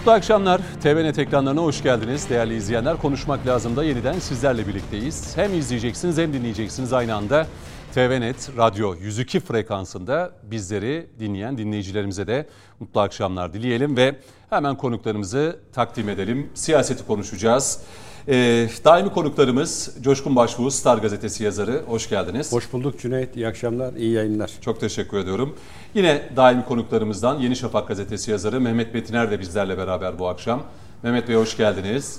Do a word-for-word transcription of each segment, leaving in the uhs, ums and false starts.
Mutlu akşamlar. T V Net ekranlarına hoş geldiniz değerli izleyenler. Konuşmak lazım da yeniden sizlerle birlikteyiz. Hem izleyeceksiniz hem dinleyeceksiniz aynı anda. T V Net Radyo yüz iki frekansında bizleri dinleyen dinleyicilerimize de mutlu akşamlar dileyelim ve hemen konuklarımızı takdim edelim. Siyaseti konuşacağız. Ee, daimi konuklarımız Coşkun Başbuğ, Star Gazetesi yazarı. Hoş geldiniz. Hoş bulduk Cüneyt. İyi akşamlar, iyi yayınlar. Çok teşekkür ediyorum. Yine daimi konuklarımızdan Yeni Şafak Gazetesi yazarı Mehmet Metiner de bizlerle beraber bu akşam. Mehmet Bey hoş geldiniz.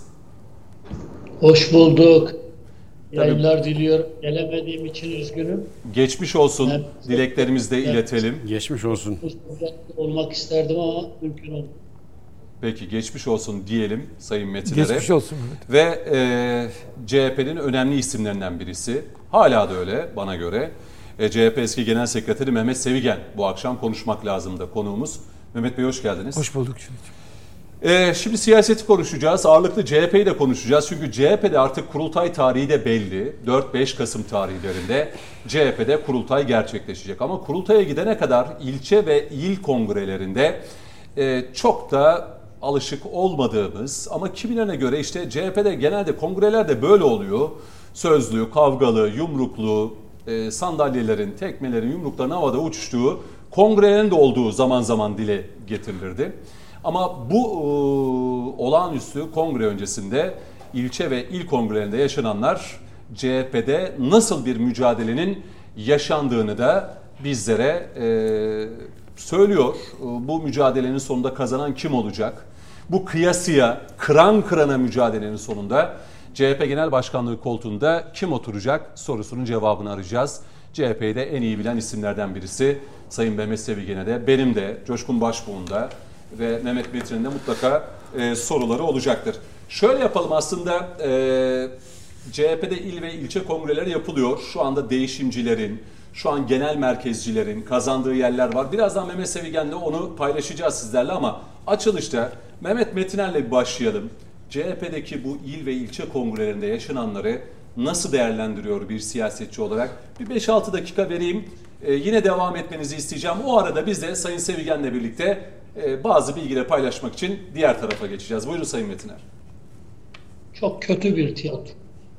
Hoş bulduk. Yayınlar diliyorum. Gelemediğim için üzgünüm. Geçmiş olsun. Ben, dileklerimizi de ben, iletelim. Geçmiş olsun. Olmak isterdim ama mümkün olmadı. Peki geçmiş olsun diyelim Sayın Metiner'e. Geçmiş olsun. Ve e, C H P'nin önemli isimlerinden birisi. Hala da öyle bana göre. E, C H P eski Genel Sekreteri Mehmet Sevigen bu akşam konuşmak lazım da konuğumuz. Mehmet Bey hoş geldiniz. Hoş bulduk. E, şimdi siyaseti konuşacağız. Ağırlıklı C H P'yi de konuşacağız. Çünkü C H P'de artık kurultay tarihi de belli. dört beş Kasım tarihlerinde C H P'de kurultay gerçekleşecek. Ama kurultaya gidene kadar ilçe ve il kongrelerinde e, çok da alışık olmadığımız ama kimilerine göre işte C H P'de genelde kongrelerde böyle oluyor. Sözlü, kavgalı, yumruklu, e, sandalyelerin, tekmelerin, yumrukların havada uçuştuğu, kongrelerin de olduğu zaman zaman dile getirilirdi. Ama bu e, olağanüstü kongre öncesinde ilçe ve il kongrelerinde yaşananlar C H P'de nasıl bir mücadelenin yaşandığını da bizlere e, söylüyor. Bu mücadelenin sonunda kazanan kim olacak? Bu kıyasıya, kıran kırana mücadelenin sonunda C H P Genel Başkanlığı koltuğunda kim oturacak sorusunun cevabını arayacağız. C H P'yi de en iyi bilen isimlerden birisi Sayın Mehmet Sevigen'e de, benim de, Coşkun Başbuğ'un da ve Mehmet Metin'in de mutlaka e, soruları olacaktır. Şöyle yapalım aslında e, C H P'de il ve ilçe kongreleri yapılıyor. Şu anda değişimcilerin, şu an genel merkezcilerin kazandığı yerler var. Birazdan Mehmet Sevigen'le onu paylaşacağız sizlerle ama açılışta Mehmet Metiner'le bir başlayalım. C H P'deki bu il ve ilçe kongrelerinde yaşananları nasıl değerlendiriyor bir siyasetçi olarak? Bir beş altı dakika vereyim. Ee, yine devam etmenizi isteyeceğim. O arada biz de Sayın Sevigen'le birlikte e, bazı bilgileri paylaşmak için diğer tarafa geçeceğiz. Buyurun Sayın Metiner. Çok kötü bir tiyatro.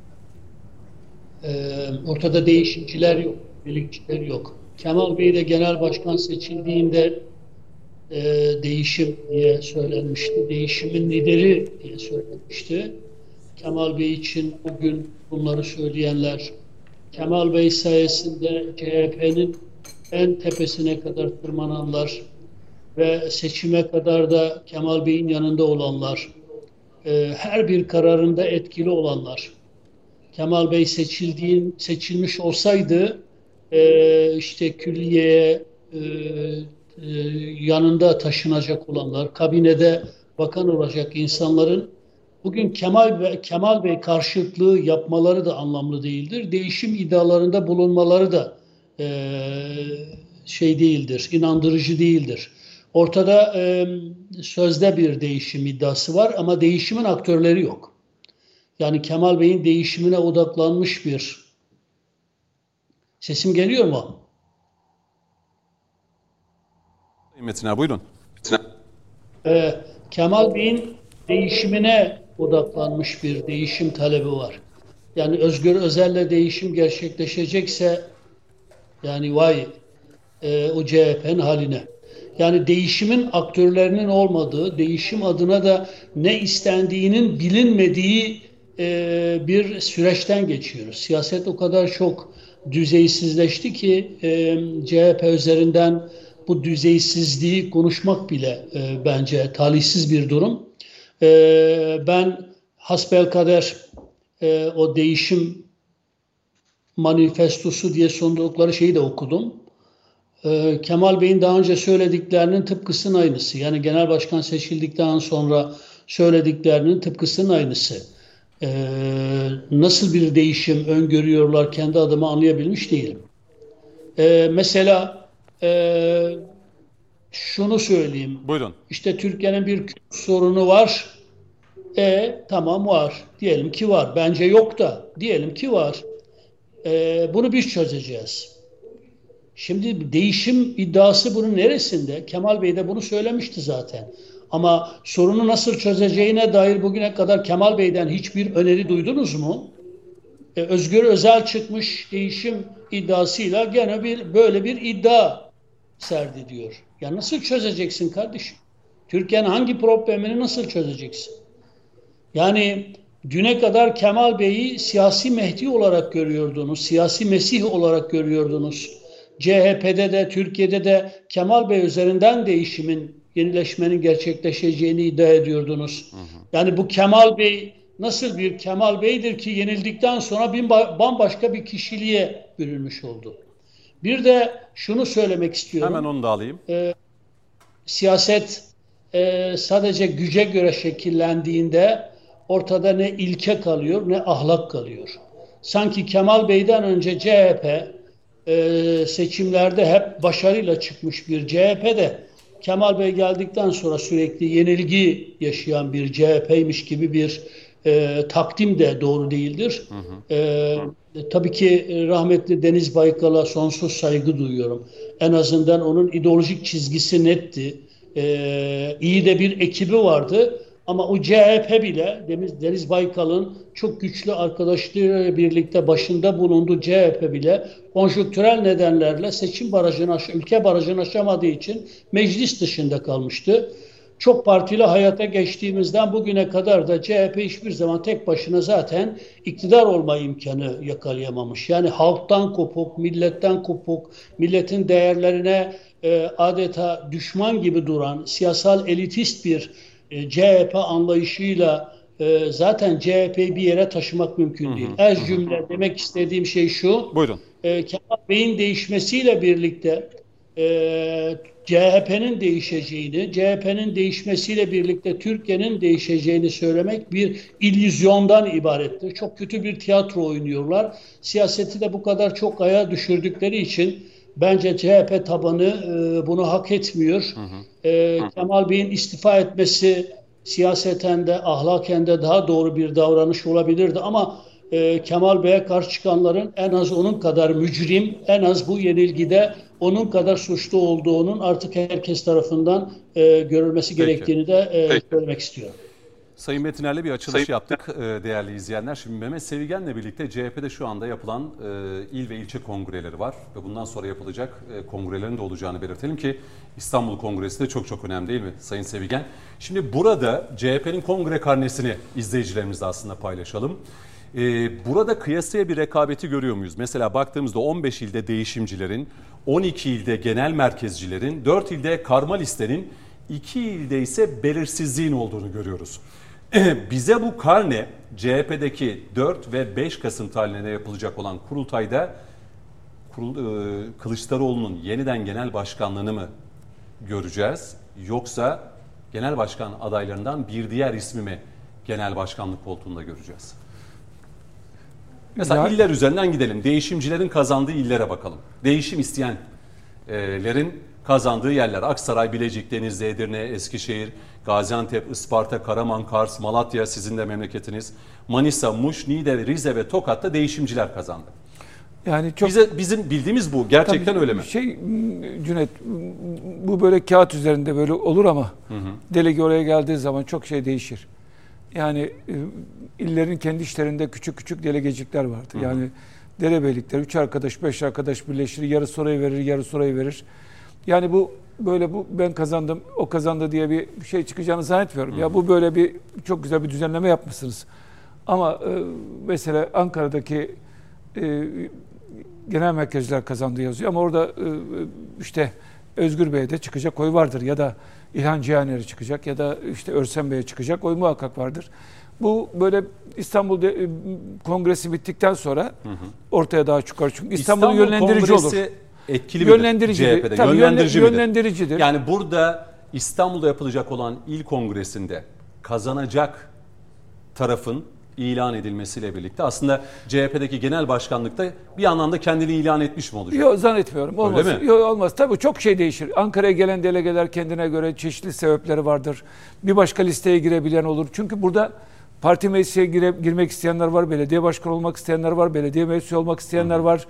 Ee, ortada değişimciler yok, birlikçiler yok. Kemal Bey de genel başkan seçildiğinde e, değişim diye söylenmişti. Değişimin lideri diye söylenmişti. Kemal Bey için bugün bunları söyleyenler, Kemal Bey sayesinde C H P'nin en tepesine kadar tırmananlar ve seçime kadar da Kemal Bey'in yanında olanlar, e, her bir kararında etkili olanlar. Kemal Bey seçildiğin seçilmiş olsaydı e, işte külliyeye e, e, yanında taşınacak olanlar, kabinede bakan olacak insanların bugün Kemal Bey, Kemal Bey karşıtlığı yapmaları da anlamlı değildir. Değişim iddialarında bulunmaları da e, şey değildir, inandırıcı değildir. Ortada e, sözde bir değişim iddiası var ama değişimin aktörleri yok. Yani Kemal Bey'in değişimine odaklanmış bir... Sesim geliyor mu? Metin abi buyurun. Ee, Kemal Bey'in değişimine odaklanmış bir değişim talebi var. Yani Özgür Özel'le değişim gerçekleşecekse yani vay e, o C H P'nin haline. Yani değişimin aktörlerinin olmadığı, değişim adına da ne istendiğinin bilinmediği e, bir süreçten geçiyoruz. Siyaset o kadar çok düzeysizleşti ki e, C H P üzerinden bu düzeysizliği konuşmak bile e, bence talihsiz bir durum. E, ben hasbelkader e, o değişim manifestosu diye sundukları şeyi de okudum. E, Kemal Bey'in daha önce söylediklerinin tıpkısının aynısı. Yani genel başkan seçildikten sonra söylediklerinin tıpkısının aynısı. E, nasıl bir değişim öngörüyorlar kendi adıma anlayabilmiş değilim. E, mesela e, şunu söyleyeyim. Buyurun. İşte Türkiye'nin bir sorunu var. E tamam var. Diyelim ki var. Bence yok da. Diyelim ki var. E, bunu biz çözeceğiz. Şimdi değişim iddiası bunun neresinde? Kemal Bey de bunu söylemişti zaten. Ama sorunu nasıl çözeceğine dair bugüne kadar Kemal Bey'den hiçbir öneri duydunuz mu? Ee, Özgür Özel çıkmış değişim iddiasıyla gene bir böyle bir iddia serdi diyor. Ya nasıl çözeceksin kardeşim? Türkiye'nin hangi problemini nasıl çözeceksin? Yani düne kadar Kemal Bey'i siyasi Mehdi olarak görüyordunuz, siyasi Mesih olarak görüyordunuz. C H P'de de Türkiye'de de Kemal Bey üzerinden değişimin, yenileşmenin gerçekleşeceğini iddia ediyordunuz. Hı hı. Yani bu Kemal Bey nasıl bir Kemal Bey'dir ki yenildikten sonra bir bambaşka bir kişiliğe bürünmüş oldu. Bir de şunu söylemek istiyorum. Hemen onu da alayım. Ee, siyaset e, sadece güce göre şekillendiğinde ortada ne ilke kalıyor ne ahlak kalıyor. Sanki Kemal Bey'den önce C H P e, seçimlerde hep başarıyla çıkmış bir C H P de Kemal Bey geldikten sonra sürekli yenilgi yaşayan bir C H P'ymiş gibi bir e, takdim de doğru değildir. Hı hı. E, tabii ki rahmetli Deniz Baykal'a sonsuz saygı duyuyorum. En azından onun ideolojik çizgisi netti. E, iyi de bir ekibi vardı. Ama o C H P bile Deniz, Deniz Baykal'ın çok güçlü arkadaşlarıyla birlikte başında bulunduğu C H P bile konjonktürel nedenlerle seçim barajını, ülke barajını aşamadığı için meclis dışında kalmıştı. Çok partili hayata geçtiğimizden bugüne kadar da C H P hiçbir zaman tek başına zaten iktidar olma imkanı yakalayamamış. Yani halktan kopuk, milletten kopuk, milletin değerlerine e, adeta düşman gibi duran, siyasal elitist bir e, C H P anlayışıyla e, zaten C H P'yi bir yere taşımak mümkün değil. Ez cümle demek istediğim şey şu. Buyurun. E, Kemal Bey'in değişmesiyle birlikte e, C H P'nin değişeceğini, C H P'nin değişmesiyle birlikte Türkiye'nin değişeceğini söylemek bir illüzyondan ibarettir. Çok kötü bir tiyatro oynuyorlar. Siyaseti de bu kadar çok ayağa düşürdükleri için bence C H P tabanı e, bunu hak etmiyor. Hı hı. E, Kemal Bey'in istifa etmesi siyaseten de ahlaken de daha doğru bir davranış olabilirdi ama e, Kemal Bey'e karşı çıkanların en az onun kadar mücrim, en az bu yenilgide onun kadar suçlu olduğunun artık herkes tarafından e, görülmesi Peki. gerektiğini de e, söylemek istiyorum. Sayın Metiner'le bir açılış Sayın... yaptık değerli izleyenler. Şimdi Mehmet Sevigen'le birlikte C H P'de şu anda yapılan il ve ilçe kongreleri var. Ve bundan sonra yapılacak kongrelerin de olacağını belirtelim ki İstanbul Kongresi de çok çok önemli değil mi Sayın Sevigen? Şimdi burada C H P'nin kongre karnesini izleyicilerimizle aslında paylaşalım. Burada kıyasıya bir rekabeti görüyor muyuz? Mesela baktığımızda on beş ilde değişimcilerin, on iki ilde genel merkezcilerin, dört ilde karma listenin, iki ilde ise belirsizliğin olduğunu görüyoruz. Bize bu karne C H P'deki dört ve beş Kasım tarihine yapılacak olan kurultayda Kılıçdaroğlu'nun yeniden genel başkanlığını mı göreceğiz? Yoksa genel başkan adaylarından bir diğer ismi mi genel başkanlık koltuğunda göreceğiz? Mesela ya, iller üzerinden gidelim. Değişimcilerin kazandığı illere bakalım. Değişim isteyenlerin kazandığı yerler. Aksaray, Bilecik, Denizli, Edirne, Eskişehir, Gaziantep, Isparta, Karaman, Kars, Malatya sizin de memleketiniz. Manisa, Muş, Niğde, Rize ve Tokat'ta değişimciler kazandı. Yani çok Bize, bizim bildiğimiz bu. Gerçekten öyle mi? Şey Cüneyt, bu böyle kağıt üzerinde böyle olur ama hı hı. delege oraya geldiği zaman çok şey değişir. Yani illerin kendi işlerinde küçük küçük delegecikler vardı. Hı hı. Yani derebeylikler, üç arkadaş, beş arkadaş birleşir, yarısı orayı verir, yarısı orayı verir. Yani bu böyle bu ben kazandım, o kazandı diye bir şey çıkacağını zannetmiyorum. Hı. Ya bu böyle bir çok güzel bir düzenleme yapmışsınız. Ama e, mesela Ankara'daki e, genel merkezciler kazandı yazıyor ama orada e, işte Özgür Bey'e de çıkacak oy vardır ya da İlhan Cihaner'e çıkacak ya da işte Örsen Bey'e çıkacak oy muhakkak vardır. Bu böyle İstanbul'da e, kongresi bittikten sonra hı hı. ortaya daha çıkar. Çünkü İstanbul'un İstanbul yönlendirici olur. Etkili midir C H P'de? Tabii yönlendirici yönlendiricidir. Midir? Yani burada İstanbul'da yapılacak olan il kongresinde kazanacak tarafın ilan edilmesiyle birlikte aslında C H P'deki genel başkanlıkta bir anlamda kendini ilan etmiş mi olacak? Yok zannetmiyorum. Olmaz. Öyle mi? Yok olmaz. Tabii çok şey değişir. Ankara'ya gelen delegeler kendine göre çeşitli sebepleri vardır. Bir başka listeye girebilen olur. Çünkü burada parti meclisine gire, girmek isteyenler var, belediye başkanı olmak isteyenler var, belediye meclisi olmak isteyenler Hı. var.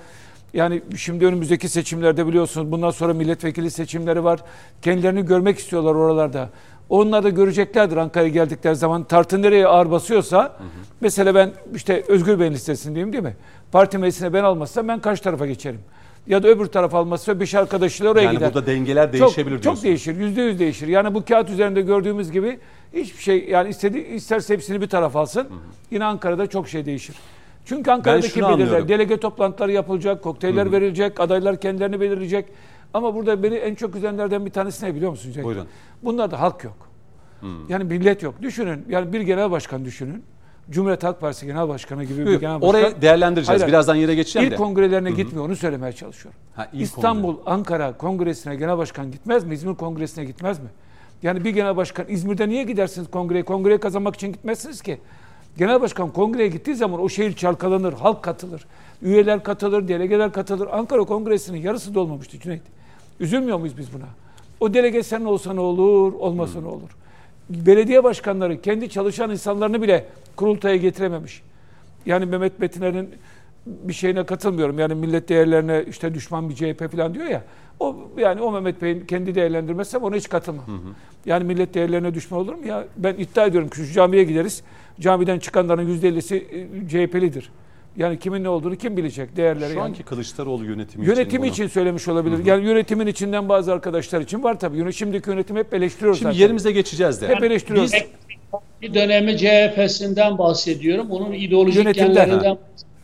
Yani şimdi önümüzdeki seçimlerde biliyorsunuz bundan sonra milletvekili seçimleri var. Kendilerini görmek istiyorlar oralarda. Onlar da göreceklerdir Ankara'ya geldikleri zaman. Tartı nereye ağır basıyorsa, hı hı. mesela ben işte Özgür Bey'in listesindeyim değil mi? Parti meclisine ben almazsam ben karşı tarafa geçerim. Ya da öbür taraf almazsa beş arkadaşıyla oraya yani gider. Yani burada dengeler değişebilir çok, diyorsun. Çok değişir, yüzde yüz değişir. Yani bu kağıt üzerinde gördüğümüz gibi hiçbir şey, yani istedi, isterse hepsini bir taraf alsın. Hı hı. Yine Ankara'da çok şey değişir. Çünkü Ankara'daki belirler, delege toplantıları yapılacak, kokteyller hı hı. verilecek, adaylar kendilerini belirleyecek. Ama burada beni en çok üzenlerden bir tanesi ne biliyor musunuz? Buyurun. Bunlarda halk yok. Hmm. Yani millet yok. Düşünün, yani bir genel başkan düşünün. Cumhuriyet Halk Partisi Genel Başkanı gibi bir genel başkan. Orayı değerlendireceğiz. Hayır, birazdan yere geçeceğim İl de. kongrelerine Hı-hı. gitmiyor, onu söylemeye çalışıyorum. Ha, İstanbul, kongre. Ankara kongresine genel başkan gitmez mi? İzmir kongresine gitmez mi? Yani bir genel başkan İzmir'de niye gidersiniz kongreye? Kongreye kazanmak için gitmezsiniz ki. Genel başkan kongreye gittiği zaman o şehir çalkalanır, halk katılır. Üyeler katılır, delegeler katılır. Ankara kongresinin yarısı da olmamıştı Cüneyt. Üzülmüyor muyuz biz buna? O delege sen olsa ne olur, olmasa hmm. ne olur? Belediye başkanları kendi çalışan insanlarını bile kurultaya getirememiş. Yani Mehmet Metiner'in bir şeyine katılmıyorum. Yani millet değerlerine işte düşman bir C H P falan diyor ya. O yani o Mehmet Bey'in kendi değerlendirmezsem ona hiç katılmam. Hı hı. Yani millet değerlerine düşman olur mu ya? Ben iddia ediyorum ki şu camiye gideriz. Camiden çıkanların yüzde ellisi C H P'lidir. Yani kimin ne olduğunu kim bilecek değerleri. Şu yani. anki Kılıçdaroğlu yönetimi, yönetimi için, için söylemiş olabilir. Hı hı. Yani yönetimin içinden bazı arkadaşlar için var tabii. Şimdiki yönetim hep eleştiriyoruz Şimdi zaten. yerimize geçeceğiz de. Hep eleştiriyoruz. Biz bir dönemi C H P'sinden bahsediyorum. Onun ideolojik genlerinden.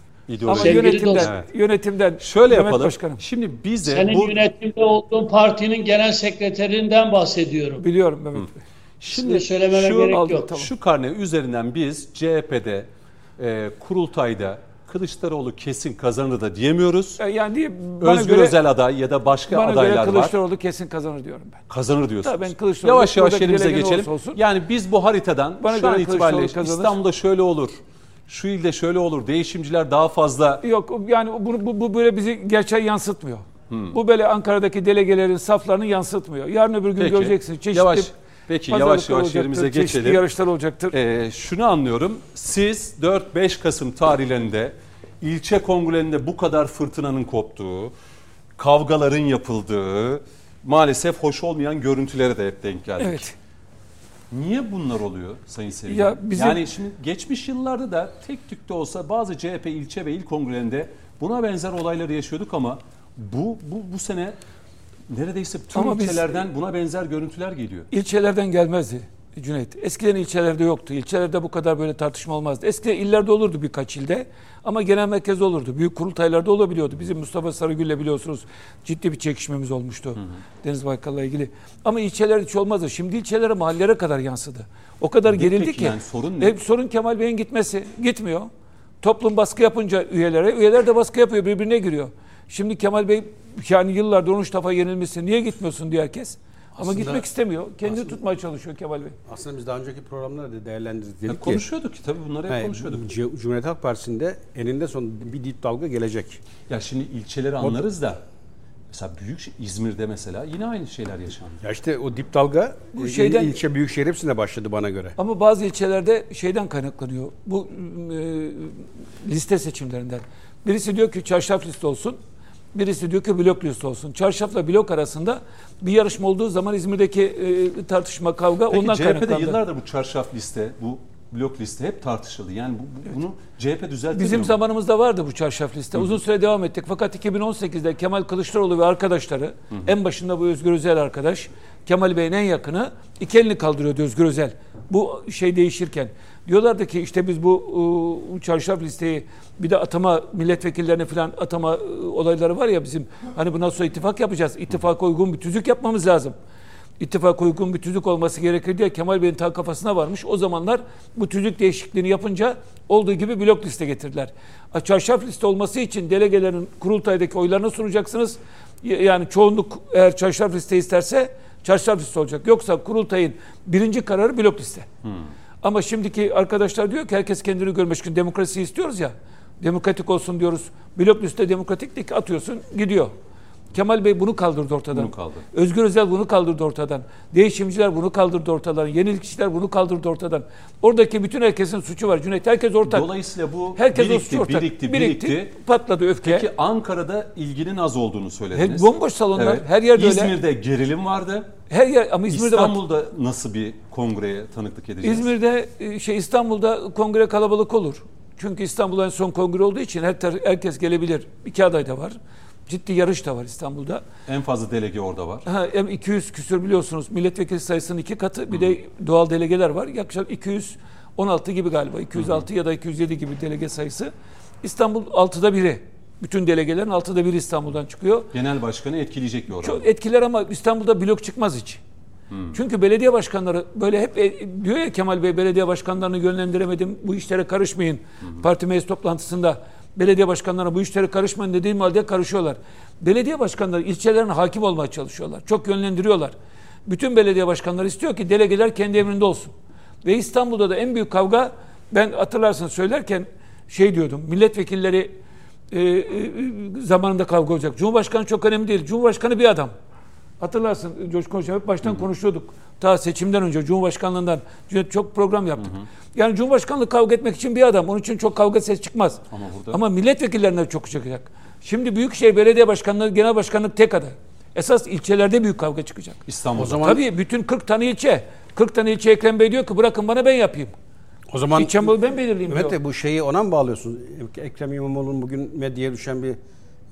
Ama yönetimden, evet. yönetimden. Şöyle yapalım. Başkanım. Şimdi bize senin bu... yönetimde olduğun partinin genel sekreterinden bahsediyorum. Biliyorum Mehmet Bey. Şimdi söylememe şu, gerek aldım, yok. Tamam. Şu karne üzerinden biz C H P'de e, kurultayda Kılıçdaroğlu kesin kazanır da diyemiyoruz. Yani diye, Özgür göre, Özel aday ya da başka bana adaylar göre var. Kılıçdaroğlu kesin kazanır diyorum ben. Kazanır diyorsunuz. Tabii ben Kılıçdaroğlu yavaş yavaş yerimize geçelim. Olsa olsun. Yani biz bu haritadan bana şu an itibariyle İstanbul'da şöyle olur. Şu ilde şöyle olur. Değişimciler daha fazla. Yok yani bu, bu, bu böyle bizi gerçeğe yansıtmıyor. Hmm. Bu böyle Ankara'daki delegelerin saflarını yansıtmıyor. Yarın öbür gün peki, göreceksiniz. Çeşitli yavaş. Peki yavaş yavaş yerimize geçelim. Çeşitli yarışlar olacaktır. Ee, şunu anlıyorum. Siz dört beş Kasım tarihlerinde ilçe kongrelerinde bu kadar fırtınanın koptuğu, kavgaların yapıldığı, maalesef hoş olmayan görüntülere de hep denk geldik. Evet. Niye bunlar oluyor Sayın Sevgi? Ya bizim... Yani şimdi geçmiş yıllarda da tek tük de olsa bazı C H P ilçe ve il kongrelerinde buna benzer olayları yaşıyorduk ama bu bu bu sene neredeyse tüm ama ilçelerden biz, buna benzer görüntüler geliyor. İlçelerden gelmezdi Cüneyt. Eskiden ilçelerde yoktu. İlçelerde bu kadar böyle tartışma olmazdı. Eskiden illerde olurdu birkaç ilde ama genel merkezde olurdu. Büyük kurultaylarda olabiliyordu. Bizim Mustafa Sarıgül'le biliyorsunuz ciddi bir çekişmemiz olmuştu. Hı hı. Deniz Baykal'la ilgili. Ama ilçelerde hiç olmazdı. Şimdi ilçelere, mahallelere kadar yansıdı. O kadar Peki, gerildi ki. Yani sorun ne? Hep sorun Kemal Bey'in gitmesi. Gitmiyor. Toplum baskı yapınca üyelere, üyeler de baskı yapıyor, birbirine giriyor. Şimdi Kemal Bey yani yıllardır on üç defa yenilmişsin. Niye gitmiyorsun diyor herkes. Ama aslında, gitmek istemiyor. Kendini aslında, tutmaya çalışıyor Kemal Bey. Aslında biz daha önceki programlarda da değerlendirdik. Dedik ya konuşuyorduk ki tabii bunları hep he, konuşuyorduk. Cumhuriyet Halk Partisi'nde eninde sonunda bir dip dalga gelecek. Ya şimdi ilçeleri anlarız da mesela büyük İzmir'de mesela yine aynı şeyler yaşandı. Ya işte o dip dalga bu şeyden, ilçe büyükşehir hepsinde başladı bana göre. Ama bazı ilçelerde şeyden kaynaklanıyor. Bu e, liste seçimlerinden. Birisi diyor ki çarşaf liste olsun. Birisi diyor ki blok liste olsun. Çarşafla blok arasında bir yarışma olduğu zaman İzmir'deki e, tartışma, kavga peki, ondan kaynaklandı. C H P'de yıllardır bu çarşaf liste, bu blok liste hep tartışıldı. Yani bu, bu, evet. bunu C H P düzeltmiyor. Bizim mu? zamanımızda vardı bu çarşaf liste. Uzun süre devam ettik. Fakat iki bin on sekizde Kemal Kılıçdaroğlu ve arkadaşları, hı hı. en başında bu Özgür Özel arkadaş, Kemal Bey'in en yakını, iki elini kaldırıyordu Özgür Özel. Bu şey değişirken. Diyorlardı ki işte biz bu ıı, çarşaf listeyi bir de atama milletvekillerine falan atama ıı, olayları var ya bizim. Hani bundan sonra ittifak yapacağız. İttifaka uygun bir tüzük yapmamız lazım. İttifaka uygun bir tüzük olması gerekir diye Kemal Bey'in ta kafasına varmış. O zamanlar bu tüzük değişikliğini yapınca olduğu gibi blok liste getirdiler. Çarşaf liste olması için delegelerin kurultaydaki oylarını sunacaksınız. Yani çoğunluk eğer çarşaf liste isterse çarşaf liste olacak. Yoksa kurultayın birinci kararı blok liste. Hmm. Ama şimdiki arkadaşlar diyor ki herkes kendini görmüş gün demokrasi istiyoruz ya. Demokratik olsun diyoruz. Blok liste demokratiklik atıyorsun gidiyor. Kemal Bey bunu kaldırdı ortadan. Bunu kaldı. Özgür Özel bunu kaldırdı ortadan. Değişimciler bunu kaldırdı ortadan. Yenilikçiler bunu kaldırdı ortadan. Oradaki bütün herkesin suçu var. Cüneyt, herkes ortak. Dolayısıyla bu herkes birikti, ortak. birikti, birikti, birikti. Patladı öfke. Peki Ankara'da ilginin az olduğunu söylediniz. He, bomboş salonlar. Evet. Her yerde öyle. İzmir'de gerilim vardı. Her yer ama İzmir'de İstanbul'da bak, nasıl bir kongreye tanıklık edeceğiz? İzmir'de şey İstanbul'da kongre kalabalık olur. Çünkü İstanbul'da en son kongre olduğu için her herkes gelebilir. İki aday da var. Ciddi yarış da var İstanbul'da. En fazla delege orada var. Ha, iki yüz küsür biliyorsunuz. Milletvekili sayısının iki katı. Bir Hı. de doğal delegeler var. Yaklaşık iki yüz on altı gibi galiba. iki yüz altı Hı. ya da iki yüz yedi gibi delege sayısı. İstanbul altıda biri. Bütün delegelerin altıda biri İstanbul'dan çıkıyor. Genel başkanı etkileyecek bir oran. Çok etkiler ama İstanbul'da blok çıkmaz hiç. Hmm. Çünkü belediye başkanları böyle hep e, diyor ya Kemal Bey, belediye başkanlarını yönlendiremedim, bu işlere karışmayın. Hmm. Parti meclis toplantısında belediye başkanlarına bu işlere karışmayın dediğim halde karışıyorlar. Belediye başkanları ilçelerine hakim olmaya çalışıyorlar. Çok yönlendiriyorlar. Bütün belediye başkanları istiyor ki delegeler kendi emrinde olsun. Ve İstanbul'da da en büyük kavga, ben hatırlarsın söylerken şey diyordum, milletvekilleri e, e, zamanında kavga olacak. Cumhurbaşkanı çok önemli değil. Cumhurbaşkanı bir adam. Hatırlarsın Coşkun Hocam, hep baştan Hı-hı. konuşuyorduk. Ta seçimden önce Cumhurbaşkanlığından çok program yaptık. Hı-hı. Yani Cumhurbaşkanlığı kavga etmek için bir adam. Onun için çok kavga ses çıkmaz. Ama, burada... Ama milletvekillerinden çok çıkacak. Şimdi Büyükşehir Belediye Başkanlığı, Genel Başkanlık tek aday. Esas ilçelerde büyük kavga çıkacak. İstanbul'da. O zaman... Tabii bütün kırk tane ilçe. kırk tane ilçe Ekrem Bey diyor ki bırakın bana, ben yapayım. O zaman İlçemi ben belirleyeyim evet diyor. De bu şeyi ona mı bağlıyorsun? Ekrem İmamoğlu'nun bugün medyaya düşen bir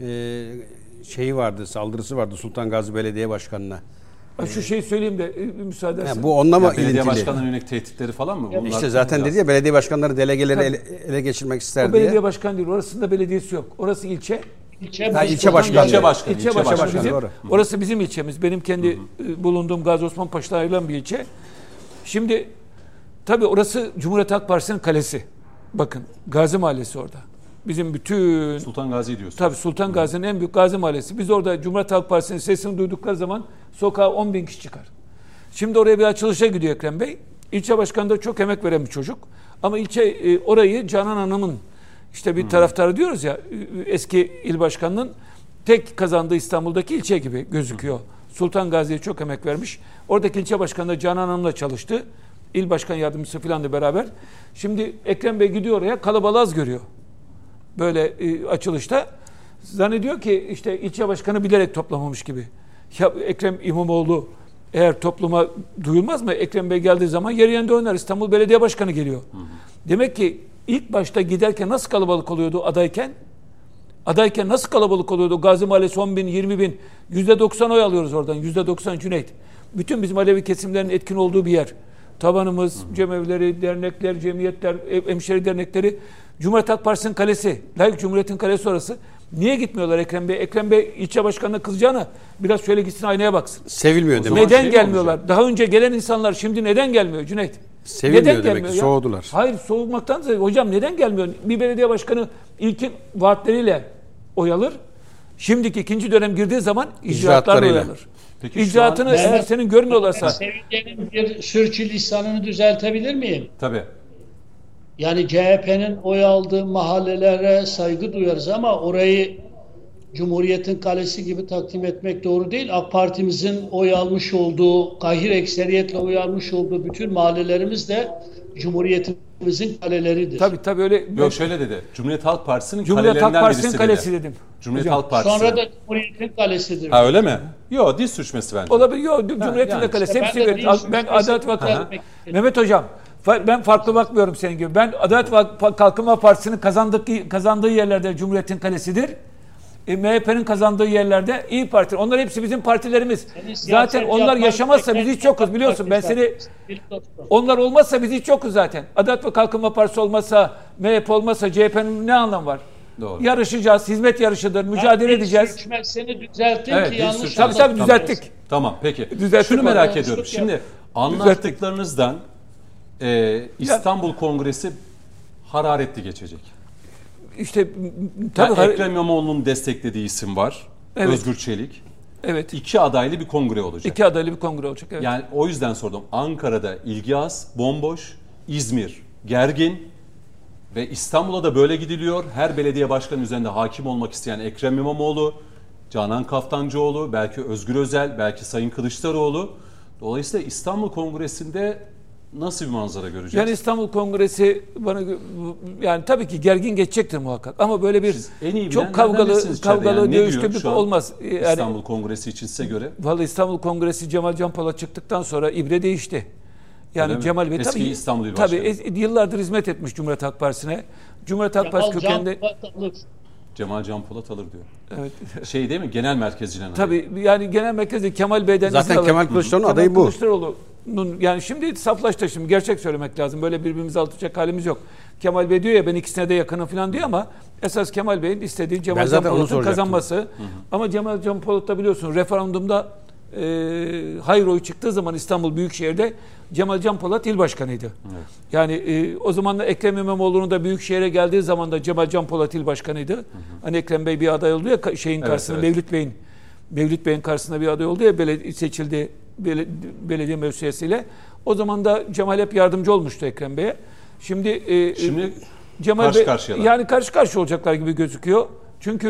e, şeyi vardı, saldırısı vardı Sultan Gazi Belediye Başkanı'na. Şu şeyi söyleyeyim de müsaade edersen. Bu onunla mı ya belediye başkanlarına yönelik tehditleri falan mı? Bunlar işte zaten dedi ya, belediye başkanları delegeleri ele, ele geçirmek ister o diye. Belediye başkanı değil. Orasında belediyesi yok. Orası ilçe. İlçe, ha, ilçe başkanı. İlçe başkanı. İlçe başkanı. başkanı. Bizim, doğru. Orası bizim ilçemiz. Benim kendi Hı-hı. bulunduğum Gazi Osman Paşa'da ayrılan bir ilçe. Şimdi tabii orası Cumhuriyet Halk Partisi'nin kalesi. Bakın Gazi Mahallesi orada. Bizim bütün... Sultan Gazi diyorsun. Tabii Sultan Gazi'nin en büyük Gazi Mahallesi. Biz orada Cumhuriyet Halk Partisi'nin sesini duydukları zaman sokağa on bin kişi çıkar. Şimdi oraya bir açılışa gidiyor Ekrem Bey. İlçe başkanı da çok emek veren bir çocuk. Ama ilçe e, orayı Canan Hanım'ın işte bir hmm. taraftarı diyoruz ya, eski il başkanının tek kazandığı İstanbul'daki ilçe gibi gözüküyor. Hmm. Sultan Gazi'ye çok emek vermiş. Oradaki ilçe başkanı da Canan Hanım'la çalıştı. İl başkan yardımcısı falan da beraber. Şimdi Ekrem Bey gidiyor oraya, kalabalığı az görüyor. Böyle e, açılışta. Zannediyor ki işte ilçe başkanı bilerek toplamamış gibi. Ya Ekrem İmamoğlu eğer topluma duyulmaz mı? Ekrem Bey geldiği zaman yeri yerinde oynar. İstanbul Belediye Başkanı geliyor. Hı hı. Demek ki ilk başta giderken nasıl kalabalık oluyordu adayken? Adayken nasıl kalabalık oluyordu? Gazi Mahallesi on bin, yirmi bin. yüzde doksan oy alıyoruz oradan. yüzde doksan Cüneyt. Bütün bizim Alevi kesimlerin etkin olduğu bir yer. Tabanımız, hı hı. cemevleri, dernekler, cemiyetler, hemşeri dernekleri. Cumhuriyet Halk Partisi'nin kalesi. Layık Cumhuriyet'in kalesi orası. Niye gitmiyorlar Ekrem Bey? Ekrem Bey ilçe başkanına kızacağına biraz şöyle gitsin, aynaya baksın. Sevilmiyor demek. Neden şey gelmiyorlar? Daha önce gelen insanlar şimdi neden gelmiyor Cüneyt? Sevilmiyor neden demek gelmiyor ki, ya? soğudular. Hayır, soğumaktan da hocam neden gelmiyor? Bir belediye başkanı ilkin vaatleriyle oy alır. Şimdiki ikinci dönem girdiği zaman icraatlarla oy alır. Peki İcraatını an, eğer ben, senin görmüyorlarsa... Sevince'nin bir sürçülisanını düzeltebilir miyim? Tabii. Yani C H P'nin oy aldığı mahallelere saygı duyarız ama orayı Cumhuriyet'in kalesi gibi takdim etmek doğru değil. AK Parti'mizin oy almış olduğu, kahir ekseriyetle oy almış olduğu bütün mahallelerimiz de Cumhuriyet'imizin kaleleridir. Tabii tabii öyle. Yok şöyle dedi. Cumhuriyet Halk Partisi'nin Cumhuriyet kalelerinden Halk Partisi'nin birisi kalesi dedi. dedim. Cumhuriyet Hocam. Halk Partisi. Sonra da Cumhuriyet'in kalesidir. Ha öyle mi? Yok, diz sürçmesi bence. Olabilir. Yok, Cumhuriyet'in yani. de kalesi. İşte hepsi ben, ben, ben Adalet ve Mehmet Hocam, ben farklı bakmıyorum senin gibi. Ben Adalet ve Kalkınma Partisi'nin kazandığı, kazandığı yerlerde Cumhuriyet'in kalesidir. E, M H P'nin kazandığı yerlerde İYİ Parti. Onlar hepsi bizim partilerimiz. Zaten onlar yaşamazsa biz hiç yokuz, biliyorsun. Ben seni onlar olmazsa biz hiç yokuz zaten. Adalet ve Kalkınma Partisi olmazsa, M H P olmazsa C H P'nin ne anlamı var? Doğru. Yarışacağız. Hizmet yarışıdır. Mücadele ben edeceğiz. Seni düzelttin evet, ki yanlış. Tabii tabii düzelttik. Tamam peki. Düzelttik. Şunu merak ediyorum. Şimdi anlattıklarınızdan e, İstanbul ya. Kongresi hararetli geçecek. İşte tabii yani Ekrem İmamoğlu'nun desteklediği isim var. Evet. Özgür Çelik. Evet. İki adaylı bir kongre olacak. İki adaylı bir kongre olacak. Evet. Yani o yüzden sordum. Ankara'da ilgi az, bomboş, İzmir gergin ve İstanbul'a da böyle gidiliyor. Her belediye başkanı üzerinde hakim olmak isteyen Ekrem İmamoğlu Canan Kaftancıoğlu, belki Özgür Özel, belki Sayın Kılıçdaroğlu. Dolayısıyla İstanbul Kongresi'nde nasıl bir manzara göreceğiz? Yani İstanbul Kongresi bana yani tabii ki gergin geçecektir muhakkak ama böyle bir en iyi çok kavgalı kavgalı yani dövüşlü bir olmaz. Yani İstanbul Kongresi için size göre? Vallahi İstanbul Kongresi Cemal Can Polat çıktıktan sonra ibre değişti. Yani Öyle Cemal Bey eski tabii İstanbul İl Başkanı. tabii yıllardır hizmet etmiş Cumhuriyet Halk Partisi'ne. Cumhuriyet Halk Partisi kökeninde Cemal Can Polat alır diyor. Evet. Şey değil mi? Genel merkezcilerin tabii yani genel merkezde Kemal Bey'den zaten Kemal Kılıçdaroğlu'nun adayı bu. Kılıçdaroğlu'nun yani şimdi saflaştı, şimdi gerçek söylemek lazım. Böyle birbirimizi altacak halimiz yok. Kemal Bey diyor ya ben ikisine de yakınım falan diyor ama esas Kemal Bey'in istediği Cemal Can Polat'ın kazanması. Hı hı. Ama Cemal Can Polat'ta biliyorsun referandumda e, hayır oyu çıktığı zaman İstanbul Büyükşehir'de Cemal Can Polat il başkanıydı. Evet. Yani e, o zaman da Ekrem İmamoğlu'nun da Büyükşehir'e geldiği zaman da Cemal Can Polat il başkanıydı. Hı hı. Hani Ekrem Bey bir aday oldu ya şeyin karşısında, evet, evet. Mevlüt Bey'in Mevlüt Bey'in karşısında bir aday oldu ya belediye, seçildi belediye mevsiyesiyle. O zaman da Cemal hep yardımcı olmuştu Ekrem Bey'e. Şimdi, e, Şimdi Cemal karşı Bey, karşıyalar. Yani karşı karşı olacaklar gibi gözüküyor. Çünkü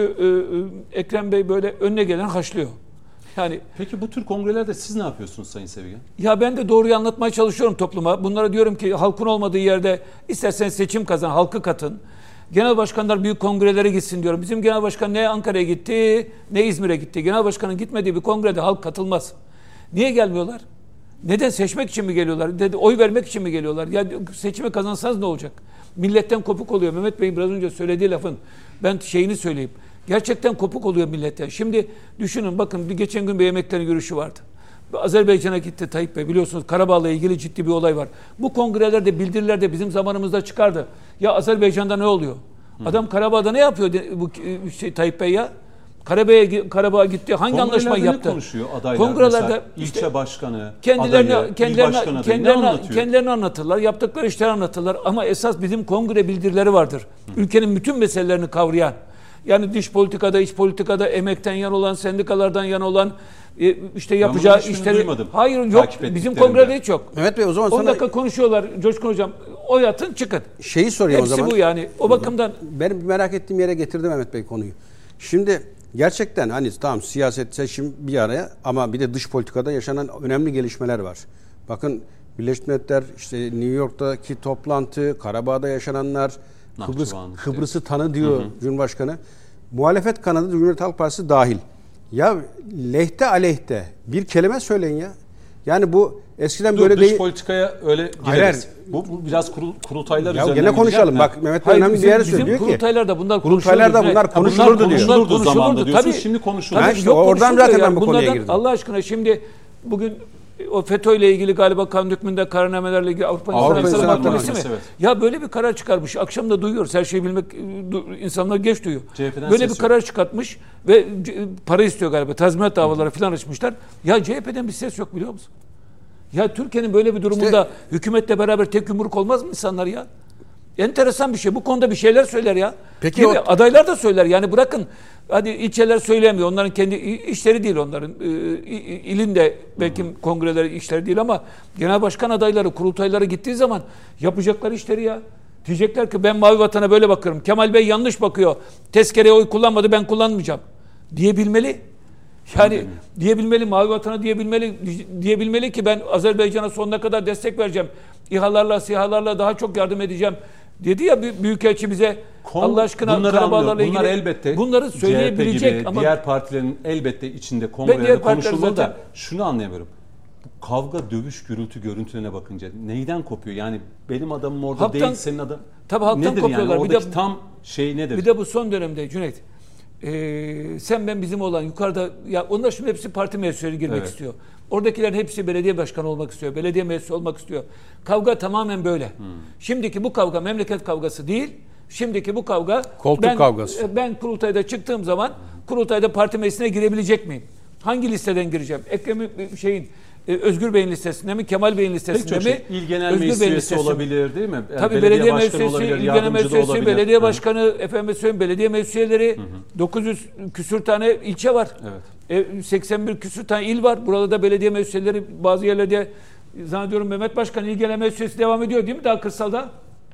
e, Ekrem Bey böyle önüne gelen haşlıyor. Yani peki bu tür kongrelerde siz ne yapıyorsunuz Sayın Sevgen? Ya ben de doğruyu anlatmaya çalışıyorum topluma. Bunlara diyorum ki halkın olmadığı yerde isterseniz seçim kazan, halkı katın. Genel başkanlar büyük kongrelere gitsin diyorum. Bizim genel başkan ne Ankara'ya gitti, ne İzmir'e gitti. Genel başkanın gitmediği bir kongrede halk katılmaz. Niye gelmiyorlar? Neden? Seçmek için mi geliyorlar? Dedi, oy vermek için mi geliyorlar? Ya seçimi kazansanız ne olacak? Milletten kopuk oluyor. Mehmet Bey'in biraz önce söylediği lafın ben şeyini söyleyeyim. Gerçekten kopuk oluyor milletten. Şimdi düşünün bakın bir geçen gün bir emeklilerin görüşü vardı. Azerbaycan'a gitti Tayyip Bey, biliyorsunuz Karabağ'la ilgili ciddi bir olay var. Bu kongrelerde bildirilerde bizim zamanımızda çıkardı. Ya Azerbaycan'da ne oluyor? Hı. Adam Karabağ'da ne yapıyor bu şey Tayyip Bey ya? Karabağ'a Karabağ'a gitti. Hangi anlaşmayı yaptı? Ne konuşuyor adaylar? Kongrelerde mesela, işte ilçe başkanı, kendilerine adayı, kendilerine il başkanı kendilerine, adayı, ne kendilerini anlatırlar. Yaptıkları işleri anlatırlar ama esas bizim kongre bildirileri vardır. Hı. Ülkenin bütün meselelerini kavrayan. Yani dış politikada, iç politikada emekten yan olan, sendikalardan yan olan işte yapacağı işleri duymadım. Hayır yok. Bizim kongrede hiç yok. Mehmet Bey o zaman on sana dakika konuşuyorlar. Coşkun hocam oy atın çıkın. Şeyi sorayım Hepsi o zaman. bu yani. O bakımdan benim merak ettiğim yere getirdi Mehmet Bey konuyu. Şimdi gerçekten hani tamam siyaset seçim bir araya ama bir de dış politikada yaşanan önemli gelişmeler var. Bakın Birleşmiş Milletler işte New York'taki toplantı, Karabağ'da yaşananlar, Kıbrıs, Kıbrıs'ı tanı diyor hı hı. Cumhurbaşkanı. Muhalefet kanadı Cumhuriyet Halk Partisi dahil. Ya lehte aleyhte bir kelime söyleyin ya. Yani bu eskiden Dur, böyle dış değil. Dış politikaya öyle gireriz. Bu, bu biraz kurul, kurultaylar ya üzerinden gene konuşalım. gideceğim. Bak Mehmet Bey önemli bir yere söylüyor ki. Kurultaylarda bunlar kurultaylarda bunlar konuşulurdu diyor. Konuşulurdu, konuşulurdu zamanında diyorsun. Tabii, şimdi konuşulur. Tabii, işte oradan zaten ben bu konuya bunlardan, girdim. Allah aşkına şimdi bugün o FETÖ ile ilgili galiba kanun hükmünde kararnamelerle ilgili Avrupa İnsan Hakları Mahkemesi mi? Evet. Ya böyle bir karar çıkarmış. Akşam da duyuyoruz. Her şeyi bilmek insanlar geç duyuyor. Böyle bir karar çıkartmış ve para istiyor galiba. Tazminat davaları falan açmışlar. Ya C H P'den bir ses yok biliyor musun? Ya Türkiye'nin böyle bir durumunda işte, hükümetle beraber tek yumruk olmaz mı insanlar ya? Enteresan bir şey. Bu konuda bir şeyler söyler ya. Peki o... Adaylar da söyler. Yani bırakın hadi ilçeler söyleyemiyor. Onların kendi işleri değil onların. İlin de belki hmm. kongreleri işleri değil ama genel başkan adayları, kurultaylara gittiği zaman yapacakları işleri ya. Diyecekler ki ben Mavi Vatan'a böyle bakıyorum. Kemal Bey yanlış bakıyor. Tezkereye oy kullanmadı, ben kullanmayacağım diyebilmeli. Yani hmm. diyebilmeli, Mavi Vatan'a diyebilmeli, diyebilmeli ki ben Azerbaycan'a sonuna kadar destek vereceğim. İHA'larla, SİHA'larla daha çok yardım edeceğim. Dedi ya Büyükelçi bize Kon, Allah aşkına Karabağlar'la ilgili bunlar elbette bunları söyleyebilecek C H P gibi, ama diğer partilerin elbette içinde kongrede konuşulmalı da şunu anlayamıyorum. Bu kavga, dövüş, gürültü görüntülerine bakınca neyden kopuyor? Yani benim adamım orada halktan, değil, senin adam. Tabii halktan nedir kopuyorlar. Yani? Oradaki bir de, tam şey nedir? Bir de bu son dönemde Cüneyt. Ee, sen ben bizim olan yukarıda ya onlar şimdi hepsi parti meclisleri girmek evet. istiyor. Oradakilerin hepsi belediye başkanı olmak istiyor. Belediye meclisi olmak istiyor. Kavga tamamen böyle. Hmm. Şimdiki bu kavga memleket kavgası değil. Şimdiki bu kavga koltuk ben, kavgası. Ben kurultayda çıktığım zaman kurultayda parti meclisine girebilecek miyim? Hangi listeden gireceğim? Ekrem şeyin Özgür Bey'in listesinde mi? Kemal Bey'in listesinde mi? Şey, İl Genel Meclis üyesi olabilir değil mi? Yani tabii belediye, belediye meclisi, İl Genel Meclisi, belediye hı. başkanı, efendim söyleyeyim belediye meclis üyeleri, hı hı. dokuz yüz küsür tane ilçe var. Evet. E, seksen bir küsür tane il var. Burada da belediye meclis üyeleri bazı yerlerde zannediyorum Mehmet Başkan İl Genel Meclis üyesi devam ediyor değil mi daha kırsalda?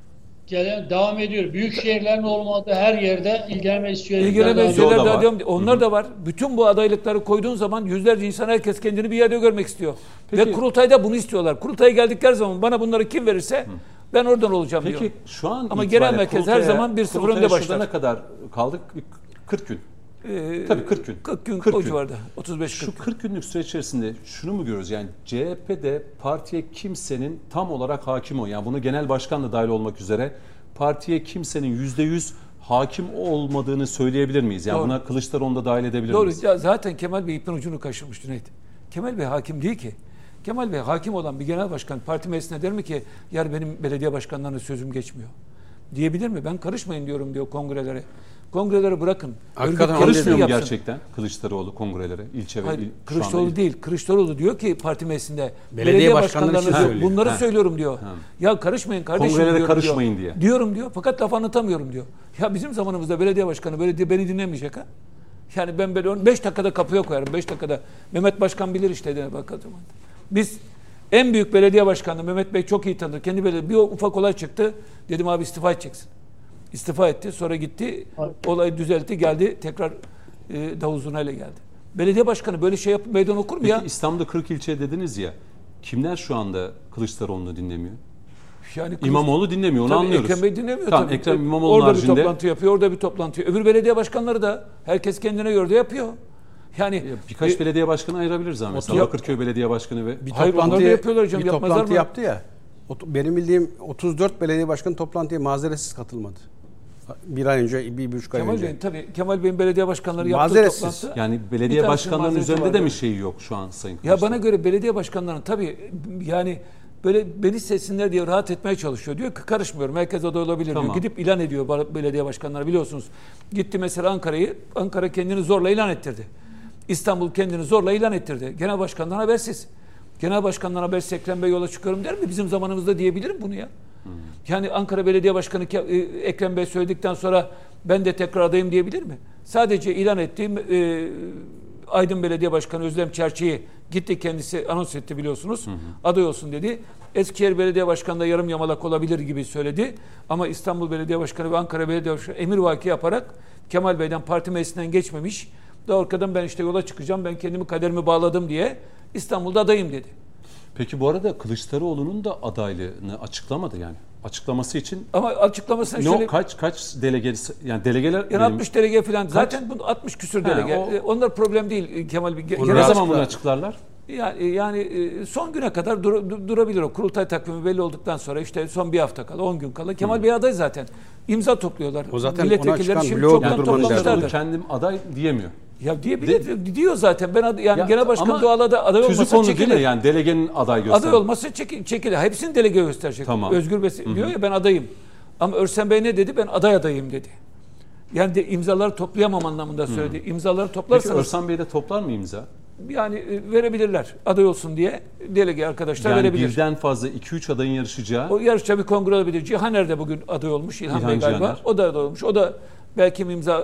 gelen devam ediyor. Büyük şehirlerin olmadığı her yerde ilgilenen meclis üyeleri İlgilenen devam meclis ediyor. üyeleri da daha var. devam- Onlar da var. Bütün bu adaylıkları koyduğun zaman yüzlerce insan, herkes kendini bir yerde görmek istiyor. Peki- Ve kurultayda bunu istiyorlar. Kurultaya geldikleri zaman bana bunları kim verirse ben oradan olacağım Peki diyor. şu an Ama itibariyle genel merkez her kurultaya- zaman bir sıfır kurultaya önde şurada başlar. ne kadar kaldık? Bir kırk gün. Ee, Tabii kırk gün. kırk gün kırk o gün. civarda. otuz beş Şu kırk gün. kırk günlük süre içerisinde şunu mu görüyoruz? Yani C H P'de partiye kimsenin tam olarak hakim o. Yani bunu genel başkan da dahil olmak üzere partiye kimsenin yüzde yüz hakim olmadığını söyleyebilir miyiz? Yani Doğru. buna Kılıçdaroğlu'nu da dahil edebilir Doğru. miyiz? Ya zaten Kemal Bey ipin ucunu kaçırmış Cüneyt. Kemal Bey hakim değil ki. Kemal Bey hakim olan bir genel başkan parti meclisine der mi ki yar benim belediye başkanlarına sözüm geçmiyor? Diyebilir mi? Ben karışmayın diyorum diyor kongrelere. Kongreleri bırakın. Hakikaten Örgüt Karışmıyor mu yapsın. gerçekten Kılıçdaroğlu kongrelere, ilçe ve Hayır, il, şu anda Kılıçdaroğlu il- değil. Kılıçdaroğlu diyor ki parti meclisinde Belediye belediye, başkanları başkanlarına için diyor, söylüyor. bunları Ha. söylüyorum diyor. Ya karışmayın kardeşim Kongrelere diyorum karışmayın diyor. diye. Diyorum diyor fakat laf anlatamıyorum diyor. Ya bizim zamanımızda belediye başkanı böyle diye beni dinlemeyecek ha. Yani ben böyle beş dakikada kapıya koyarım. beş dakikada. Mehmet Başkan bilir işte de bakalım. Biz en büyük belediye başkanı Mehmet Bey çok iyi tanır. Kendi belediye bir ufak olay çıktı. Dedim abi istifa edeceksin. İstifa etti. Sonra gitti. Olayı düzeltti. Geldi. Tekrar e, Davut Zurnay'la geldi. Belediye başkanı böyle şey yapıp meydan okur mu Peki ya? İstanbul'da kırk ilçe dediniz ya. Kimler şu anda Kılıçdaroğlu'nu dinlemiyor? Yani Kılıç- İmamoğlu dinlemiyor, onu Tabii anlıyoruz. Ekrem Bey dinlemiyor Tamam, tabii. Ekrem İmamoğlu orada haricinde- bir toplantı yapıyor, orada bir toplantı yapıyor. Öbür belediye başkanları da herkes kendine göre de yapıyor. Yani Birkaç e, belediye başkanı ayırabiliriz ama mesela Ya- Bakırköy Belediye Başkanı ve Bir Hayır, toplantı onlar da yapıyorlar hocam, bir yapmazlar toplantı mı? yaptı ya. Ot- Benim bildiğim otuz dört belediye başkanı toplantıya mazeretsiz katılmadı. Bir ay önce, bir buçuk ay Kemal önce. Bey'in tabii Kemal Bey'in belediye başkanları yaptığı Mazeretsiz. toplantı. yani Bir belediye tanesinin başkanlarının mazereti üzerinde de vardı. mi şeyi yok şu an Sayın Ya Kılıçdaroğlu? bana göre belediye başkanlarının tabii yani böyle beni seçsinler diye rahat etmeye çalışıyor. Diyor ki karışmıyorum. Herkes aday olabilir Tamam. diyor. Gidip ilan ediyor ba- belediye başkanları biliyorsunuz. Gitti mesela Ankara'yı. Ankara kendini zorla ilan ettirdi. İstanbul kendini zorla ilan ettirdi. Genel başkandan habersiz. Genel başkandan habersiz Ekrem Bey yola çıkıyorum der mi? Bizim zamanımızda diyebilirim bunu ya. Hmm. Yani Ankara Belediye Başkanı Ke- e, Ekrem Bey söyledikten sonra ben de tekrar adayım diyebilir mi? Sadece ilan ettiğim e, Aydın Belediye Başkanı Özlem Çerçi'yi gitti kendisi anons etti biliyorsunuz. Hı hı. Aday olsun dedi. Eskişehir Belediye Başkanı da yarım yamalak olabilir gibi söyledi. Ama İstanbul Belediye Başkanı ve Ankara Belediye Başkanı emirvaki yaparak Kemal Bey'den parti meclisinden geçmemiş. Daha arkadan ben işte yola çıkacağım, ben kendimi kaderimi bağladım diye İstanbul'da adayım dedi. Peki bu arada Kılıçdaroğlu'nun da adaylığını açıklamadı yani. Açıklaması için Ama açıklamasını ne şöyle... o, kaç kaç delege yani delegeler Yani benim- altmış delege falan. Zaten bu altmış küsür Ha, delege. o- E, Onlar problem değil Kemal Bey. Ge- Onu ne genel zaman açıklar. bunu açıklarlar? Yani, yani e, son güne kadar dur- dur- durabilir o. Kurultay takvimi belli olduktan sonra işte son bir hafta kala, on gün kala. Kemal Bey aday zaten. İmza topluyorlar. O zaten ona Milletvekilleri çıkan şimdi blog çoktan durmanı Kılıçdaroğlu toplamışlardır. kendim aday diyemiyor. Ya diyebilir. Diyor zaten. Ben ad- yani Ya, genel başkan ama Doğal'a da aday Tüzük olmasa konu değil çekilir. mi? Yani delegenin aday göster. Aday olması çekilir. çekilir. Hepsini delege gösterecek. Tamam. Özgür Bey diyor ya ben adayım. Ama Örsen Bey ne dedi? Ben aday adayım dedi. Yani de imzaları toplayamam anlamında söyledi. İmzaları Peki toplarsanız Örsan Bey de toplar mı imza? yani e, verebilirler. Aday olsun diye delege arkadaşlar Yani verebilir. birden fazla iki üç adayın yarışacağı. O yarışça bir kongre olabilir. Cihaner de bugün aday olmuş. İlhan, İlhan Bey galiba. Cihaner. O da aday olmuş. O da belki imza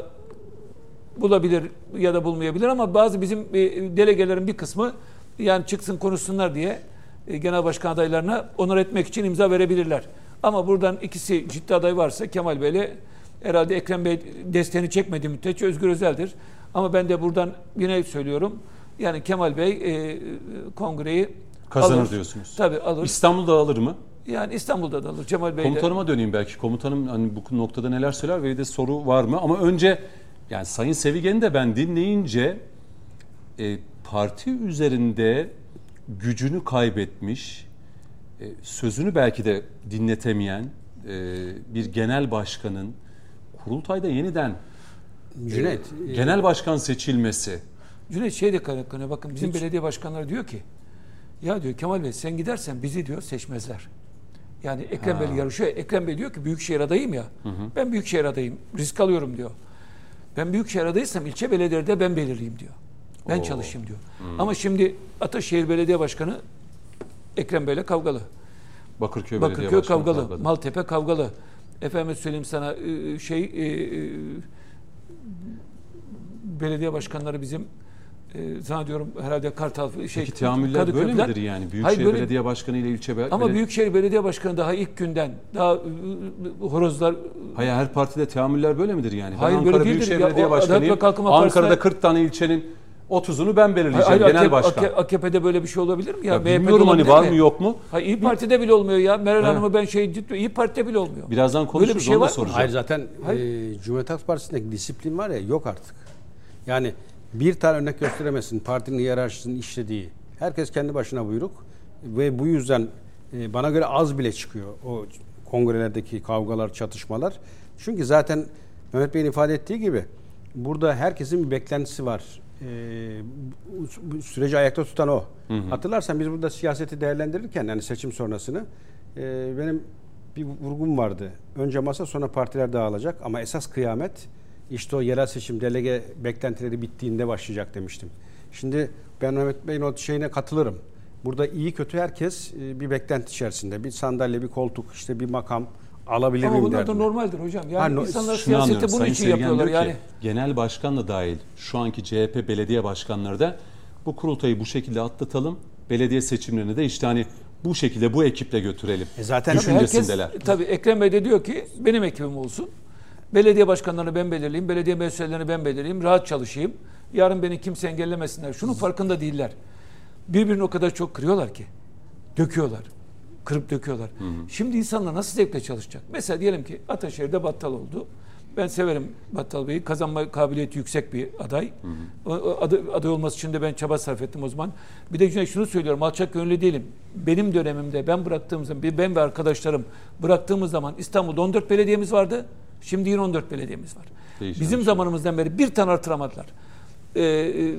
bulabilir ya da bulmayabilir ama bazı bizim e, delegelerin bir kısmı yani çıksın konuşsunlar diye e, genel başkan adaylarına onur etmek için imza verebilirler. Ama buradan ikisi ciddi aday varsa Kemal Bey'le herhalde Ekrem Bey desteğini çekmediği müddetçe Özgür Özel'dir. Ama ben de buradan yine söylüyorum. Yani Kemal Bey e, kongreyi Kazanır alır. diyorsunuz. Tabii alır. İstanbul'da alır mı? Yani İstanbul'da da alır. Cemal Bey de. Komutanıma döneyim belki. Komutanım hani bu noktada neler söyler ve de soru var mı? Ama önce yani Sayın Sevigen'i de ben dinleyince e, parti üzerinde gücünü kaybetmiş, e, sözünü belki de dinletemeyen e, bir genel başkanın kurultayda yeniden Cüneyt, e, genel başkan seçilmesi. Cüneyt şey de kaynaklanıyor. Bakın bizim Hiç. belediye başkanları diyor ki ya diyor Kemal Bey sen gidersen bizi diyor seçmezler. Yani Ekrem Bey yarışıyor. Ekrem Bey diyor ki büyükşehir adayım ya. Hı hı. Ben büyükşehir adayım. Risk alıyorum diyor. Ben büyükşehir adaysam ilçe belediyede ben belirleyeyim diyor. Ben Oo. çalışayım diyor. Hı. Ama şimdi Ataşehir Belediye Başkanı Ekrem Bey'le kavgalı. Bakırköy, Belediye Bakırköy Başkanı kavgalı. kavgalı. Maltepe kavgalı. Efendim söyleyeyim sana şey belediye başkanları bizim e, zannediyorum herhalde Kartal şey. Peki teamüller Kadıköy böyle falan. midir yani? Büyükşehir Hayır, böyle- Belediye Başkanı ile ilçe be- Ama belediye... Büyükşehir Belediye Başkanı daha ilk günden daha e, horozlar Hayır, her partide teamüller böyle midir yani? Hayır, Ben böyle Ankara değildir. Büyükşehir Ya, Belediye o Adalet ve Başkanıyım. Kalkınma Ankara'da Partisi'ne- kırk tane ilçenin otuzunu ben belirleyeceğim Hayır, genel A K P, başkan. A K P'de böyle bir şey olabilir mi ya? Ya M H P'de bilmiyorum hani olabilir var mi? mı yok mu? Hayır, İYİ Parti'de bile olmuyor ya. Meral Evet. Hanım'ı ben şey ciddi İYİ Parti'de bile olmuyor. Birazdan konuşuruz, Böyle bir şey onu da var mı? soracağım. Hayır, zaten Hayır. e, Cumhuriyet Halk Partisi'ndeki disiplin var ya, yok artık. Yani bir tane örnek gösteremezsin partinin hiyerarşisinin işlediği. Herkes kendi başına buyruk ve bu yüzden e, bana göre az bile çıkıyor o kongrelerdeki kavgalar, çatışmalar. Çünkü zaten Mehmet Bey'in ifade ettiği gibi burada herkesin bir beklentisi var. E, bu süreci ayakta tutan o. Hı hı. Hatırlarsan biz burada siyaseti değerlendirirken, yani seçim sonrasını, e, benim bir vurgum vardı. Önce masa, sonra partiler dağılacak ama esas kıyamet işte o yerel seçim delege beklentileri bittiğinde başlayacak demiştim. Şimdi ben Mehmet Bey'in o şeyine katılırım. Burada iyi kötü herkes bir beklenti içerisinde. Bir sandalye, bir koltuk, işte bir makam alabilir Ama miyim bunlar da derdim. normaldir hocam. Yani Ha, insanlar Şunu anlıyorum, siyaseti bunun Sayın için Sevgen yapıyorlar. diyor ki, Yani genel başkan da dahil şu anki C H P belediye başkanları da bu kurultayı bu şekilde atlatalım. Belediye seçimlerini de işte hani bu şekilde bu ekiple götürelim. E zaten düşüncesindeler. herkes, tabii Ekrem Bey de diyor ki benim ekibim olsun. Belediye başkanlarını ben belirleyeyim, belediye meclislerini ben belirleyeyim, rahat çalışayım. Yarın beni kimse engellemesinler. Şunun farkında değiller. Birbirini o kadar çok kırıyorlar ki. Döküyorlar. Kırıp döküyorlar. Hı hı. Şimdi insanlar nasıl zevkle çalışacak? Mesela diyelim ki Ataşehir'de Battal oldu. Ben severim Battal Bey'i. Kazanma kabiliyeti yüksek bir aday. Hı hı. Aday, aday olması için de ben çaba sarf ettim o zaman. Bir de şunu söylüyorum, alçak gönüllü değilim. Benim dönemimde ben bıraktığım zaman, ben ve arkadaşlarım bıraktığımız zaman İstanbul'da on dört belediyemiz vardı. Şimdi yine on dört belediyemiz var. Değişen Bizim şey. zamanımızdan beri bir tane artıramadılar. Ee, e,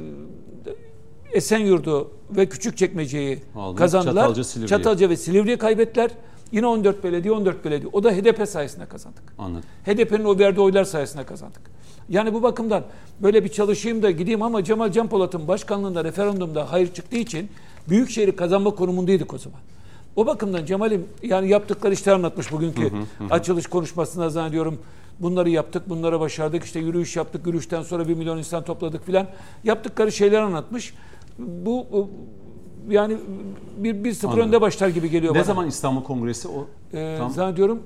Esenyurt'u ve Küçükçekmece'yi Aldım. kazandılar. Çatalca, Silivri'yi. Çatalca ve Silivri'yi kaybettiler. Yine on dört belediye, on dört belediye. O da H D P sayesinde kazandık. Anladım. H D P'nin o verdiği oylar sayesinde kazandık. Yani bu bakımdan böyle bir çalışayım da gideyim ama Cemal Can Polat'ın başkanlığında referandumda hayır çıktığı için Büyükşehir'i kazanma konumundaydık o zaman. O bakımdan Cemal'im yani yaptıkları işleri anlatmış bugünkü hı hı, hı. açılış konuşmasında zannediyorum. Bunları yaptık, bunları başardık. İşte yürüyüş yaptık, yürüyüşten sonra bir milyon insan topladık filan. Yaptıkları şeyler anlatmış. Bu, bu yani bir, bir sıfır Anladım. önde başlar gibi geliyor ne bana. Ne zaman İstanbul Kongresi o? Ee, tam... Zannediyorum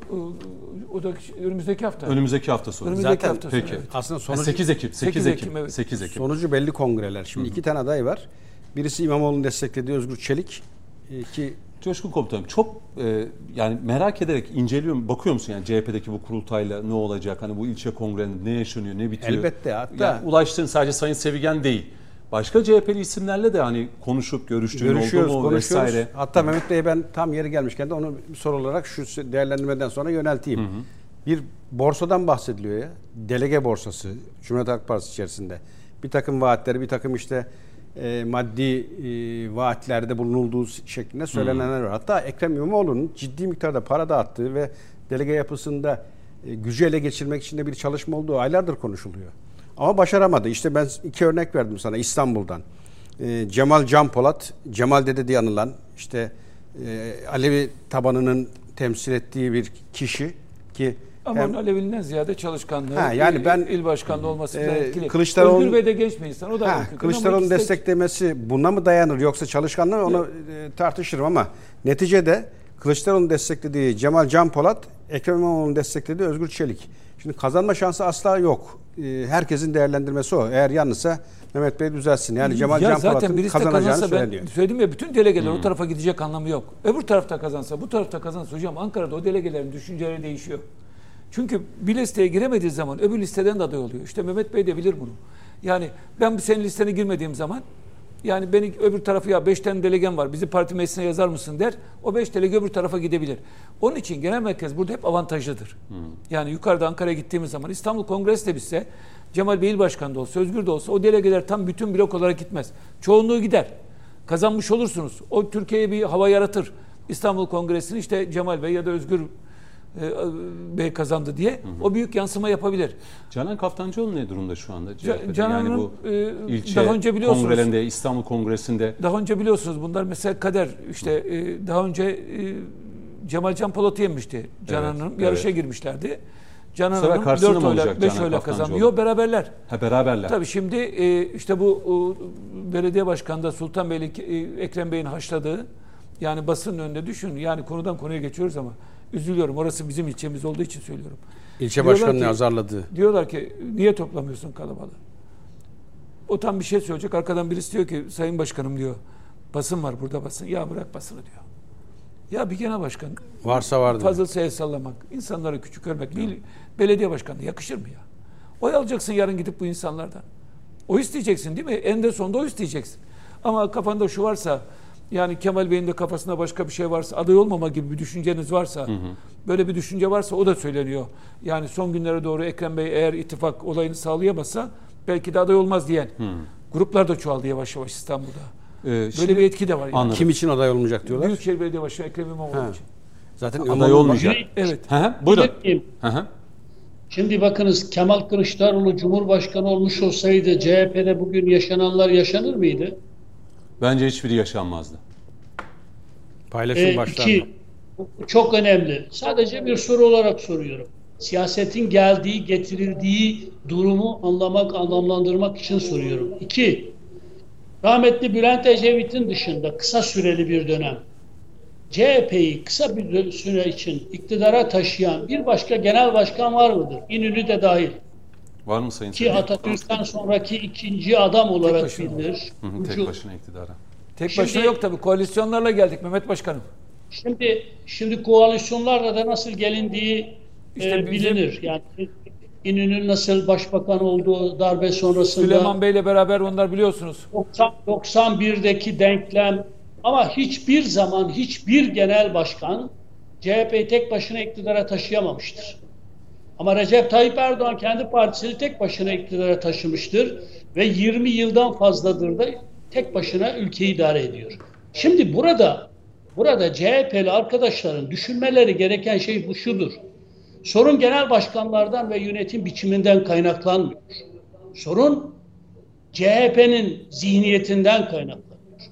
o da önümüzdeki hafta. Önümüzdeki hafta sonu. Önümüzdeki Zaten hafta sonu. Peki. Evet. Aslında sonucu, sekiz Ekim. sekiz Ekim. Evet. sekiz Ekim. Sonucu belli kongreler. Şimdi Hı-hı. iki tane aday var. Birisi İmamoğlu'nun desteklediği Özgür Çelik. Ki Coşkun Komutanım, çok e, yani merak ederek inceliyorum, bakıyor musun yani C H P'deki bu kurultayla ne olacak? Hani bu ilçe kongrelerinde ne yaşanıyor, ne bitiyor? Elbette. Hatta yani ulaştığın sadece Sayın Sevgen değil. Başka C H P'li isimlerle de hani konuşup görüştüğün oldu mu vesaire. Hatta Mehmet Bey'e ben tam yeri gelmişken de onu bir soru olarak şu değerlendirmeden sonra yönelteyim. Hı hı. Bir borsadan bahsediliyor ya. Delege borsası Cumhuriyet Halk Partisi içerisinde. Bir takım vaatleri, bir takım işte e, maddi e, vaatlerde bulunulduğu şeklinde söylenenler var. Hatta Ekrem İmamoğlu'nun ciddi miktarda para dağıttığı ve delege yapısında e, gücü ele geçirmek için de bir çalışma olduğu aylardır konuşuluyor. Ama başaramadı. İşte ben iki örnek verdim sana İstanbul'dan. E, Cemal Can Polat, Cemal Dede diye anılan işte e, Alevi tabanının temsil ettiği bir kişi ki ama hem, Alevi'nden ziyade çalışkanlığı, ha, yani ben, il, il başkanlığı olması e, etkili. Kılıçdaroğlu, Özgür Bey de genç bir insan. O da ha, Kılıçdaroğlu'nun desteklemesi buna mı dayanır yoksa çalışkanlığı onu e, tartışırım ama neticede Kılıçdaroğlu'nun desteklediği Cemal Can Polat, Ekrem İmamoğlu'nun desteklediği Özgür Çelik. Şimdi kazanma şansı asla yok. E, herkesin değerlendirmesi o. Eğer yanlışsa Mehmet Bey düzelsin. Yani Cemal ya Can Polat'ın kazanacağını söyleniyor. Ben söyledim ya, bütün delegeler hmm. o tarafa gidecek anlamı yok. Öbür tarafta kazansa, bu tarafta kazansa hocam Ankara'da o delegelerin düşünceleri değişiyor. Çünkü bir listeye giremediği zaman öbür listeden de aday oluyor. İşte Mehmet Bey de bilir bunu. Yani ben senin listene girmediğim zaman yani beni öbür tarafı ya beş tane delegem var bizi parti meclisine yazar mısın der. O beş delege öbür tarafa gidebilir. Onun için genel merkez burada hep avantajlıdır. Hmm. Yani yukarıda Ankara'ya gittiğimiz zaman İstanbul Kongresi de bitse Cemal Bey il başkanı da olsa Özgür de olsa o delegeler tam bütün blok olarak gitmez. Çoğunluğu gider. Kazanmış olursunuz. O Türkiye'ye bir hava yaratır. İstanbul Kongresi'ni işte Cemal Bey ya da Özgür Bey kazandı diye hı hı. o büyük yansıma yapabilir. Canan Kaftancıoğlu ne durumda şu anda? Canan'ın yani bu e, ilçe daha önce biliyorsunuz kongrelerinde, İstanbul Kongresi'nde daha önce biliyorsunuz bunlar mesela kader işte e, daha önce e, Cemal Can Polat'ı yenmişti Canan'ın evet, yarışa evet. girmişlerdi. Canan sefer Hanım karşısında dört mı oyla, olacak beş Canan oyla Kaftancıoğlu? kazandı. Yok, beraberler. Ha, beraberler. Tabii şimdi e, işte bu o, belediye başkanı da Sultan Bey'le e, Ekrem Bey'in haşladığı, yani basının önünde düşün. Yani konudan konuya geçiyoruz ama üzülüyorum. Orası bizim ilçemiz olduğu için söylüyorum. İlçe Diyorlar başkanını ki- azarladı. Diyorlar ki niye toplamıyorsun kalabalığı? O tam bir şey söyleyecek. Arkadan birisi diyor ki Sayın Başkanım diyor. Basın var burada basın. Ya bırak basını diyor. Ya bir genel başkan Varsa vardı. fazla el sallamak, insanları küçük görmek, bir belediye başkanına yakışır mı ya? Oy alacaksın yarın gidip bu insanlardan. O isteyeceksin değil mi? Eninde sonunda o isteyeceksin. Ama kafanda şu varsa, yani Kemal Bey'in de kafasında başka bir şey varsa, aday olmama gibi bir düşünceniz varsa, hı hı. böyle bir düşünce varsa o da söyleniyor. Yani son günlere doğru Ekrem Bey eğer ittifak olayını sağlayamazsa belki de aday olmaz diyen hı. gruplar da çoğaldı yavaş yavaş İstanbul'da. Ee, Böyle bir etki de var. Yani. Kim için aday olmayacak diyorlar? Büyükşehir Belediye Başkanı Ekrem İmamoğlu için. Zaten aday olmayacak. Evet. Hı hı. Buyurun. Hı hı. Şimdi bakınız, Kemal Kılıçdaroğlu Cumhurbaşkanı olmuş olsaydı C H P'de bugün yaşananlar yaşanır mıydı? Bence hiçbiri yaşanmazdı. Paylaşım E, başlar iki, mı? bu çok önemli. Sadece bir soru olarak soruyorum. Siyasetin geldiği, getirildiği durumu anlamak, anlamlandırmak için soruyorum. İki, rahmetli Bülent Ecevit'in dışında kısa süreli bir dönem C H P'yi kısa bir süre için iktidara taşıyan bir başka genel başkan var mıdır? İnönü de dahil. Var mı Sayın Ki Sayın? Atatürk'ten sonraki ikinci adam olarak başına. bilinir. Hı hı, tek başına iktidara. Tek Şimdi- başına yok tabii. Koalisyonlarla geldik Mehmet Başkanım. Şimdi şimdi koalisyonlarla da nasıl gelindiği İşte e, bizim- bilinir. Yani İnönü'nün nasıl başbakan olduğu darbe sonrasında Süleyman Bey'le beraber onlar biliyorsunuz. doksan, doksan birdeki denklem, ama hiçbir zaman hiçbir genel başkan C H P'yi tek başına iktidara taşıyamamıştır. Ama Recep Tayyip Erdoğan kendi partisini tek başına iktidara taşımıştır ve yirmi yıldan fazladır da tek başına ülkeyi idare ediyor. Şimdi burada burada C H P'li arkadaşların düşünmeleri gereken şey bu şudur. Sorun genel başkanlardan ve yönetim biçiminden kaynaklanmıyor. Sorun C H P'nin zihniyetinden kaynaklanıyor.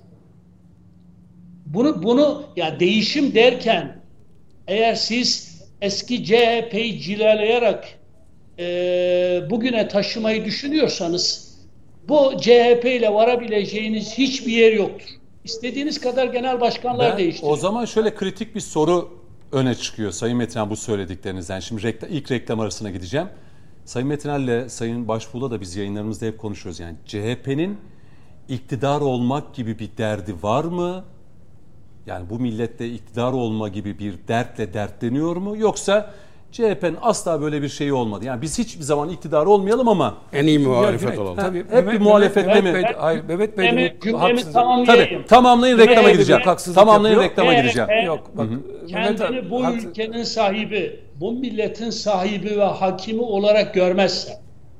Bunu bunu ya değişim derken eğer siz eski C H P'yi cilaleyerek e, bugüne taşımayı düşünüyorsanız bu C H P ile varabileceğiniz hiçbir yer yoktur. İstediğiniz kadar genel başkanlar Ben değiştirin. o zaman şöyle kritik bir soru öne çıkıyor Sayın Metiner bu söylediklerinizden. Şimdi reklam, ilk reklam arasına gideceğim. Sayın Metiner'le Sayın Başbuğ'la da biz yayınlarımızda hep konuşuyoruz. Yani C H P'nin iktidar olmak gibi bir derdi var mı? Yani bu millette iktidar olma gibi bir dertle dertleniyor mu? Yoksa C H P'nin asla böyle bir şeyi olmadı. Yani biz hiçbir zaman iktidar olmayalım ama En iyi Ya muhalefet Cüneyt, olalım. tabii, Hep Mehmet- bir muhalefette Mehmet mi? Bey de- hayır, Mehmet Bey de Cümlemi, bu cümlemi haksızlık. tamamlayayım. tabii tamamlayın reklama Evet, gideceğim. evet. Haksızlık Tamamlayın yapıyor. reklama Evet, gideceğim. evet. Yok bak. Mehmet Kendini abi, bu haksız- ülkenin sahibi, bu milletin sahibi ve hakimi olarak görmezse,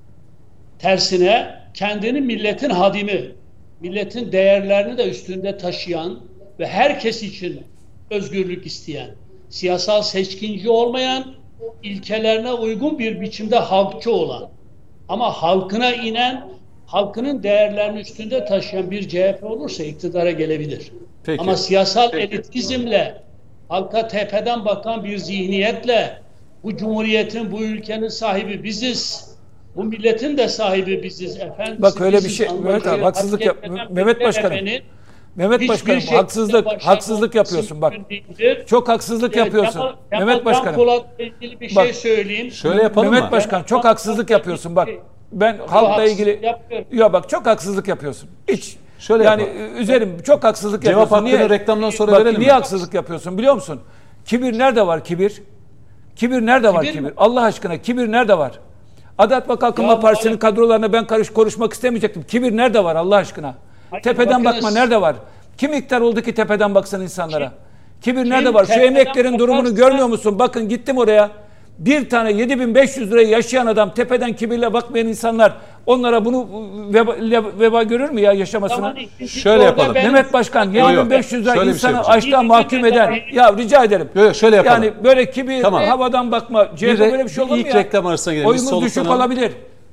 tersine kendini milletin hadimi, milletin değerlerini de üstünde taşıyan ve herkes için özgürlük isteyen, siyasal seçkinci olmayan, ilkelerine uygun bir biçimde halkçı olan ama halkına inen, halkının değerlerini üstünde taşıyan bir C H P olursa iktidara gelebilir. Peki. Ama siyasal elitizmle, halka tepeden bakan bir zihniyetle bu cumhuriyetin, bu ülkenin sahibi biziz. Bu milletin de sahibi biziz efendim. Bak öyle bir biziz, şey. anlayışı Mehmet abi haksızlık yap. hareket eden Mehmet bir Başkanım. efendim, Mehmet hiçbir Başkanım şekilde haksızlık başarılı haksızlık yapıyorsun bak. mümkün değildir. Çok haksızlık Ya yapıyorsun. Kemal, Kemal Mehmet Başkanım. Can Polat'la ilgili bir Bak, şey söyleyeyim. Şöyle yapalım Mehmet mı? Başkan çok haksızlık yapıyorsun bak. Ben halkla haksızlık ilgili yapmıyorum. ya bak çok haksızlık yapıyorsun. Hiç Şöyle yani yapalım. üzerim çok haksızlık Cevap yapıyorsun. hakkını reklamdan sonra bak, verelim niye mi? haksızlık yapıyorsun biliyor musun? Kibir nerede var kibir? Kibir nerede var Kibir kibir? mi? Allah aşkına kibir nerede var? Adalet ve Kalkınma Ya, Partisi'nin hayır. kadrolarına ben karış konuşmak istemeyecektim. Kibir nerede var Allah aşkına? Hayır, Tepeden bakınız. bakma nerede var? Kim iktidar oldu ki tepeden baksın insanlara? Kibir nerede var? Şu tepeden emeklerin durumunu bakarsa- görmüyor musun? Bakın gittim oraya. Bir tane yedi bin beş yüz liraya yaşayan adam, tepeden kibirle bakmayan insanlar onlara bunu veba, le- veba görür mü ya yaşamasına? Zaman ikinci Şöyle turda yapalım. ben- Mehmet Başkan Yok, yedi bin beş yüz lira şöyle bir şey insanı yapacağım. açlığa mahkum eden. Ya rica ederim. Yok, yok, şöyle yapalım. Yani böyle kibir, Tamam. havadan bakma. C H Bir P re- böyle bir şey olur mu ilk ya? reklam arasına girelim. Bir Oyumuz düşük soluklanalım. olabilir.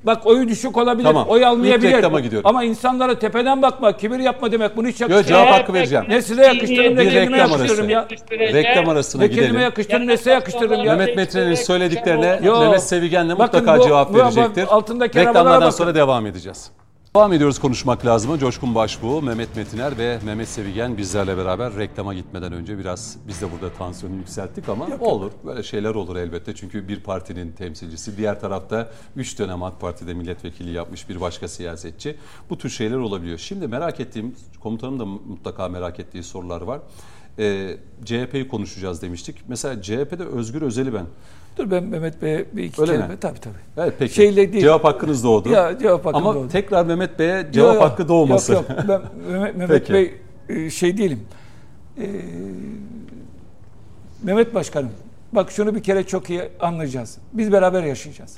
Bak oyu düşük olabilir, Tamam. oy İlk almayabilir. reklama gidiyorum. Ama insanlara tepeden bakma, kibir yapma demek bunu hiç Yo, yakıştırmam. cevap hakkı vereceğim. Ne size yakıştırırım ne Bir kendime reklam yakıştırırım arası. ya. Reklam arasına Ne kendime gidelim. yakıştırırım ne size yakıştırırım ya. Mehmet Metre'nin söylediklerine Yo. Mehmet Sevigen de Bakın mutlaka bu- cevap bu- bu verecektir. altındaki arabalara Reklamlardan bakın. sonra devam edeceğiz. Devam ediyoruz konuşmak lazım. Coşkun Başbuğ, Mehmet Metiner ve Mehmet Sevigen bizlerle beraber reklama gitmeden önce biraz biz de burada tansiyonu yükselttik ama olur. Böyle şeyler olur elbette. Çünkü bir partinin temsilcisi, diğer tarafta üç dönem AK Parti'de milletvekili yapmış bir başka siyasetçi. Bu tür şeyler olabiliyor. Şimdi merak ettiğim, komutanım da mutlaka merak ettiği sorular var. Ee, C H P'yi konuşacağız demiştik. Mesela C H P'de Özgür Özel'i ben Dur ben Mehmet Bey'e bir iki Öyle kelime. mi? Tabii tabii. Evet peki. Şeyle değil. Cevap hakkınız doğdu. Ya, cevap hakkım Ama doğdu. tekrar Mehmet Bey'e cevap Yok, yok. hakkı doğmasın. Yok yok ben Mehmet, Mehmet Peki. Bey e, şey değilim. Ee, Mehmet Başkanım bak şunu bir kere çok iyi anlayacağız. Biz beraber yaşayacağız.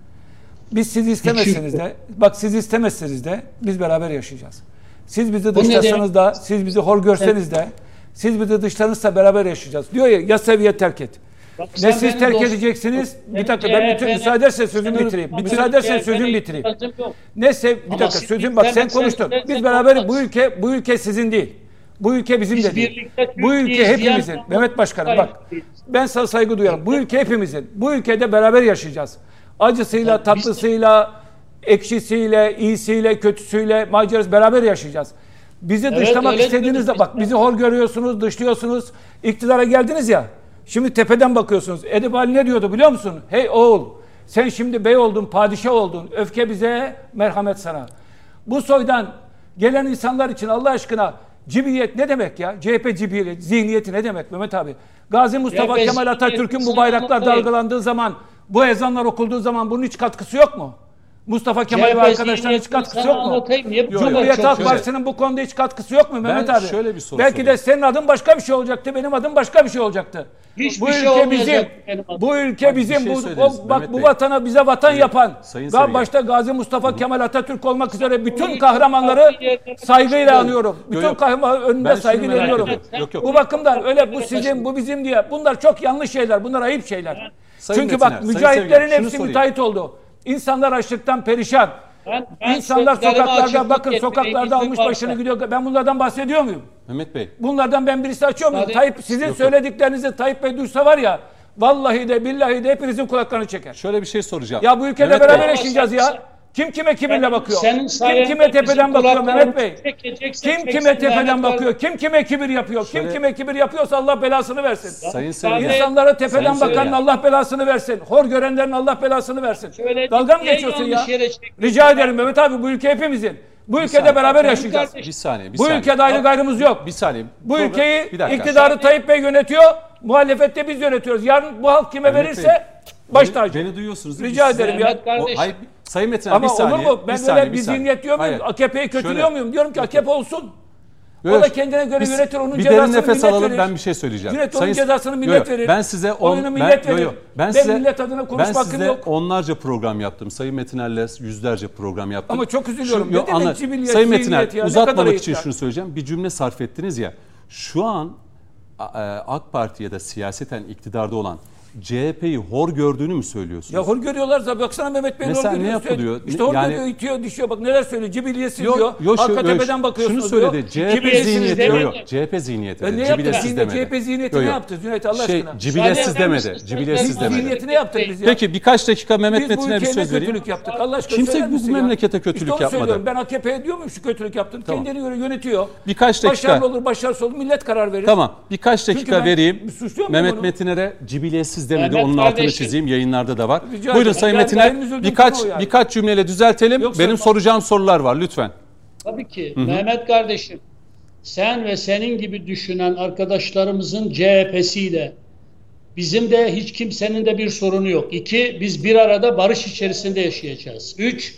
Biz siz istemezseniz de bak siz istemezseniz de biz beraber yaşayacağız. Siz bizi dışlasanız da siz bizi hor görseniz de siz bizi dışlarınızsa beraber yaşayacağız. Diyor ya ya seviye terk et. Bak, Ne sen siz benim terk dost- edeceksiniz. Bir Benim dakika ben bütün C H P'nin müsaade ederseniz sözümü bitireyim. Bir müsaade ederseniz sözümü bitireyim. Ne sev bir Ama dakika siz sözüm bak sen istemezseniz konuştun. de Biz sen beraber olmaz. bu ülke bu ülke sizin değil. Bu ülke bizim Biz de değil. birlikte Bu ülke Türkiye'yiz diyen hepimizin. tamam. Mehmet Başkanım bak. Hayır. Ben sana saygı duyarım. Bu ülke hepimizin. Bu ülkede beraber yaşayacağız. Acısıyla, Ya biz- tatlısıyla, ekşisiyle, iyisiyle, kötüsüyle macerası beraber yaşayacağız. Bizi Evet, dışlamak öyle istediğinizde diyoruz bak biz de. bizi hor görüyorsunuz, dışlıyorsunuz. İktidara geldiniz ya. Şimdi tepeden bakıyorsunuz. Edip Ali ne diyordu biliyor musun? Hey oğul sen şimdi bey oldun, padişah oldun. Öfke bize, merhamet sana. Bu soydan gelen insanlar için Allah aşkına cibiliyet ne demek ya? C H P cibiliyet, zihniyeti ne demek Mehmet abi? Gazi Mustafa C H P Kemal Atatürk'ün bu zihniyeti bayraklar sana anlatayım. dalgalandığı zaman, bu ezanlar okunduğu zaman bunun hiç katkısı yok mu? Mustafa Kemal C H P ve arkadaşların hiç zihniyetini katkısı sana yok mu? anlatayım. Niye bu kadar Cumhuriyet çok Halk şöyle- Partisi'nin bu konuda hiç katkısı yok mu Mehmet abi? şöyle bir soru Belki sorayım. de senin adın başka bir şey olacaktı, benim adım başka bir şey olacaktı. Hiçbir bu şey ülke olmayacak bizim. benim adım. Bu ülke bizim. şey bu, söylediniz o, bak Mehmet bu Bey. vatana bize vatan yapan. Sayın Daha Sevigen. başta Gazi Mustafa Kemal Atatürk olmak üzere bütün ülke kahramanları farklı yerlere saygıyla taşıyor. anıyorum. Bütün yok. kahramanlar Ben önünde şunu saygı merak veriyorum. ediyorum. Yok, yok. Bu bakımdan öyle bu sizin, bu bizim diye. Bunlar çok yanlış şeyler. Bunlar ayıp şeyler. Sayın Çünkü Metiner, bak Sayın mücahitlerin Sevigen, şunu hepsi sorayım. müteahhit oldu. İnsanlar açlıktan perişan. Ben- ben İnsanlar sözlerime sokaklarda açıklık bakın getireyim, sokaklarda izin almış varsa. başını gidiyor. Ben bunlardan bahsediyor muyum? Mehmet Bey. Bunlardan ben birisi açıyor muyum? Hadi. Tayyip sizin yok. söylediklerinizi Tayyip Bey duysa var ya vallahi de billahi de hepinizin kulaklarını çeker. Şöyle bir şey soracağım. Ya bu ülkede Mehmet beraber Bey, yaşayacağız ya. Kim kime kibirle Senin- bakıyor? senin Kim sayende kime bizim tepeden bakıyor Mehmet kulaklarımızı Bey? çekeceksin, Kim çeksin kime tepeden Mehmet bakıyor? Bey. Kim kime kibir yapıyor? Kim Şöyle- kime kibir yapıyorsa Allah belasını versin. Sayın Sayın Sevigen. İnsanlara tepeden Sayın bakanın Sevigen. Allah belasını versin. Hor görenlerin Allah belasını versin. Şöyle Dalga mı niye geçiyorsun ya? yanlış yere çekiyorsun? Rica ederim Mehmet abi bu ülke hepimizin. Bu ülkede saniye. beraber Benim yaşayacağız. kardeşim. Bir saniye, bir Bu saniye. ülkede ayrı gayrımız yok. Bir saniye. Bu Program- ülkeyi Bir dakika. iktidarı Tayyip Bey yönetiyor. Muhalefette biz yönetiyoruz. Yarın bu halk kime Mehmet verirse Bey, baş beni- tacı. Beni duyuyorsunuz değil mi? Rica Biz size- ederim ya. Mehmet kardeşim. O- hayır, Sayın Metiner Ama bir saniye. olur mu? Ben bir saniye, öyle bir saniye. zihniyet diyor muyum? Hayır. A K P'yi kötülüyor Şöyle- muyum? Diyorum ki A K P olsun. O Yok, da kendine göre biz- yönetir. Onun bir derin cezasını nefes millet alalım verir. ben bir şey söyleyeceğim. Yönet onun Sayın- cezasını Yo, millet yo, verir. Ben size on, Oyunu ben, millet yo, verir. yo, Ben ben size millet adına konuşma ben hakkım size yok. onlarca program yaptım. Sayın Metiner'le yüzlerce program yaptım. Ama çok üzülüyorum. Şu- Ne yo, demek anla- cibiliyet, Sayın Metiner zihniyet ya? Ne uzatmamak kadar için ayıp ya. şunu söyleyeceğim. Bir cümle sarf ettiniz ya. Şu an a- e, AK Parti ya da siyaseten iktidarda olan C H P'yi hor gördüğünü mü söylüyorsunuz? Ya hor görüyorlarsa baksana Mehmet Bey Mesela hor ne görüyor. yapılıyor? İşte hor Yani- görüyor, itiyor, düşüyor. Bak neler söylüyor. Cibiliyetsiz Yok, diyor. yok, şu- Arka yok, tepeden şunu bakıyorsunuz söyledi. diyor. C H P Cibiliyetsiz zihniyeti demiyor. yok. C H P zihniyeti. E dedi, ne yaptı? cibiletsiz Zihniyet, demedi. C H P zihniyeti Yok, ne yok. yaptı? Cüneyt Allah Şey, aşkına. cibiletsiz Müsaade eder demedi. misiniz? Cibiletsiz Biz demedi. Zihniyeti ne yaptık biz ya? Peki birkaç dakika Mehmet Biz bu Metin'e bir ülkeye ne söz vereyim. kötülük yaptık? Allah aşkına Kimse söyler bu misin ya? memlekete kötülük işte onu yapmadı. söylüyorum. Ben A K P'ye diyor muyum şu kötülük yaptın? Tamam. Kendini göre yönetiyor. Birkaç dakika. Başarılı olur, başarısız olur. Millet karar verir. Tamam. Birkaç dakika ben vereyim. suçluyor muyum Mehmet onu? Metiner'e cibiletsiz demedi. Mehmet Onun altını kardeşim. çizeyim. Yayınlarda da var. Rica Buyurun ederim. Sayın Yani Metiner. benim üzüldüğüm Birkaç konu o yani. birkaç cümleyle düzeltelim. Yoksa- Benim soracağım sorular var lütfen. Tabii ki. Mehmet kardeşim, sen ve senin gibi düşünen arkadaşlarımızın C H P'siyle bizim de hiç kimsenin de bir sorunu yok. İki, biz bir arada barış içerisinde yaşayacağız. Üç,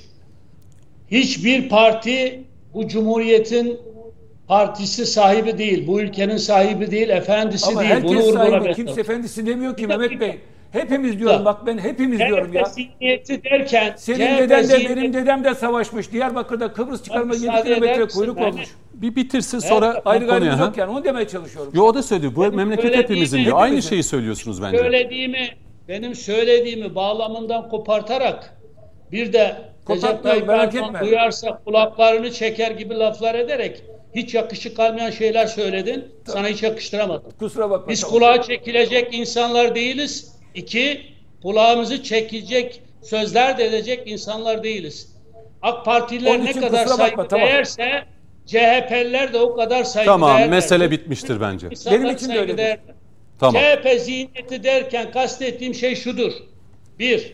hiçbir parti bu cumhuriyetin partisi sahibi değil. Bu ülkenin sahibi değil, efendisi Ama değil. Bunu herkes vurgulamak sahibi. lazım. Kimse efendisi demiyor ki Bir Mehmet dakika. Bey. Hepimiz diyorum bak ben hepimiz diyorum ya. C H P zihniyeti derken Senin C H P deden de zihniyeti- benim dedem de savaşmış. Diyarbakır'da Kıbrıs çıkarma yedi müsaade eder kilometre misin? kuyruk Ben- olmuş. Bir bitirsin sonra Ayrı bu konuya. gayrımız ha? yok yani onu demeye çalışıyorum. Yo o da söylüyor. Bu memleket söylediğimi- hepimizin diyor. Aynı Hepimizin. şeyi söylüyorsunuz bence. söylediğimi benim söylediğimi bağlamından kopartarak bir de Recep Kopartmayalım, Tayyip merak Erdoğan etme. duyarsa kulaklarını çeker gibi laflar ederek hiç yakışık kalmayan şeyler söyledin. Sana hiç yakıştıramadım. Kusura bakma. Biz tamam. kulağa çekilecek insanlar değiliz. İki, kulağımızı çekecek sözler de edecek insanlar değiliz. AK Partililer Onun ne için kadar kusura saygı bakma, tamam. değerse C H P'liler de o kadar saygı Tamam, değerler. mesele bitmiştir bence. İnsanlar Benim için de saygı öyledir. değerler. Tamam. C H P zihniyeti derken kastettiğim şey şudur. Bir,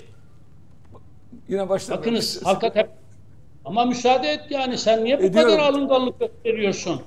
Yine başladım. bakınız halka tep... Ama müsaade et yani sen niye bu Ediyorum. kadar alınganlık gösteriyorsun?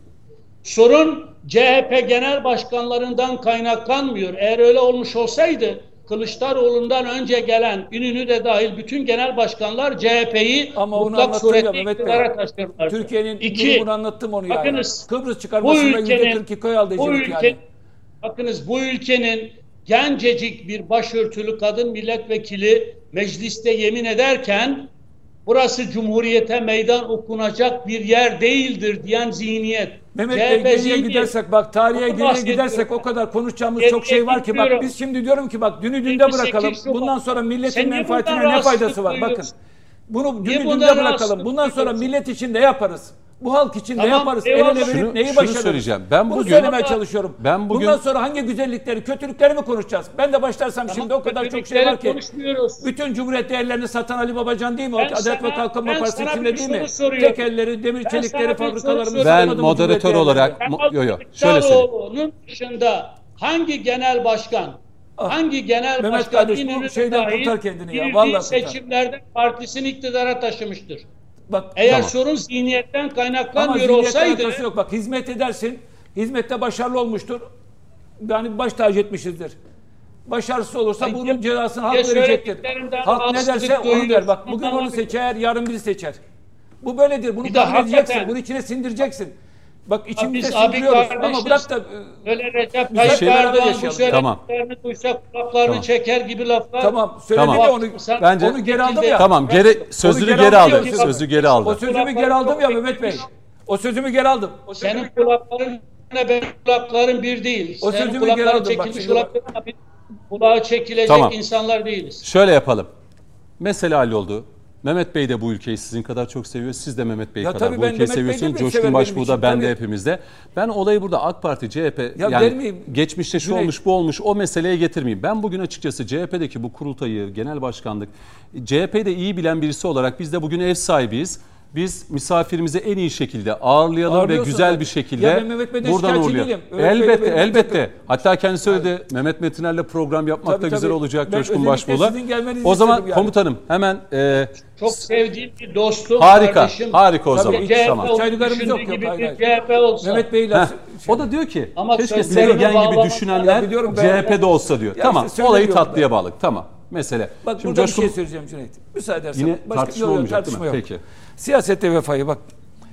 Sorun C H P genel başkanlarından kaynaklanmıyor. Eğer öyle olmuş olsaydı Kılıçdaroğlu'ndan önce gelen Ünlü de dahil bütün genel başkanlar C H P'yi Ama onu mutlak anlattım ya surette Mehmet Bey. iktidara taşırlardı. Türkiye'nin İki, durumunu anlattım onu yani. bakınız, Kıbrıs bu çıkarmasında yüzde ülkenin, kırk iki oy aldı bu Ecevit ülke, yani. bakınız bu ülkenin gencecik bir başörtülü kadın milletvekili mecliste yemin ederken burası Cumhuriyete meydan okunacak bir yer değildir diyen zihniyet. Mehmet C H Bey P geriye zihniyet. gidersek bak tarihe Onu geriye bahsediyorum. gidersek o kadar konuşacağımız Geriye çok şey var ki bak gidiyorum. biz şimdi diyorum ki bak dünü dünde yirmi sekiz bırakalım. Şubat. Bundan sonra milletin Sen niye menfaatine bundan ne faydası rahatsızlık var? Bakın. duyuyorsun? Bunu Niye dünü bundan dünde bırakalım. rahatsızlık Bundan sonra duyuyorsun? millet için ne yaparız? Bu halk için ne Tamam, yaparız? eyvallah. El ele verip Şunu- neyi şunu başarırız? söyleyeceğim. Ben Bunu bugün- söylemeye çalışıyorum. Ben bugün- Bundan sonra hangi güzellikleri, kötülükleri mi konuşacağız? Ben de başlarsam Tamam, şimdi o kadar çok şey kötülükleri var ki. konuşmuyoruz. Bütün Cumhuriyet değerlerini satan Ali Babacan değil mi? Ben Adalet ve sana- Kalkınma ben Partisi sana içinde bir değil soru mi? soruyorum. Tekelleri, demir Ben çelikleri, sana bir fabrikalarımızı soru Ben satamadı bu moderatör Cumhuriyet olarak değerlerini. mo- yo yo şöyle söyleyeyim. Kılıçdaroğlu'nun dışında hangi genel başkan, Ah, hangi genel Mehmet başkan kardeş, bu İnönü şeyden dahil kurtar kendini ya, girdiği vallahi kurtar. seçimlerde partisini iktidara taşımıştır. Bak Eğer Tamam. sorun zihniyetten ama kaynaklanmıyor zihniyetle olsaydı alakası yok. Bak hizmet edersin. Hizmette başarılı olmuştur. Yani baş tacı etmişizdir. Başarısız olursa Ay, bunun ya- cezasını ya halk verecektir. söylediklerimden Halk ne rahatsızlık derse onu der. duyuyorsun. Bak bugün Tamam. onu seçer, yarın biri seçer. Bu böyledir. Bunu Bir de kabul edeceksin. hakikaten- Bunu içine sindireceksin. Bak içimizde biz abi sindiriyoruz. kardeşiz. Ama bırak da e, öyle Recep Güzel Tayyip şeylerle Erdoğan bu yaşayalım. Tamam. söylediklerini duysa kulaklarını Tamam. çeker gibi laflar. tamam söyledi Tamam. ya onu. Sen- Bence- onu geri aldım ya. Tamam, geri sözünü geri geri aldım aldı. diyorsun. Sözü geri O aldı. sözümü geri aldım ya Mehmet Bey. O sözümü geri aldım. O sözümü Senin kulakların benim kulaklarım bir değil. O Senin sözümü geri kulakların aldım, bak çekilmiş şimdi bak. kulaklarına bir kulağa çekilecek Tamam. insanlar değiliz. Şöyle yapalım. Mesele halloldu. Mehmet Bey de bu ülkeyi sizin kadar çok seviyor. Siz de Mehmet Bey Ya kadar tabii bu ben ülkeyi Mehmet Bey'i de seviyorsunuz. bir Coşkun sever Başbuğ benim da için, ben de tabii. hepimizde. Ben olayı burada AK Parti, C H P Ya yani vermeyeyim. geçmişte şu Cüneyt. olmuş bu olmuş o meseleye getirmeyeyim. Ben bugün açıkçası C H P'deki bu kurultayı, genel başkanlık, C H P'de iyi bilen birisi olarak biz de bugün ev sahibiyiz. Biz misafirimizi en iyi şekilde ağırlayalım ve Ağırlıyorsun güzel zaten. bir şekilde Ya ben Mehmet Bey'den buradan şikayetçi uğurlayalım. değilim. Mehmet Bey'le Elbette, benim elbette. takım. Hatta kendisi söyledi. Mehmet Metinler'le program yapmak Tabii, da güzel tabii. olacak Ben Coşkun özellikle Başbuğ'la. sizin gelmenizi O zaman istedim yani. komutanım hemen e, Çok sevdiğim bir dostum, harika, kardeşim. harika o Tabii, zaman. hiç- C H P Tamam. olduğunu Çaylılarımız düşündüğü yok, yok, gibi hayır, bir hayır. C H P olsa. Mehmet Bey'le Heh, o da diyor ki Ama keşke sözlerimi Sevgen gibi bağlamak- düşünenler Ya biliyorum ben- C H P'de olsa diyor. Ya Tamam, işte olayı söylemiyorum tatlıya bağladık. Tamam. Mesele. Bak Şimdi burada Coşkun bir şey söyleyeceğim Cüneyt. Müsaade edersen. yine Başka- tartışma yok, yok, olmayacak değil mi? tartışma yok. Peki. Siyasette vefayı bak.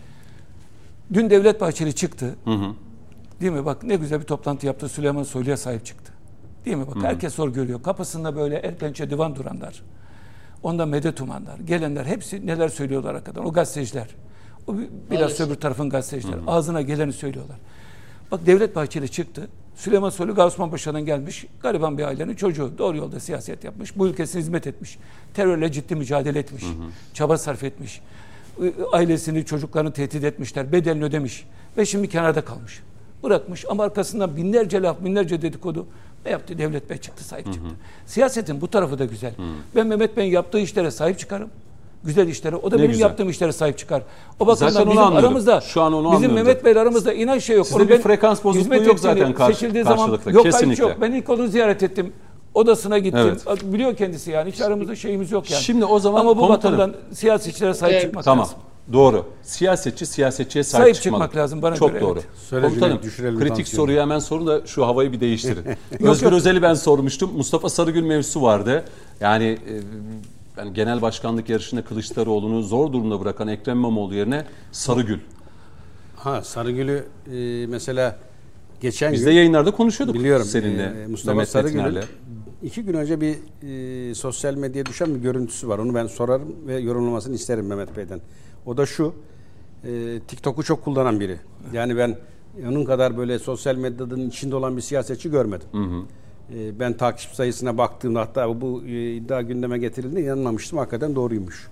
Dün Devlet Bahçeli çıktı. Hı hı. Değil mi? Bak ne güzel bir toplantı yaptı. Süleyman Soylu'ya sahip çıktı. Değil mi? Bak hı hı. Herkes zor görüyor. Kapısında böyle el pençe divan duranlar. Onda medet umanlar. Gelenler hepsi neler söylüyorlar hakikaten. O gazeteciler. O biraz öbür tarafın gazeteciler. Hı hı. Ağzına geleni söylüyorlar. Bak Devlet Bahçeli çıktı. Süleyman Soylu Osman Paşa'dan gelmiş. Gariban bir ailenin çocuğu. Doğru yolda siyaset yapmış. Bu ülkesine hizmet etmiş. Terörle ciddi mücadele etmiş. Hı hı. Çaba sarf etmiş. Ailesini, çocuklarını tehdit etmişler. Bedelini ödemiş. Ve şimdi kenarda kalmış. Bırakmış ama arkasından binlerce laf, binlerce dedikodu. Ne yaptı? Devlet Bey çıktı, sahip çıktı. Hı hı. Siyasetin bu tarafı da güzel. Hı. Ben Mehmet Bey'in yaptığı işlere sahip çıkarım. Güzel işlere. O da Ne benim güzel. yaptığım işlere sahip çıkar. O bakımdan Zaten onu bizim anlıyorum. aramızda, Şu an onu bizim anlıyorum Mehmet zaten. Bey'le aramızda inan şey yok. Sizde Onu bir ben frekans bozukluğu hizmet yok ettiğini zaten karşı- seçildiği zaman karşılıklı. yok, hayır, hiç Kesinlikle. yok. Ben ilk onu ziyaret ettim. Odasına gittim. Evet. Biliyor kendisi yani. Hiç aramızda şeyimiz yok yani. Şimdi o zaman Ama bu komutanım. bakımdan siyasetçilere sahip Evet, çıkmak Tamam. lazım. Doğru. Siyasetçi siyasetçiye sahip, Sahip çıkmalı. çıkmak lazım bana Çok göre, doğru. evet. Söyle Komutanım, Cüneyt, düşürelim kritik tansiyonu. soruyu hemen sorun da şu havayı bir değiştirin. Özgür Özel'i ben sormuştum. Mustafa Sarıgül mevzusu vardı. Yani e, yani genel başkanlık yarışında Kılıçdaroğlu'nu zor durumda bırakan Ekrem İmamoğlu yerine Sarıgül. Ha Sarıgül'ü e, mesela geçen Biz gün de yayınlarda konuşuyorduk biliyorum seninle. e, Mustafa Mehmet Sarıgül'ün Metinler'le. iki gün önce bir e, sosyal medyaya düşen bir görüntüsü var. Onu ben sorarım ve yorumlamasını isterim Mehmet Bey'den. O da şu. E, TikTok'u çok kullanan biri. Yani ben onun kadar böyle sosyal medyanın içinde olan bir siyasetçi görmedim. Hı hı. E, ben takip sayısına baktığımda hatta bu e, iddia gündeme getirildiğinde inanmamıştım. Hakikaten doğruymuş.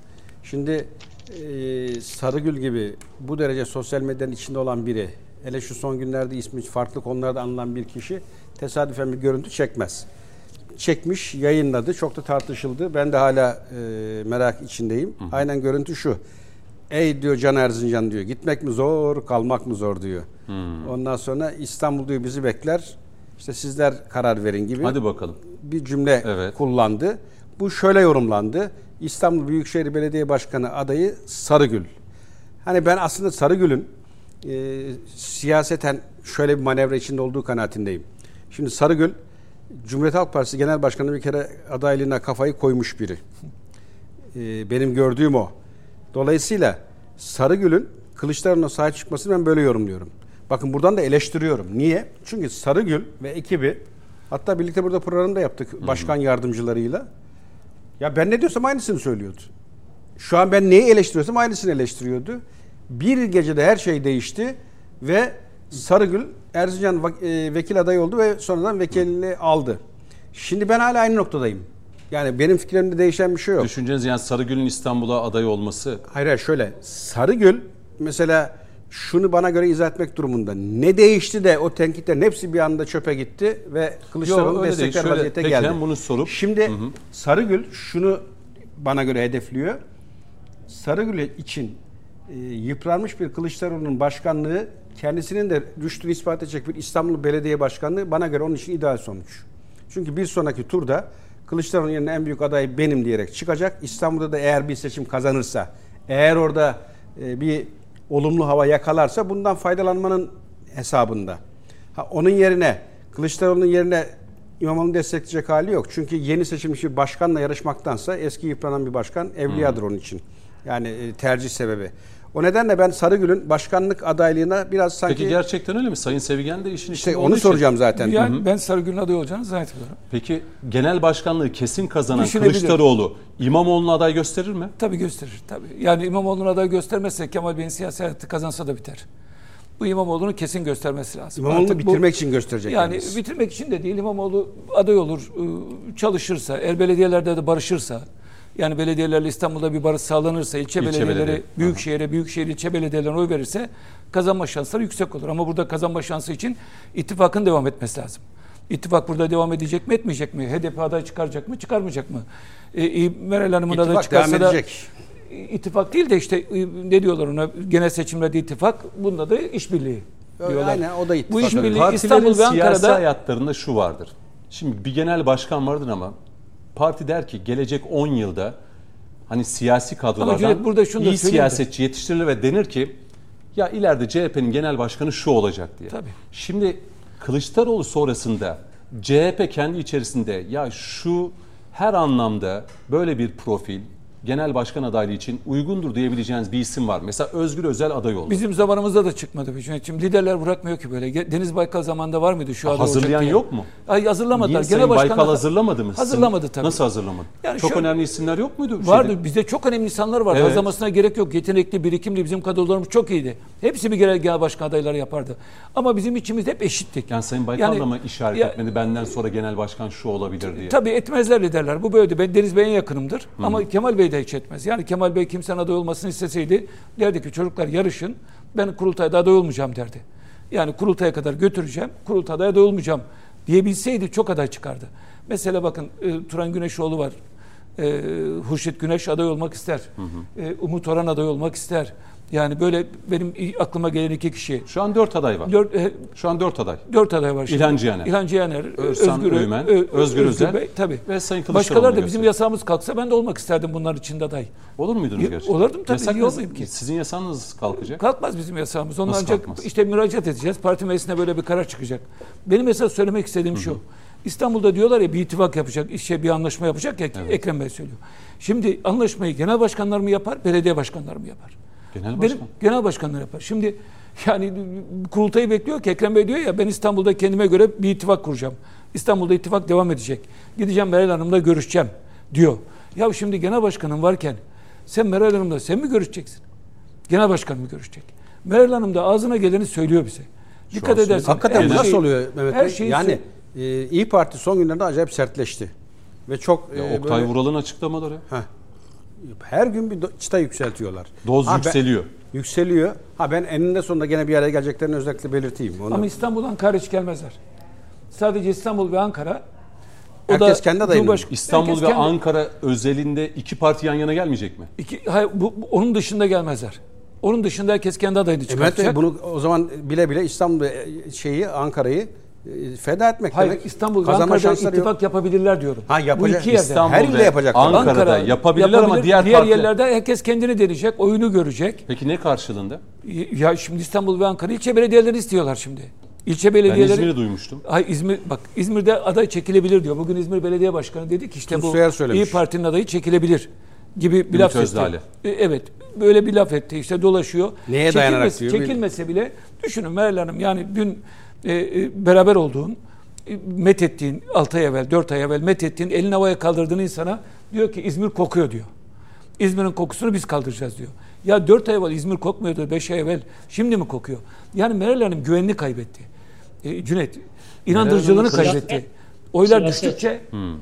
Şimdi e, Sarıgül gibi bu derece sosyal medyanın içinde olan biri, hele şu son günlerde ismi farklı konularda anılan bir kişi tesadüfen bir görüntü çekmez. Çekmiş, yayınladı. Çok da tartışıldı. Ben de hala e, merak içindeyim. Hı hı. Aynen görüntü şu. Ey diyor Can Erzincan diyor. Gitmek mi zor, kalmak mı zor diyor. Hmm. Ondan sonra İstanbul diyor bizi bekler. İşte sizler karar verin gibi. Hadi bakalım. Bir cümle evet. kullandı. Bu şöyle yorumlandı. İstanbul Büyükşehir Belediye Başkanı adayı Sarıgül. Hani ben aslında Sarıgül'ün e, siyaseten şöyle bir manevra içinde olduğu kanaatindeyim. Şimdi Sarıgül Cumhuriyet Halk Partisi Genel Başkanı bir kere adaylığına kafayı koymuş biri. E, benim gördüğüm o. Dolayısıyla Sarıgül'ün Kılıçdaroğlu'na sahip çıkmasını ben böyle yorumluyorum. Bakın buradan da eleştiriyorum. Niye? Çünkü Sarıgül ve ekibi, hatta birlikte burada programda yaptık hı hı. başkan yardımcılarıyla. Ya ben ne diyorsam aynısını söylüyordu. Şu an ben neyi eleştiriyorsam aynısını eleştiriyordu. Bir gecede her şey değişti ve Sarıgül Erzincan vekil adayı oldu ve sonradan vekilliği aldı. Şimdi ben hala aynı noktadayım. Yani benim fikrimde değişen bir şey yok. Düşünceniz yani Sarıgül'ün İstanbul'a aday olması? Hayır hayır şöyle. Sarıgül mesela şunu bana göre izah etmek durumunda. Ne değişti de o tenkitlerin hepsi bir anda çöpe gitti ve Kılıçdaroğlu destekler vaziyete peki geldi. Peki bunu sorup. Şimdi hı hı. Sarıgül şunu bana göre hedefliyor. Sarıgül için e, yıpranmış bir Kılıçdaroğlu'nun başkanlığı, kendisinin de rüştünü ispat edecek bir İstanbul Belediye Başkanlığı bana göre onun için ideal sonuç. Çünkü bir sonraki turda Kılıçdaroğlu'nun yerine en büyük aday benim diyerek çıkacak. İstanbul'da da eğer bir seçim kazanırsa, eğer orada e, bir olumlu hava yakalarsa bundan faydalanmanın hesabında. Ha, onun yerine, Kılıçdaroğlu'nun yerine İmamoğlu'nu destekleyecek hali yok. Çünkü yeni seçilmiş bir başkanla yarışmaktansa eski yıpranan bir başkan evliyadır hmm. onun için. Yani e, tercih sebebi. O nedenle ben Sarıgül'ün başkanlık adaylığına biraz sanki... Peki gerçekten öyle mi? Sayın Sevigen de işin içinde işte onu soracağım için. zaten. Yani Hı-hı. ben Sarıgül'ün aday olacağını zannetmiyorum. Peki genel başkanlığı kesin kazanan Kılıçdaroğlu İmamoğlu'na aday gösterir mi? Tabii gösterir. Tabii. Yani İmamoğlu'na aday göstermezse Kemal Bey'in siyasi hayatı kazansa da biter. Bu İmamoğlu'nu kesin göstermesi lazım. İmamoğlu'nu Artık bitirmek bu, için gösterecek. Yani yalnız. bitirmek için de değil. İmamoğlu aday olur, çalışırsa, el belediyelerde de barışırsa, yani belediyelerle İstanbul'da bir barış sağlanırsa, ilçe, ilçe belediyeleri, belediye. büyükşehire, büyükşehir ilçe belediyelerine oy verirse kazanma şansları yüksek olur. Ama burada kazanma şansı için ittifakın devam etmesi lazım. İttifak burada devam edecek mi, etmeyecek mi? H D P aday çıkaracak mı, çıkarmayacak mı? E, Meral Hanım'ın aday çıkarsa da ittifak değil de işte ne diyorlar ona, genel seçimlerde ittifak, bunda da işbirliği diyorlar. Aynen, o da ittifak. Bu işbirliği İstanbul ve Ankara'da... siyasi hayatlarında şu vardır. Şimdi bir genel başkan vardır ama parti der ki gelecek on yılda hani siyasi kadrolardan iyi siyasetçi yetiştirilir ve denir ki ya ileride C H P'nin genel başkanı şu olacak diye. Tabii. Şimdi Kılıçdaroğlu sonrasında C H P kendi içerisinde ya şu her anlamda böyle bir profil genel başkan adaylığı için uygundur diyebileceğiniz bir isim var. Mesela Özgür Özel aday oldu. Bizim zamanımızda da çıkmadı. Şimdi liderler bırakmıyor ki böyle. Deniz Baykal zamanında var mıydı şu aday olacak Hazırlayan diye? yok mu? Ay hazırlamadılar. Niye? Sayın Baykal hazırlamadı mı? Hazırlamadı tabii. Nasıl hazırlamadı? Yani çok şöyle, önemli isimler yok muydu? Vardı. Şeyde? Bizde çok önemli insanlar vardı. Evet. Hazırlamasına gerek yok. Yetenekli, birikimli. Bizim kadrolarımız çok iyiydi. Hepsi bir genel, genel başkan adayları yapardı. Ama bizim içimizde hep eşittik. Yani Sayın Baykal yani, da mı işaret ya, etmedi benden sonra genel başkan şu olabilir diye? Tabii etmezler liderler. Bu böyledir. Ben Deniz Bey'e yakınımdır. Hı-hı. Ama Kemal Bey de hiç etmez. Yani Kemal Bey kimsenin aday olmasını isteseydi derdi ki çocuklar yarışın, ben kurultayda aday olmayacağım derdi. Yani kurultaya kadar götüreceğim, kurultayda aday olmayacağım diyebilseydi çok aday çıkardı. Mesela bakın e, Turan Güneşoğlu var. E, Hurşit Güneş aday olmak ister. Hı hı. E, Umut Orhan aday olmak ister. Yani böyle benim aklıma gelen iki kişi. Şu an dört aday var. Dört, e, Şu an dört aday. Dört aday var. Şimdi. İlhan Cihaner. İlhan Cihaner, Özsan Özgür Öğmen, Ö, Özgür Özel Bey, tabii. Ve Sayın Kılıçdaroğlu. Başkaları da bizim yasağımız kalksa ben de olmak isterdim bunlar içinde aday. Olur muydunuz gerçekten? Olurdum tabii. Yasak Niye olmayayım ki? Sizin yasağınız kalkacak. Kalkmaz bizim yasağımız. Onlar Nasıl ancak kalkmaz? işte müracaat edeceğiz. Parti meclisine böyle bir karar çıkacak. Benim esas söylemek istediğim Hı-hı. şu. İstanbul'da diyorlar ya bir ittifak yapacak, işte bir anlaşma yapacak ya evet. Ekrem Bey söylüyor. Şimdi anlaşmayı genel başkanlar mı yapar, belediye başkanları mı yapar? Genel başkan. Benim, genel başkanlar yapar. Şimdi yani kurultayı bekliyor ki Ekrem Bey diyor ya ben İstanbul'da kendime göre bir ittifak kuracağım. İstanbul'da ittifak devam edecek. Gideceğim Meral Hanım'la görüşeceğim diyor. Ya şimdi genel başkanın varken sen Meral Hanım'la sen mi görüşeceksin? Genel başkan mı görüşecek? Meral Hanım da ağzına geleni söylüyor bize. Şu Dikkat edersen. Hakikaten nasıl şey, oluyor Mehmet Bey? Şey yani e, İYİ Parti son günlerde acayip sertleşti. Ve çok ya, e, Oktay böyle... Vural'ın açıklamaları. Heh. Her gün bir do- çıta yükseltiyorlar. Doz Ha, ben- yükseliyor. yükseliyor. Ha ben eninde sonunda gene bir araya geleceklerini özellikle belirteyim. Onu, Ama İstanbul, Ankara hiç gelmezler. Sadece İstanbul ve Ankara. O Herkes kendi adayını Cumhurbaş- mı? İstanbul herkes ve kendi- Ankara özelinde iki parti yan yana gelmeyecek mi? İki, hayır, bu, bu- onun dışında gelmezler. Onun dışında herkes kendi adayını Evet, çıkartacak. bunu o zaman bile bile İstanbul şeyi Ankara'yı e, feda etmek Hayır, demek. İstanbul ve Kazanma Ankara'da şansları ittifak yok. yapabilirler diyorum. Ha, yapacak. Bu iki yerde. İstanbul Her ilde ve yapacaklar. Ankara'da yapabilirler ama diğer, diğer parti... yerlerde herkes kendini deneyecek, oyunu görecek. Peki ne karşılığında? Ya şimdi İstanbul ve Ankara ilçe belediyeleri istiyorlar şimdi. İlçe Ben belediyeleri. İzmir'i duymuştum. Hayır, İzmir bak İzmir'de aday çekilebilir diyor. Bugün İzmir Belediye Başkanı dedi ki işte bu Tunçsoyer söylemiş. İyi Parti'nin adayı çekilebilir gibi bir Ümit laf etti. Özdağ'la. E, Evet. Böyle bir laf etti. İşte dolaşıyor. Neye dayanarak Çekilmese- diyor, Çekilmese bile düşünün Meral Hanım, yani dün e, e, beraber olduğun, e, methettiğin altı ay evvel, dört ay evvel methettiğin, elini havaya kaldırdığın insana diyor ki İzmir kokuyor diyor. İzmir'in kokusunu biz kaldıracağız diyor. Ya dört ay evvel İzmir kokmuyordu, beş ay evvel. Şimdi mi kokuyor? Yani Meral Hanım güvenini kaybetti. E, Cüneyt inandırıcılığını Meral Hanım kaybetti. Oylar Siyaset. düştükçe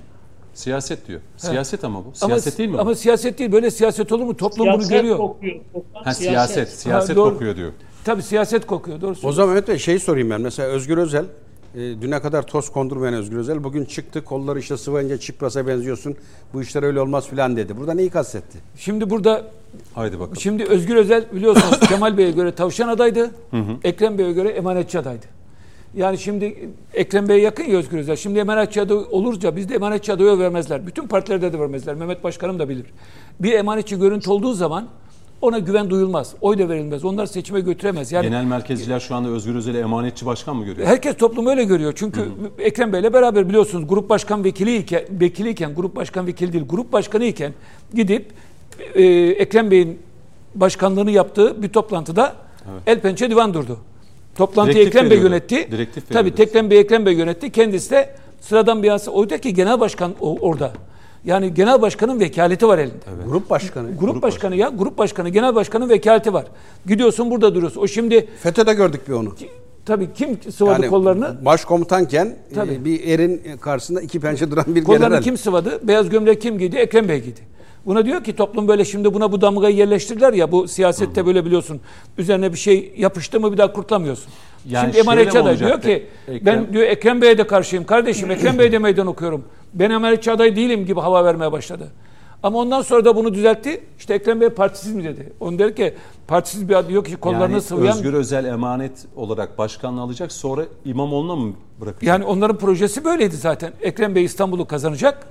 Siyaset diyor. Siyaset ama bu. ama, Siyaset değil mi bu? ama siyaset değil. Böyle siyaset olur mu? Toplum bunu Siyaset görüyor. kokuyor. Kokan Ha, siyaset. Siyaset Ha, doğru. kokuyor diyor. Tabii siyaset kokuyor. Doğru O söylüyorsun. zaman Mehmet Bey şeyi sorayım ben. Mesela Özgür Özel, e, düne kadar toz kondurmayan Özgür Özel bugün çıktı, kolları işte sıvayınca Çipras'a benziyorsun, bu işler öyle olmaz filan dedi. Burada neyi kastetti? Şimdi burada Haydi bakalım. şimdi Özgür Özel biliyorsunuz Kemal Bey'e göre tavşan adaydı. Ekrem Bey'e göre emanetçi adaydı. Yani şimdi Ekrem Bey'e yakın ya Özgür Özel. Şimdi emanetçi aday olurca bizde emanetçi adayı vermezler. Bütün partilerde de vermezler. Mehmet Başkanım da bilir. Bir emanetçi görüntü olduğu zaman ona güven duyulmaz. Oy da verilmez. Onlar seçime götüremez. Yani Genel merkezciler şu anda Özgür Özel'i emanetçi başkan mı görüyor? herkes toplumu öyle görüyor. Çünkü hı hı. Ekrem Bey'le beraber biliyorsunuz grup başkan vekiliyken, vekiliyken, grup başkan vekili değil, grup başkanı iken gidip e, Ekrem Bey'in başkanlığını yaptığı bir toplantıda evet. el pençe divan durdu. Toplantıyı Direktif Ekrem Bey veriyordu. yönetti. Direktif Tabii veriyordu. Ekrem Bey Ekrem Bey yönetti. Kendisi de sıradan bir ansı. Oydu ki genel başkan o, orada. Yani genel başkanın vekaleti var elinde. Evet. Grup başkanı. Grup, Grup başkanı ya, grup başkanı, genel başkanın vekaleti var. Gidiyorsun burada duruyorsun. O şimdi FETÖ'de gördük bir onu. tabii kim sıvadı kollarını? Başkomutanken Tabii. e, bir erin karşısında iki pençe duran bir Kollarını general. kim sıvadı? Beyaz gömlek kim giydi? Ekrem Bey giydi. Buna diyor ki toplum böyle şimdi buna bu damgayı yerleştirdiler ya, bu siyasette hı hı. böyle biliyorsun. Üzerine bir şey yapıştı mı bir daha kurtlamıyorsun. Yani şimdi emanetçi aday olacaktı? diyor ki Ekrem... ben diyor Ekrem Bey'e de karşıyım. Kardeşim Ekrem Bey'e de meydan okuyorum. Ben emanetçi aday değilim gibi hava vermeye başladı. Ama ondan sonra da bunu düzeltti. İşte Ekrem Bey partisiz mi dedi. Onu der ki partisiz bir aday yok ki kollarını yani sıvayan. Özgür Özel emanet olarak başkanlığı alacak, sonra İmamoğlu'na mı bırakacak? Yani onların projesi böyleydi zaten. Ekrem Bey İstanbul'u kazanacak.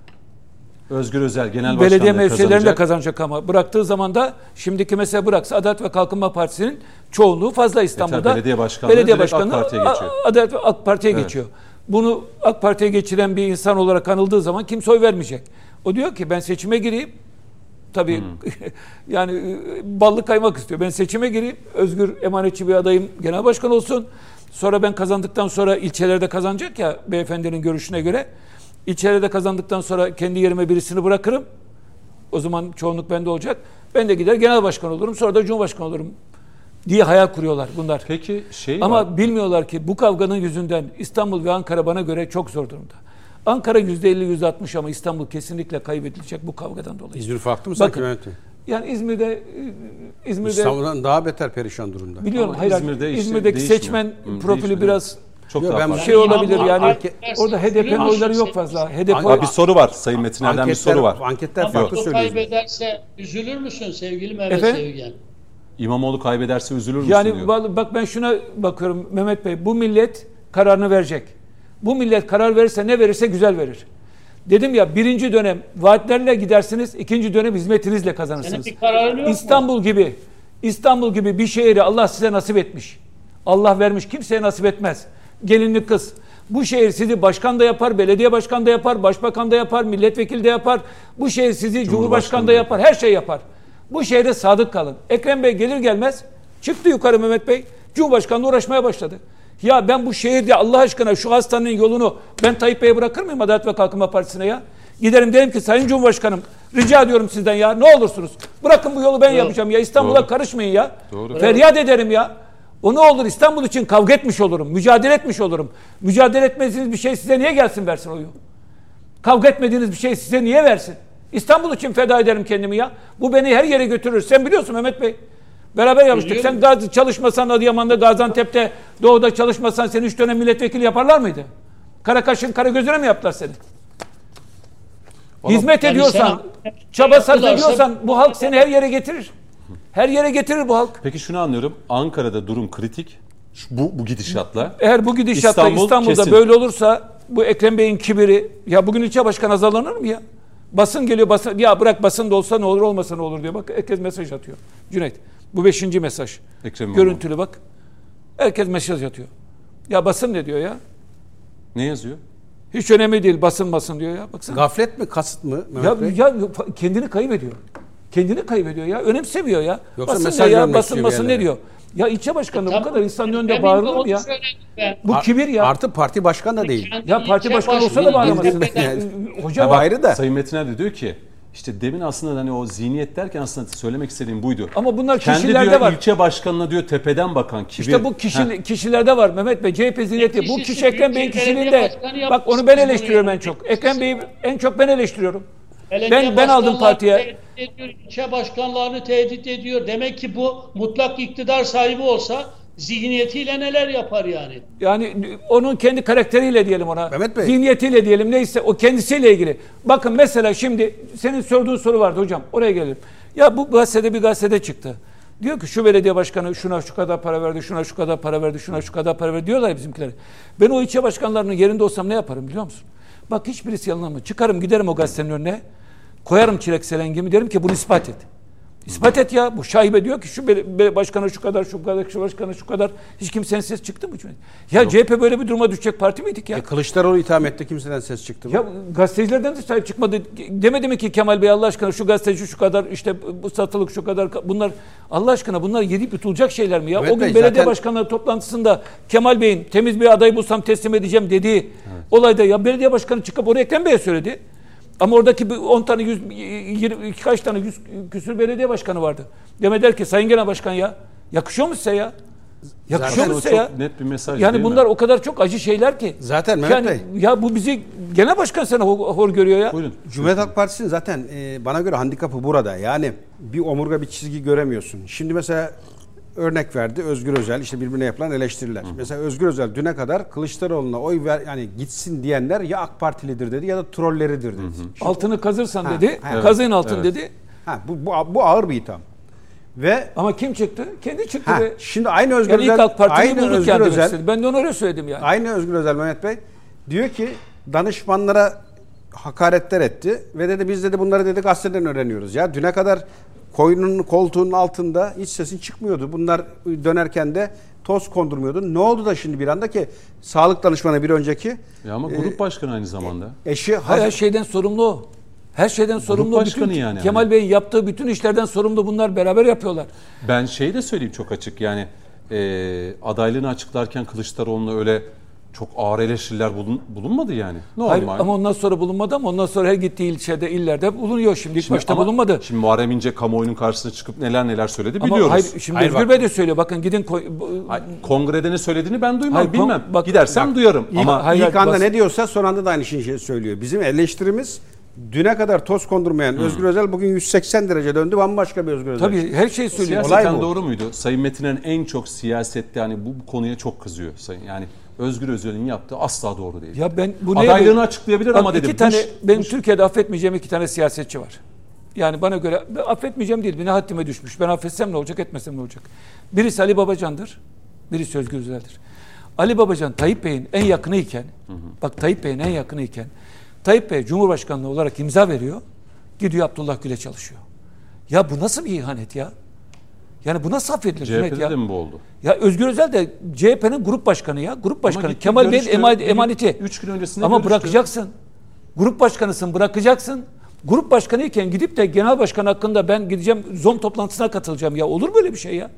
Özgür Özel genel Belediye başkanlığı mevzilerini de kazanacak. kazanacak ama bıraktığı zaman da şimdiki mesela bıraksa Adalet ve Kalkınma Partisi'nin çoğunluğu fazla İstanbul'da. E belediye başkanlığı belediye direkt AK başkanlığı Parti'ye geçiyor. Adalet ve AK Parti'ye Evet. geçiyor. Bunu AK Parti'ye geçiren bir insan olarak anıldığı zaman kimse oy vermeyecek. O diyor ki ben seçime gireyim. Tabii hmm. yani ballı kaymak istiyor. Ben seçime gireyim. Özgür emanetçi bir adayım genel başkan olsun. Sonra ben kazandıktan sonra ilçelerde kazanacak ya beyefendinin görüşüne göre. İlçelerde kazandıktan sonra kendi yerime birisini bırakırım. O zaman çoğunluk bende olacak. Ben de gider genel başkan olurum. Sonra da cumhurbaşkanı olurum diye hayal kuruyorlar bunlar. Peki şey Ama var. bilmiyorlar ki bu kavganın yüzünden İstanbul ve Ankara bana göre çok zor durumda. Ankara yüzde elli yüzde altmış ama İstanbul kesinlikle kaybedilecek bu kavgadan dolayı. İzmir farklı mı sanki Bakın, Mehmet Bey? Yani İzmir'de İzmir'de İstanbul'dan daha beter perişan durumda. biliyorum Ama hayır, İzmir'de işte İzmir'deki değişmiyor. seçmen Hı, profili değişmiyor. biraz Çok Yok, daha ben farklı. şey olabilir yani. Anket- Orada H D P'nin oyları yok fazla. H D P Aa, bir soru var Sayın Metiner'den, bir soru var. Anketler Ama farklı o söylüyor. kaybederse üzülür müsün sevgili Mehmet Efendim? Sevgen? İmamoğlu kaybederse üzülür müsün Yani diyor. vallahi bak ben şuna bakıyorum Mehmet Bey, bu millet kararını verecek. Bu millet karar verirse ne verirse güzel verir. Dedim ya birinci dönem vaatlerle gidersiniz, ikinci dönem hizmetinizle kazanırsınız. Senin bir kararın yok İstanbul mu? gibi, İstanbul gibi bir şehri Allah size nasip etmiş. Allah vermiş, kimseye nasip etmez. Gelinli kız. Bu şehir sizi başkan da yapar, belediye başkan da yapar, başbakan da yapar, milletvekili de yapar. Bu şehir sizi cumhurbaşkanı da yapar, her şey yapar. Bu şehre sadık kalın. Ekrem Bey gelir gelmez çıktı yukarı Mehmet Bey, Cumhurbaşkanı'na uğraşmaya başladı. Ya ben bu şehirde Allah aşkına şu hastanın yolunu ben Tayyip Bey'e bırakır mıyım Adalet ve Kalkınma Partisi'ne ya? Giderim derim ki Sayın Cumhurbaşkanım rica ediyorum sizden ya ne olursunuz. Bırakın bu yolu ben Doğru. yapacağım ya, İstanbul'a Doğru. karışmayın ya. Doğru. Feryat ederim ya. O ne olur İstanbul için kavga etmiş olurum, mücadele etmiş olurum. Mücadele etmediğiniz bir şey size niye gelsin versin oyu? Kavga etmediğiniz bir şey size niye versin? İstanbul için feda ederim kendimi ya. Bu beni her yere götürür. Sen biliyorsun Mehmet Bey. Beraber yapmıştık. Biliyorum. Sen Gazi çalışmasan Adıyaman'da, Gaziantep'te, Doğu'da çalışmasan seni üç dönem milletvekili yaparlar mıydı? Karakaş'ın Karagözü'ne mi yaptılar seni? Hizmet Yani ediyorsan, sen- çaba sarf yaptılarsa- ediyorsan bu halk seni her yere getirir. Her yere getirir bu halk. Peki şunu anlıyorum. Ankara'da durum kritik. Şu- Bu, bu gidişatla. Eğer bu gidişatla İstanbul İstanbul'da kesin. böyle olursa bu Ekrem Bey'in kibiri, ya bugün ilçe başkanı azallanır mı ya? Basın geliyor, basın, ya bırak basın da olsa ne olur, olmasa ne olur diyor. Bak herkes mesaj atıyor. Cüneyt, bu beşinci mesaj. Ekrem İmamoğlu. Görüntülü bak. Herkes mesaj atıyor. Ya basın ne diyor ya? Ne yazıyor? Hiç önemli değil, basın basın diyor ya. Baksana. Gaflet mi, kasıt mı Mehmet Ya, Bey? ya kendini kaybediyor. Kendini kaybediyor ya. Önemsemiyor ya. Yoksa basın mesaj ne ya? vermek Basın istiyor basın bir ne yerlere. diyor? Ya ilçe başkanı bu Tamam. kadar insanın önünde Demin de bağırılır mı onu ya? söyledim ben. Bu kibir ya. Artı parti başkanı da değil. Kendi Ya parti ilçe başkanı olsa da başkanı bağıramazsın. bildirmeden- Hocam Ya ayrı da. Sayın Metin Er de diyor ki işte demin aslında hani o zihniyet derken aslında söylemek istediğim buydu. Ama bunlar Kendi kişilerde diyor, var. ilçe başkanına diyor tepeden bakan kibir. İşte bu kişi, Heh. kişilerde var Mehmet Bey. C H P zihniyeti. Bu Kişisi kişi Ekrem Bey'in Büyükşehir Belediye kişiliğinde. Başkanı Bak onu yapmışsınız ben bunu eleştiriyorum en yani. çok. Ekrem Bey'i en çok ben eleştiriyorum. Belediye Ben ben aldım başkanlarını partiye. tehdit ediyor, ilçe başkanlarını tehdit ediyor. Demek ki bu mutlak iktidar sahibi olsa zihniyetiyle neler yapar yani? Yani onun kendi karakteriyle diyelim ona. Mehmet Bey. Zihniyetiyle diyelim neyse o kendisiyle ilgili. Bakın mesela şimdi senin sorduğun soru vardı hocam. Oraya gelelim. Ya bu gazetede bir gazetede çıktı. Diyor ki şu belediye başkanı şuna şu kadar para verdi, şuna şu kadar para verdi, şuna şu kadar para verdi diyorlar ya bizimkiler. Ben o ilçe başkanlarının yerinde olsam ne yaparım biliyor musun? Bak hiçbirisi yalanlamıyor. Çıkarım giderim o gazetenin önüne. Koyarım çilek selengimi derim ki bunu ispat et. İspat et ya. Bu şaibe diyor ki şu be, be, başkana şu kadar, şu kadar, şu başkana şu kadar. Hiç kimsenin ses çıktı mı? Ya Yok. C H P böyle bir duruma düşecek parti miydik ya? E, Kılıçdaroğlu itham etti, kimseden ses çıktı mı? Ya gazetecilerden de sahip çıkmadı. Demedi mi ki Kemal Bey Allah aşkına şu gazeteci şu kadar, işte bu satılık şu kadar, bunlar Allah aşkına bunlar yedip yutulacak şeyler mi ya? Evet o gün Bey, belediye zaten... başkanları toplantısında Kemal Bey'in temiz bir aday bulsam teslim edeceğim dediği evet. olayda ya belediye başkanı çıkıp oraya Ekrem Bey'e söyledi. Ama oradaki on tane, yüz, yirmi, kaç tane, yüz küsür belediye başkanı vardı. Demediler ki Sayın Genel Başkan ya, yakışıyor mu size ya? Yakışıyor Zaten mu o size çok ya? net bir mesaj yani değil bunlar mi? o kadar çok acı şeyler ki. Zaten Mehmet yani, Bey. Ya bu bizi Genel Başkan sana hor, hor görüyor ya. Buyurun. Cumhuriyet Halk Partisi'nin zaten e, bana göre handikapı burada. Yani bir omurga, bir çizgi göremiyorsun. Şimdi mesela örnek verdi Özgür Özel, işte birbirine yapılan eleştiriler. Hı. Mesela Özgür Özel düne kadar Kılıçdaroğlu'na oy ver, yani gitsin diyenler ya AK Partilidir dedi ya da trolleridir dedi. Şimdi, altını kazırsan ha, dedi, ha, kazıyın altın evet. dedi. ha, bu, bu, bu ağır bir itham. Ve Ama kim çıktı? Kendi çıktı. ha, Ve şimdi aynı Özgür yani ilk Özel, AK Parti'yi aynı bulduk Özgür yani Özel, Özel, ben de onu öyle söyledim yani. aynı Özgür Özel Mehmet Bey diyor ki danışmanlara hakaretler etti ve dedi biz dedi bunları dedi gazeteden öğreniyoruz. Ya düne kadar koyunun koltuğunun altında hiç sesin çıkmıyordu. Bunlar dönerken de toz kondurmuyordu. Ne oldu da şimdi bir anda ki sağlık danışmanı bir önceki Ya ama grup e, başkanı aynı zamanda. eşi Hayır, her şeyden sorumlu o. Her şeyden sorumlu. başkanı bütün, yani. Kemal Hani- Bey'in yaptığı bütün işlerden sorumlu, bunlar beraber yapıyorlar. Ben şeyi de söyleyeyim çok açık yani e, adaylığını açıklarken Kılıçdaroğlu'na öyle çok ağır eleştiriler bulun, bulunmadı yani. Normal. Hayır, ama ondan sonra bulunmadı, ama ondan sonra her gittiği ilçede, illerde bulunuyor. Şimdi ilk Şimdi başta ama bulunmadı. Şimdi Muharrem İnce kamuoyunun karşısına çıkıp neler neler söyledi Ama biliyoruz. hayır, şimdi Hayır, Özgür bak. Bey de söylüyor. Bakın gidin koy, bu- Hayır, kongrede ne söylediğini ben duymam, Hayır, kon- bilmem. bak- Gidersem bak- duyarım. İlk, Ama hayır, ilk anda bas- ne diyorsa son anda da aynı şeyi söylüyor. Bizim eleştirimiz düne kadar toz kondurmayan Özgür Özel bugün yüz seksen derece döndü, bambaşka bir Özgür Özel. tabii her şeyi söylüyor. Olay siyaseten bu. doğru muydu? Sayın Metin'in en çok siyasette yani bu, bu konuya çok kızıyor. Sayın yani Özgür Özel'in yaptığı asla doğru değil. Ya ben bu neye- Adaylığını açıklayabilir Bak, ama dedim. iki tane Bush- benim Bush- Türkiye'de affetmeyeceğim iki tane siyasetçi var. Yani bana göre ben affetmeyeceğim değil. Beni haddime düşmüş. Ben affetsem ne olacak, etmesem ne olacak? Birisi Ali Babacan'dır. Birisi Özgür Özel'dir. Ali Babacan Tayyip Bey'in en yakını iken, hı hı. bak Tayyip Bey'in en yakını iken, Tayyip Bey Cumhurbaşkanlığı olarak imza veriyor. Gidiyor Abdullah Gül'e çalışıyor. Ya bu nasıl bir ihanet ya? Yani bu nasıl affedilir C H Cüneyt P'de ya? de mi bu oldu? Ya Özgür Özel de C H P'nin grup başkanı ya. Grup başkanı. gitti, Kemal Bey'in görüştü. emanet- Bir- emaneti. üç gün öncesinde Ama görüştü. bırakacaksın. Grup başkanısın, bırakacaksın. Grup başkanı iken gidip de genel başkan hakkında ben gideceğim ZOM toplantısına katılacağım. Ya olur böyle bir şey ya?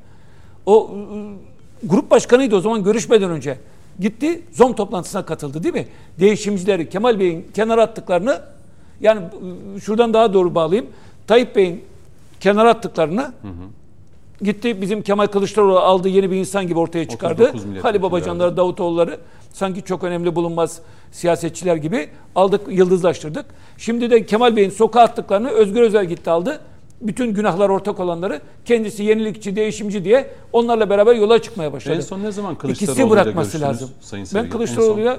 O ıı, grup başkanıydı o zaman görüşmeden önce. Gitti ZOM toplantısına katıldı değil mi? Değişimcileri Kemal Bey'in kenara attıklarını, yani ıı, şuradan daha doğru bağlayayım. Tayyip Bey'in kenara attıklarını hı hı. gitti bizim Kemal Kılıçdaroğlu aldığı yeni bir insan gibi ortaya çıkardı. otuz dokuz milletvekili Ali Babacanları, Davutoğulları. Sanki çok önemli bulunmaz siyasetçiler gibi aldık, yıldızlaştırdık. Şimdi de Kemal Bey'in sokağa attıklarını Özgür Özel gitti aldı. Bütün günahlar ortak olanları kendisi yenilikçi, değişimci diye onlarla beraber yola çıkmaya başladı. En son ne zaman Kılıçdaroğlu'yla İkisi bırakması görüştünüz, lazım. Sayın Ben Sevgi? Kılıçdaroğlu'yla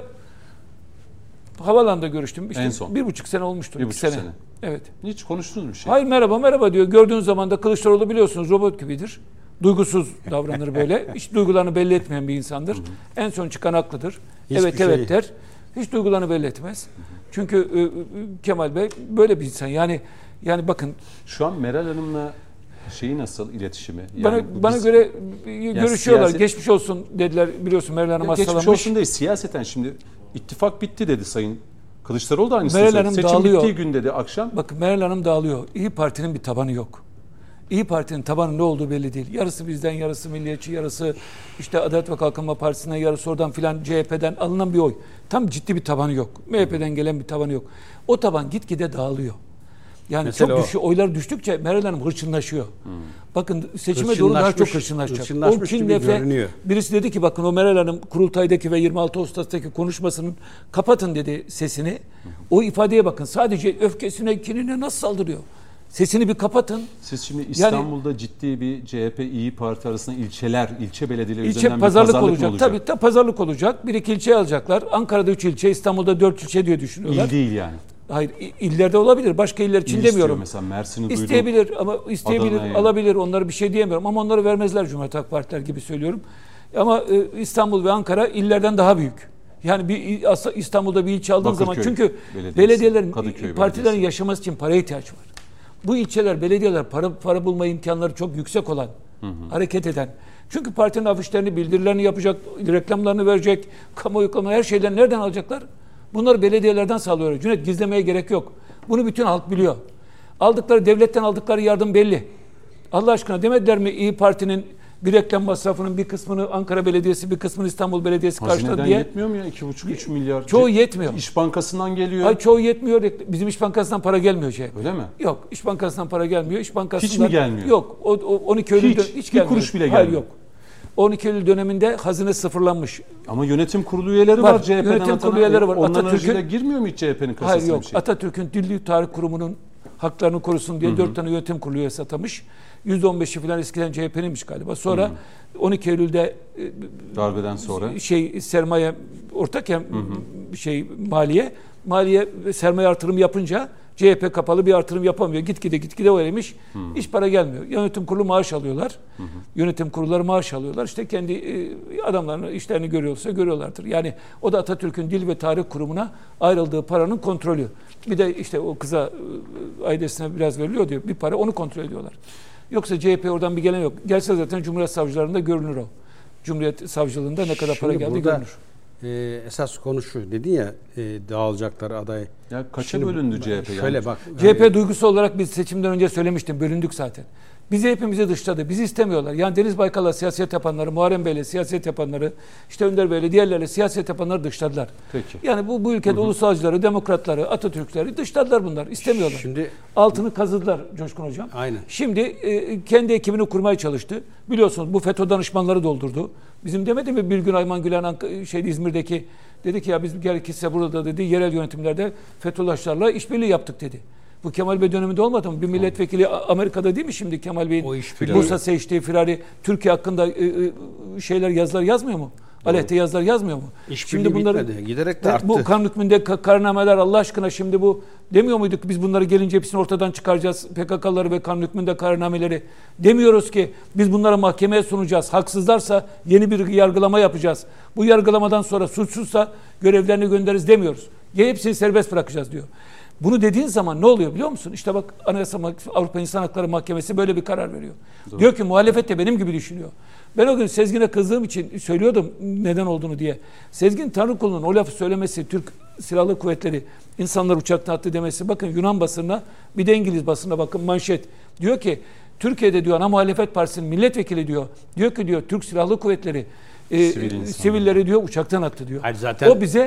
Havalan'da görüştüm. İşte En son. bir buçuk sene olmuştur. Bir iki buçuk sene. sene. Evet. Hiç konuştunuz mu bir şey? Hayır merhaba merhaba diyor. Gördüğün zaman da Kılıçdaroğlu biliyorsunuz robot gibidir. Duygusuz davranır böyle. Hiç duygularını belli etmeyen bir insandır. En son çıkan haklıdır. Hiçbir evet şey. evet der. Hiç duygularını belli etmez. Çünkü e, e, Kemal Bey böyle bir insan. Yani yani bakın Şu an Meral Hanım'la şeyi nasıl iletişimi? Yani bana bu bana biz- göre e, görüşüyorlar. siyaset- Geçmiş olsun dediler. Biliyorsun Meral Hanım Ya geçmiş hastalanmış. olsun değil. Siyaseten şimdi ittifak bitti dedi Sayın Kılıçdaroğlu da aynısını Meral söyledi. Hanım Seçim dağılıyor. bittiği gün dedi akşam. Bakın Meral Hanım dağılıyor. İyi Parti'nin bir tabanı yok. İyi Parti'nin tabanı ne olduğu belli değil. Yarısı bizden, yarısı milliyetçi, yarısı işte Adalet ve Kalkınma Partisi'nden, yarısı oradan filan C H P'den alınan bir oy. Tam ciddi bir tabanı yok. M H P'den gelen bir tabanı yok. O taban gitgide dağılıyor. Yani Mesele çok o. düşüyor. Oylar düştükçe Meral Hanım hırçınlaşıyor. Bakın seçime doğru daha çok Hırçınlaşmış- hırçınlaşacak. O hırçınlaşmış kin gibi nefret. görünüyor. Birisi dedi ki bakın o Meral Hanım kurultaydaki ve yirmi altı Ağustos'taki konuşmasının kapatın dedi sesini. O ifadeye bakın. Sadece öfkesine, kinine nasıl saldırıyor? Sesini bir kapatın. Siz şimdi İstanbul'da ciddi bir C H P İyi Parti arasında ilçeler, ilçe belediyeleri İlçe üzerinden pazarlık, bir pazarlık olacak. mı olacak? Tabii tabii pazarlık olacak. Bir iki ilçe alacaklar. Ankara'da üç ilçe, İstanbul'da dört ilçe diye düşünüyorlar. İl değil yani. Hayır, i- illerde olabilir. Başka iller için İl demiyorum. istiyor mesela, Mersin'i duydum. İsteyebilir ama isteyebilir, Adana'ya. alabilir. Onları bir şey diyemiyorum ama onları vermezler Cumhuriyet Halk Partiler gibi söylüyorum. Ama e, İstanbul ve Ankara illerden daha büyük. Yani bir aslında İstanbul'da bir ilçe aldığın zaman Bakırköy çünkü Belediyesi, belediyelerin Kadıköy partilerin Belediyesi. yaşaması için paraya ihtiyaç var. Bu ilçeler, belediyeler para para bulma imkanları çok yüksek olan, hareket eden. Çünkü partinin afişlerini, bildirilerini yapacak, reklamlarını verecek, kamuoyu kamu her şeyleri nereden alacaklar? Bunları belediyelerden sağlıyorlar. Cüneyt gizlemeye gerek yok. Bunu bütün halk biliyor. Aldıkları devletten aldıkları yardım belli. Allah aşkına demediler mi İyi Parti'nin bir reklam masrafının bir kısmını Ankara Belediyesi, bir kısmını İstanbul Belediyesi karşıladı Hazineden diye. yetmiyor mu ya? iki buçuk üç milyar. Çoğu Ce- yetmiyor. İş Bankası'ndan geliyor. Ay çoğu yetmiyor. Bizim İş Bankası'ndan para gelmiyor şey. Öyle mi? Yok. İş Bankası'ndan para gelmiyor. İş Bankası'ndan Hiç mi gelmiyor? Yok. O, o on iki Eylül Hiç. dön- hiç Bir gelmiyor. kuruş bile Hayır gelmiyor. yok. on iki Eylül döneminde hazine sıfırlanmış. Ama yönetim kurulu üyeleri Var, var, C H P'den yönetim atanan. kurulu üyeleri var. Onların Atatürk'ün- aracıyla girmiyor mu hiç C H P'nin kasasına Hayır yok. bir şey? Atatürk'ün Dil Tarih Kurumu'nun haklarını korusun diye dört tane yönetim kurulu üyesi atamış. yüzde on beşi falan eskiden C H P'ninmiş galiba. Sonra on iki Eylül'de e, Darbeden sonra. şey sermaye ortak ya şey maliye maliye ve sermaye artırım yapınca C H P kapalı bir artırım yapamıyor. Gitgide gitgide öyleymiş. Hiç para gelmiyor. Yönetim kurulu maaş alıyorlar. Yönetim kurulları maaş alıyorlar. İşte kendi e, adamlarını işlerini görüyorsa görüyorlardır. Yani o da Atatürk'ün Dil ve Tarih Kurumu'na ayrıldığı paranın kontrolü. Bir de işte o kıza e, ailesine biraz veriliyor diyor. Bir para onu kontrol ediyorlar. Yoksa C H P oradan bir gelen yok. Gelse zaten Cumhuriyet Savcılarında görünür o. Cumhuriyet Savcılığında ne kadar para Şimdi geldi burada, görünür. e, esas konu şu. Dedin ya e, dağılacakları aday. Ya kaça Şimdi bölündü C H P? Şöyle yani? bak. C H P hani- duygusu olarak biz seçimden önce söylemiştim. Bölündük zaten. Bizi hepimizi dışladı. Bizi istemiyorlar. Yani Deniz Baykal'la siyaset yapanları, Muharrem Bey'le siyaset yapanları, işte Önder Bey'le diğerlerle siyaset yapanları dışladılar. Peki. Yani bu, bu ülkede ulusalcıları, demokratları, Atatürkleri dışladılar bunlar. İstemiyorlar. Şimdi Altını kazıdılar Coşkun Hocam. Aynen. Şimdi e, kendi ekibini kurmaya çalıştı. Biliyorsunuz bu FETÖ danışmanları doldurdu. Bizim demedi mi bir gün Ayman Gülen Ank- şeydi İzmir'deki dedi ki ya biz gerekirse burada dedi yerel yönetimlerde FETÖ'laşlarla işbirliği yaptık dedi. Bu Kemal Bey döneminde olmadı mı? Bir milletvekili Amerika'da değil mi şimdi Kemal Bey'in O işbirliği- Bursa seçtiği firari Türkiye hakkında e, e, şeyler yazılar yazmıyor mu? Aleyhte yazılar yazmıyor mu? İşbirliği bitmedi. Giderek de Ve arttı. Bu kanun hükmünde ka- kararnameler Allah aşkına şimdi bu demiyor muyduk biz bunları gelince hepsini ortadan çıkaracağız P K K'ları ve kanun hükmünde kararnameleri demiyoruz ki biz bunları mahkemeye sunacağız. Haksızlarsa yeni bir yargılama yapacağız. Bu yargılamadan sonra suçsuzsa görevlerini göndeririz demiyoruz. Ya hepsini serbest bırakacağız diyor. Bunu dediğin zaman ne oluyor biliyor musun? İşte bak Anayasa Avrupa İnsan Hakları Mahkemesi böyle bir karar veriyor. Doğru. Diyor ki muhalefet de benim gibi düşünüyor. Ben o gün Sezgin'e kızdığım için söylüyordum neden olduğunu diye. Sezgin Tanrıkulu'nun o lafı söylemesi, Türk Silahlı Kuvvetleri insanlar uçakta attı demesi. Bakın Yunan basınına bir de İngiliz basınına bakın manşet. Diyor ki Türkiye'de diyor ana muhalefet partisinin milletvekili diyor. Diyor ki diyor Türk Silahlı Kuvvetleri e, Sivil sivilleri diyor uçaktan attı diyor. Hayır, zaten- O bize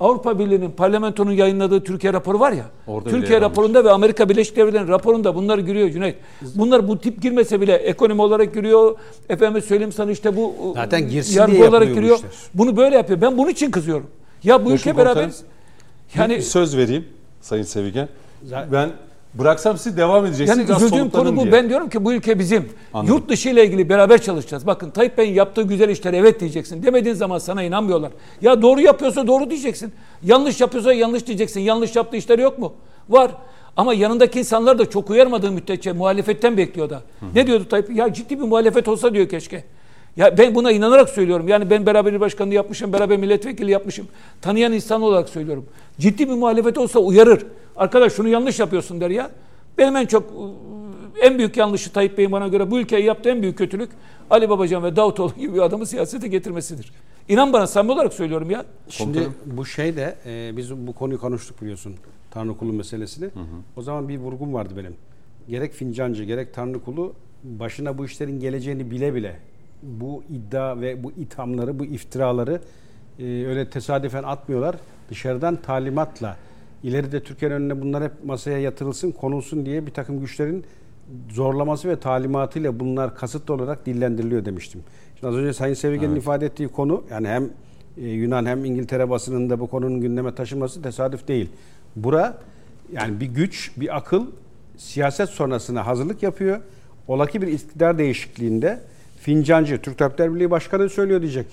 Avrupa Birliği'nin parlamentonun yayınladığı Türkiye raporu var ya. Orada Türkiye raporunda ve Amerika Birleşik Devletleri'nin raporunda bunlar giriyor Cüneyt. Bunlar bu tip girmese bile ekonomi olarak giriyor. Efendim söyleyeyim sana işte bu zaten girsin yargı diye olarak giriyor. işler. Bunu böyle yapıyor. Ben bunun için kızıyorum. Ya bu Coşkun ülke beraber Komutanım, yani bir söz vereyim Sayın Sevigen. Zaten- Ben bıraksam siz devam edeceksiniz. yani biraz üzüldüğüm soluklanın konu bu. diye. Ben diyorum ki bu ülke bizim. Anladım. Yurt dışı ile ilgili beraber çalışacağız. Bakın Tayyip Bey'in yaptığı güzel işlere evet diyeceksin. Demediğin zaman sana inanmıyorlar. Ya doğru yapıyorsa doğru diyeceksin. Yanlış yapıyorsa yanlış diyeceksin. Yanlış yaptığı işler yok mu? Var. Ama yanındaki insanlar da çok uyarmadığı müddetçe muhalefetten bekliyor da. Hı hı. Ne diyordu Tayyip? Ya ciddi bir muhalefet olsa diyor keşke. Ya ben buna inanarak söylüyorum. Yani ben beraber il başkanlığı yapmışım, beraber milletvekili yapmışım. Tanıyan insan olarak söylüyorum. Ciddi bir muhalefet olsa uyarır. Arkadaş şunu yanlış yapıyorsun der ya. Benim en çok en büyük yanlışı Tayyip Bey'in bana göre bu ülkeye yaptığı en büyük kötülük Ali Babacan ve Davutoğlu gibi bir adamı siyasete getirmesidir. İnan bana samimi olarak söylüyorum ya. Şimdi Komutanım. bu şey de e, biz bu konuyu konuştuk biliyorsun. Tanrı kulu meselesini. Hı hı. O zaman bir vurgum vardı benim. Gerek Fincancı gerek Tanrı kulu başına bu işlerin geleceğini bile bile bu iddia ve bu ithamları, bu iftiraları e, öyle tesadüfen atmıyorlar. Dışarıdan talimatla ileride Türkiye'nin önüne bunlar hep masaya yatırılsın, konulsun diye bir takım güçlerin zorlaması ve talimatıyla bunlar kasıtlı olarak dillendiriliyor demiştim. Şimdi az önce Sayın Sevigen'in evet. ifade ettiği konu yani hem e, Yunan hem İngiltere basınında bu konunun gündeme taşınması tesadüf değil. Bura yani bir güç, bir akıl siyaset sonrasına hazırlık yapıyor. Olaki bir iktidar değişikliğinde Fincancı, Türk Tabipler Birliği Başkanı söylüyor diyecek.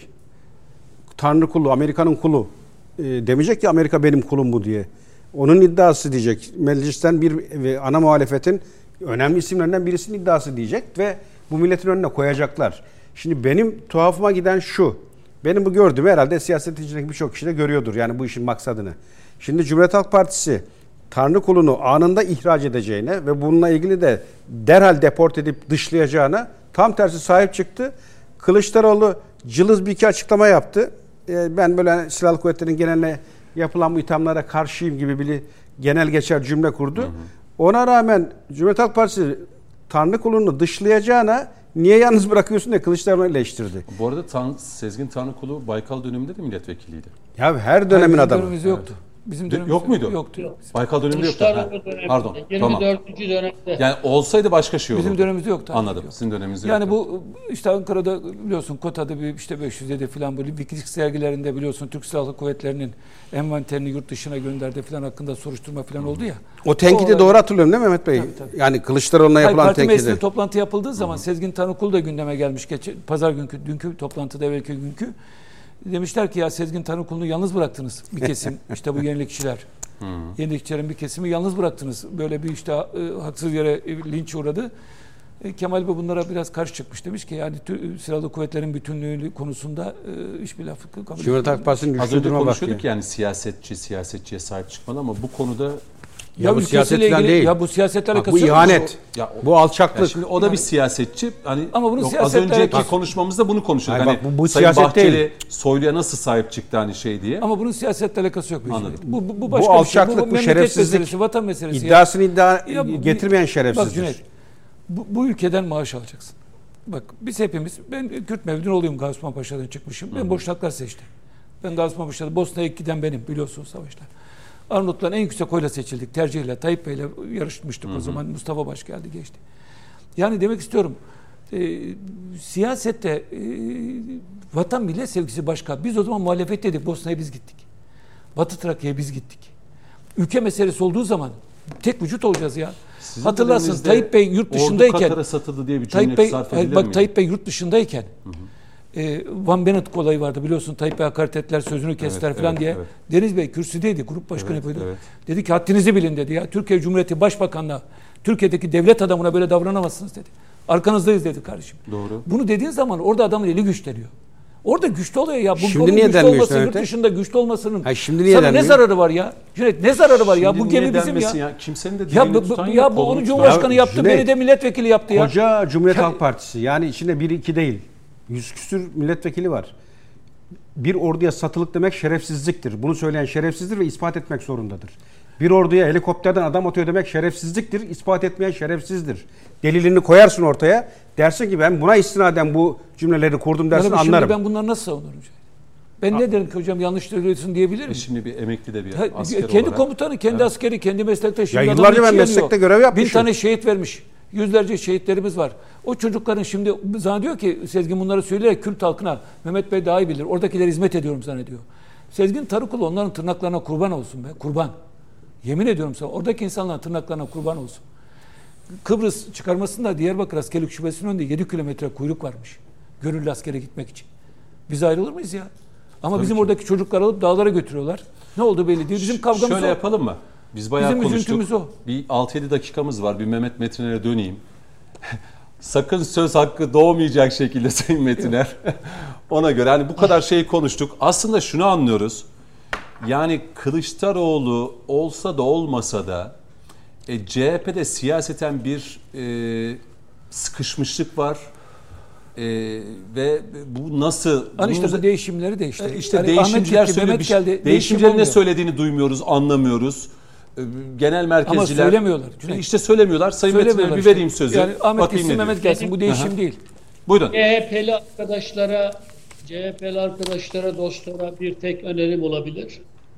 Tanrı kulu, Amerika'nın kulu. E, demeyecek ki Amerika benim kulum bu diye. Onun iddiası diyecek. Meclisten bir ve ana muhalefetin önemli isimlerinden birisinin iddiası diyecek ve bu milletin önüne koyacaklar. Şimdi benim tuhafıma giden şu. Benim bu gördüğüm herhalde siyasetin içindeki birçok kişi de görüyordur. Yani bu işin maksadını. Şimdi Cumhuriyet Halk Partisi Tanrı kulunu anında ihraç edeceğine ve bununla ilgili de derhal deport edip dışlayacağına tam tersi sahip çıktı. Kılıçdaroğlu cılız bir iki açıklama yaptı. Ee, ben böyle silahlı kuvvetlerin geneline yapılan bu ithamlara karşıyım gibi bir genel geçer cümle kurdu. Hı hı. Ona rağmen Cumhuriyet Halk Partisi Tanrı kulunu dışlayacağına niye yalnız bırakıyorsun diye Kılıçdaroğlu eleştirdi. Bu arada Tan Sezgin Tanrıkulu Baykal döneminde de milletvekiliydi. Ya her dönemin Hayır, adamı. Dönemimizde yoktu. Bizim dönemimizde yok muydu? Yoktu. Yok. Baykal döneminde yoktu. Ha, pardon. yirmi dördüncü Tamam. dönemde. Yani olsaydı başka şey olurdu. Bizim dönemimizde yoktu. Anladım. Yok. Sizin döneminizde yani yoktu. bu işte Ankara'da biliyorsun Kota'da bir işte beş yüz yedi falan böyle Wikileaks sergilerinde biliyorsun Türk Silahlı Kuvvetleri'nin envanterini yurt dışına gönderdi falan hakkında soruşturma falan oldu ya. O tenkidi o doğru hatırlıyorum değil mi Mehmet Bey? Tabii, tabii. Yani Kılıçdaroğlu'na yapılan Hayır, parti tenkidi. meclisi toplantı yapıldığı zaman Hı-hı. Sezgin Tanrıkulu da gündeme gelmiş. Geç, pazar günkü, dünkü toplantıda evvelki günkü. Demişler ki ya Sezgin Tanrıkulu'nu yalnız bıraktınız bir kesim. işte bu yenilikçiler. Hmm. Yenilikçilerin bir kesimi yalnız bıraktınız. Böyle bir işte e, haksız yere e, linç uğradı. E, Kemal Bey bunlara biraz karşı çıkmış. Demiş ki yani tü, silahlı kuvvetlerin bütünlüğü konusunda e, hiçbir lafı kabul etmiyor. Cumhuriyet Halk Partisi'nin güçlü duruma konuşuyorduk yani siyasetçi siyasetçiye sahip çıkmalı ama bu konuda Ya, ya bu siyaset falan değil. Ya bu siyasetle alakası yok. Bu ihanet. Ya, bu alçaklık. Şimdi o da yani, bir siyasetçi. Hani ama bunu yok, az önceki bak, konuşmamızda bunu konuşuyorduk. Hayır, hani bak, bu, bu Sayın siyaset Bahçeli değil. Soylu'ya nasıl sahip çıktı hani şey diye. Ama bunun siyasetle alakası yok. Anladım. Bu, bu, bu başka bu alçaklık, bir şey. Bu, bu şerefsizlik. Meselesi, vatan meselesi. İddiasını iddia ya, getirmeyen şerefsizdir. Bak Cüneyt, bu, bu ülkeden maaş alacaksın. Bak biz hepimiz, ben Kürt Mevdunoğlu'yum, Gazi Osman Paşa'dan çıkmışım. Ben boşnaklar seçtim. Ben Gazi Osman Paşa'da Bosna'ya giden benim biliyorsunuz savaşlar. Arnavutların en yüksek oyla seçildik tercihle. Tayyip Bey'le yarışmıştık hı hı. o zaman. Mustafa Baş geldi geçti. Yani demek istiyorum e, siyasette e, vatan millet sevgisi başka. Biz o zaman muhalefet dedik. Bosna'ya biz gittik. Batı Trakya'ya biz gittik. Ülke meselesi olduğu zaman tek vücut olacağız ya. Sizin hatırlarsın Tayyip Bey yurt dışındayken Ordu Katar'a satıldı diye bir Tayyip Bey, sarf edilir bak mi? Tayyip Bey yurt dışındayken hı hı. E, Van Bennett olayı vardı biliyorsun. Tayyip Bey hakaret ettiler, sözünü kestiler evet, falan evet, diye. Evet. Deniz Bey kürsüdeydi, grup başkanı evet, yapıyordu. Evet. Dedi ki haddinizi bilin dedi ya. Türkiye Cumhuriyeti Başbakanı'na, Türkiye'deki devlet adamına böyle davranamazsınız dedi. Arkanızdayız dedi kardeşim. Doğru. Bunu dediğin zaman orada adamın eli güçleniyor. Orada güçlü oluyor ya. Bu şimdi niye güçlü olması, işte, yurt dışında güçlü olmasının ha, şimdi niye sana denmiyor? ne zararı var ya? Cüneyt ne zararı var ya? Şimdi Bu gemi bizim ya. ya. Kimsenin de ya bu, bu, ya bu onu Cumhurbaşkanı yaptı, Cüneyt, beni de milletvekili yaptı ya. Koca Cumhuriyet Halk Partisi yani içinde bir iki değil. Yüz küsür milletvekili var. Bir orduya satılık demek şerefsizliktir. Bunu söyleyen şerefsizdir ve ispat etmek zorundadır. Bir orduya helikopterden adam atıyor demek şerefsizliktir. İspat etmeyen şerefsizdir. Delilini koyarsın ortaya. Dersin ki ben buna istinaden bu cümleleri kurdum dersin yani anlarım. Şimdi ben bunları nasıl savunurum? Ben ne derim ki hocam yanlış söylüyorsun diyebilir miyim? E şimdi bir emekli de bir Ha, asker kendi olarak. komutanı, kendi Evet. askeri, kendi meslektaşı. Ya Bir yıllarca adamın ben içi meslekte yanıyor. görev Bin yapmışım. tane şehit vermiş. Yüzlerce şehitlerimiz var. O çocukların şimdi zannediyor ki Sezgin bunları söyleyerek Kürt halkına, Mehmet Bey daha iyi bilir. Oradakiler hizmet ediyorum zannediyor. Sezgin Tarıkulu onların tırnaklarına kurban olsun be. Kurban. Yemin ediyorum sana. Oradaki insanların tırnaklarına kurban olsun. Kıbrıs çıkarmasında Diyarbakır Askerlik Şubesi'nin önünde yedi kilometre kuyruk varmış. Gönüllü askere gitmek için. Biz ayrılır mıyız ya? Ama Tabii bizim ki. oradaki çocukları alıp dağlara götürüyorlar. Ne oldu belli değil. Bizim kavgamız Şöyle o. yapalım mı? Biz bayağı Bizim konuştuk. üzüntümüz o. Bir altı yedi dakikamız var. Bir Mehmet Metiner'e döneyim. Sakın söz hakkı doğmayacak şekilde Sayın Metiner. Ona göre hani bu kadar şeyi konuştuk. Aslında şunu anlıyoruz. Yani Kılıçdaroğlu olsa da olmasa da e, C H P'de siyaseten bir e, sıkışmışlık var. E, ve bu nasıl? Hani işte bunun- bu değişimleri de işte. E, İşte Yani değişimciler Ahmet gitti, söylüyor. Mehmet Bir şey- geldi. değişim Değişimcilerin ne olmuyor. söylediğini duymuyoruz, anlamıyoruz. E, Genel merkezciler... söylemiyorlar, Cüneyt. İşte söylemiyorlar. Sayın Metin'e Söylemiyorlar bir işte. vereyim sözü. Yani Ahmet Bakayım gitsin, ne Mehmet diyor. gelsin. Bu değişim Aha. değil. Buyurun. C H P'li arkadaşlara, C H P'li arkadaşlara, dostlara bir tek önerim olabilir.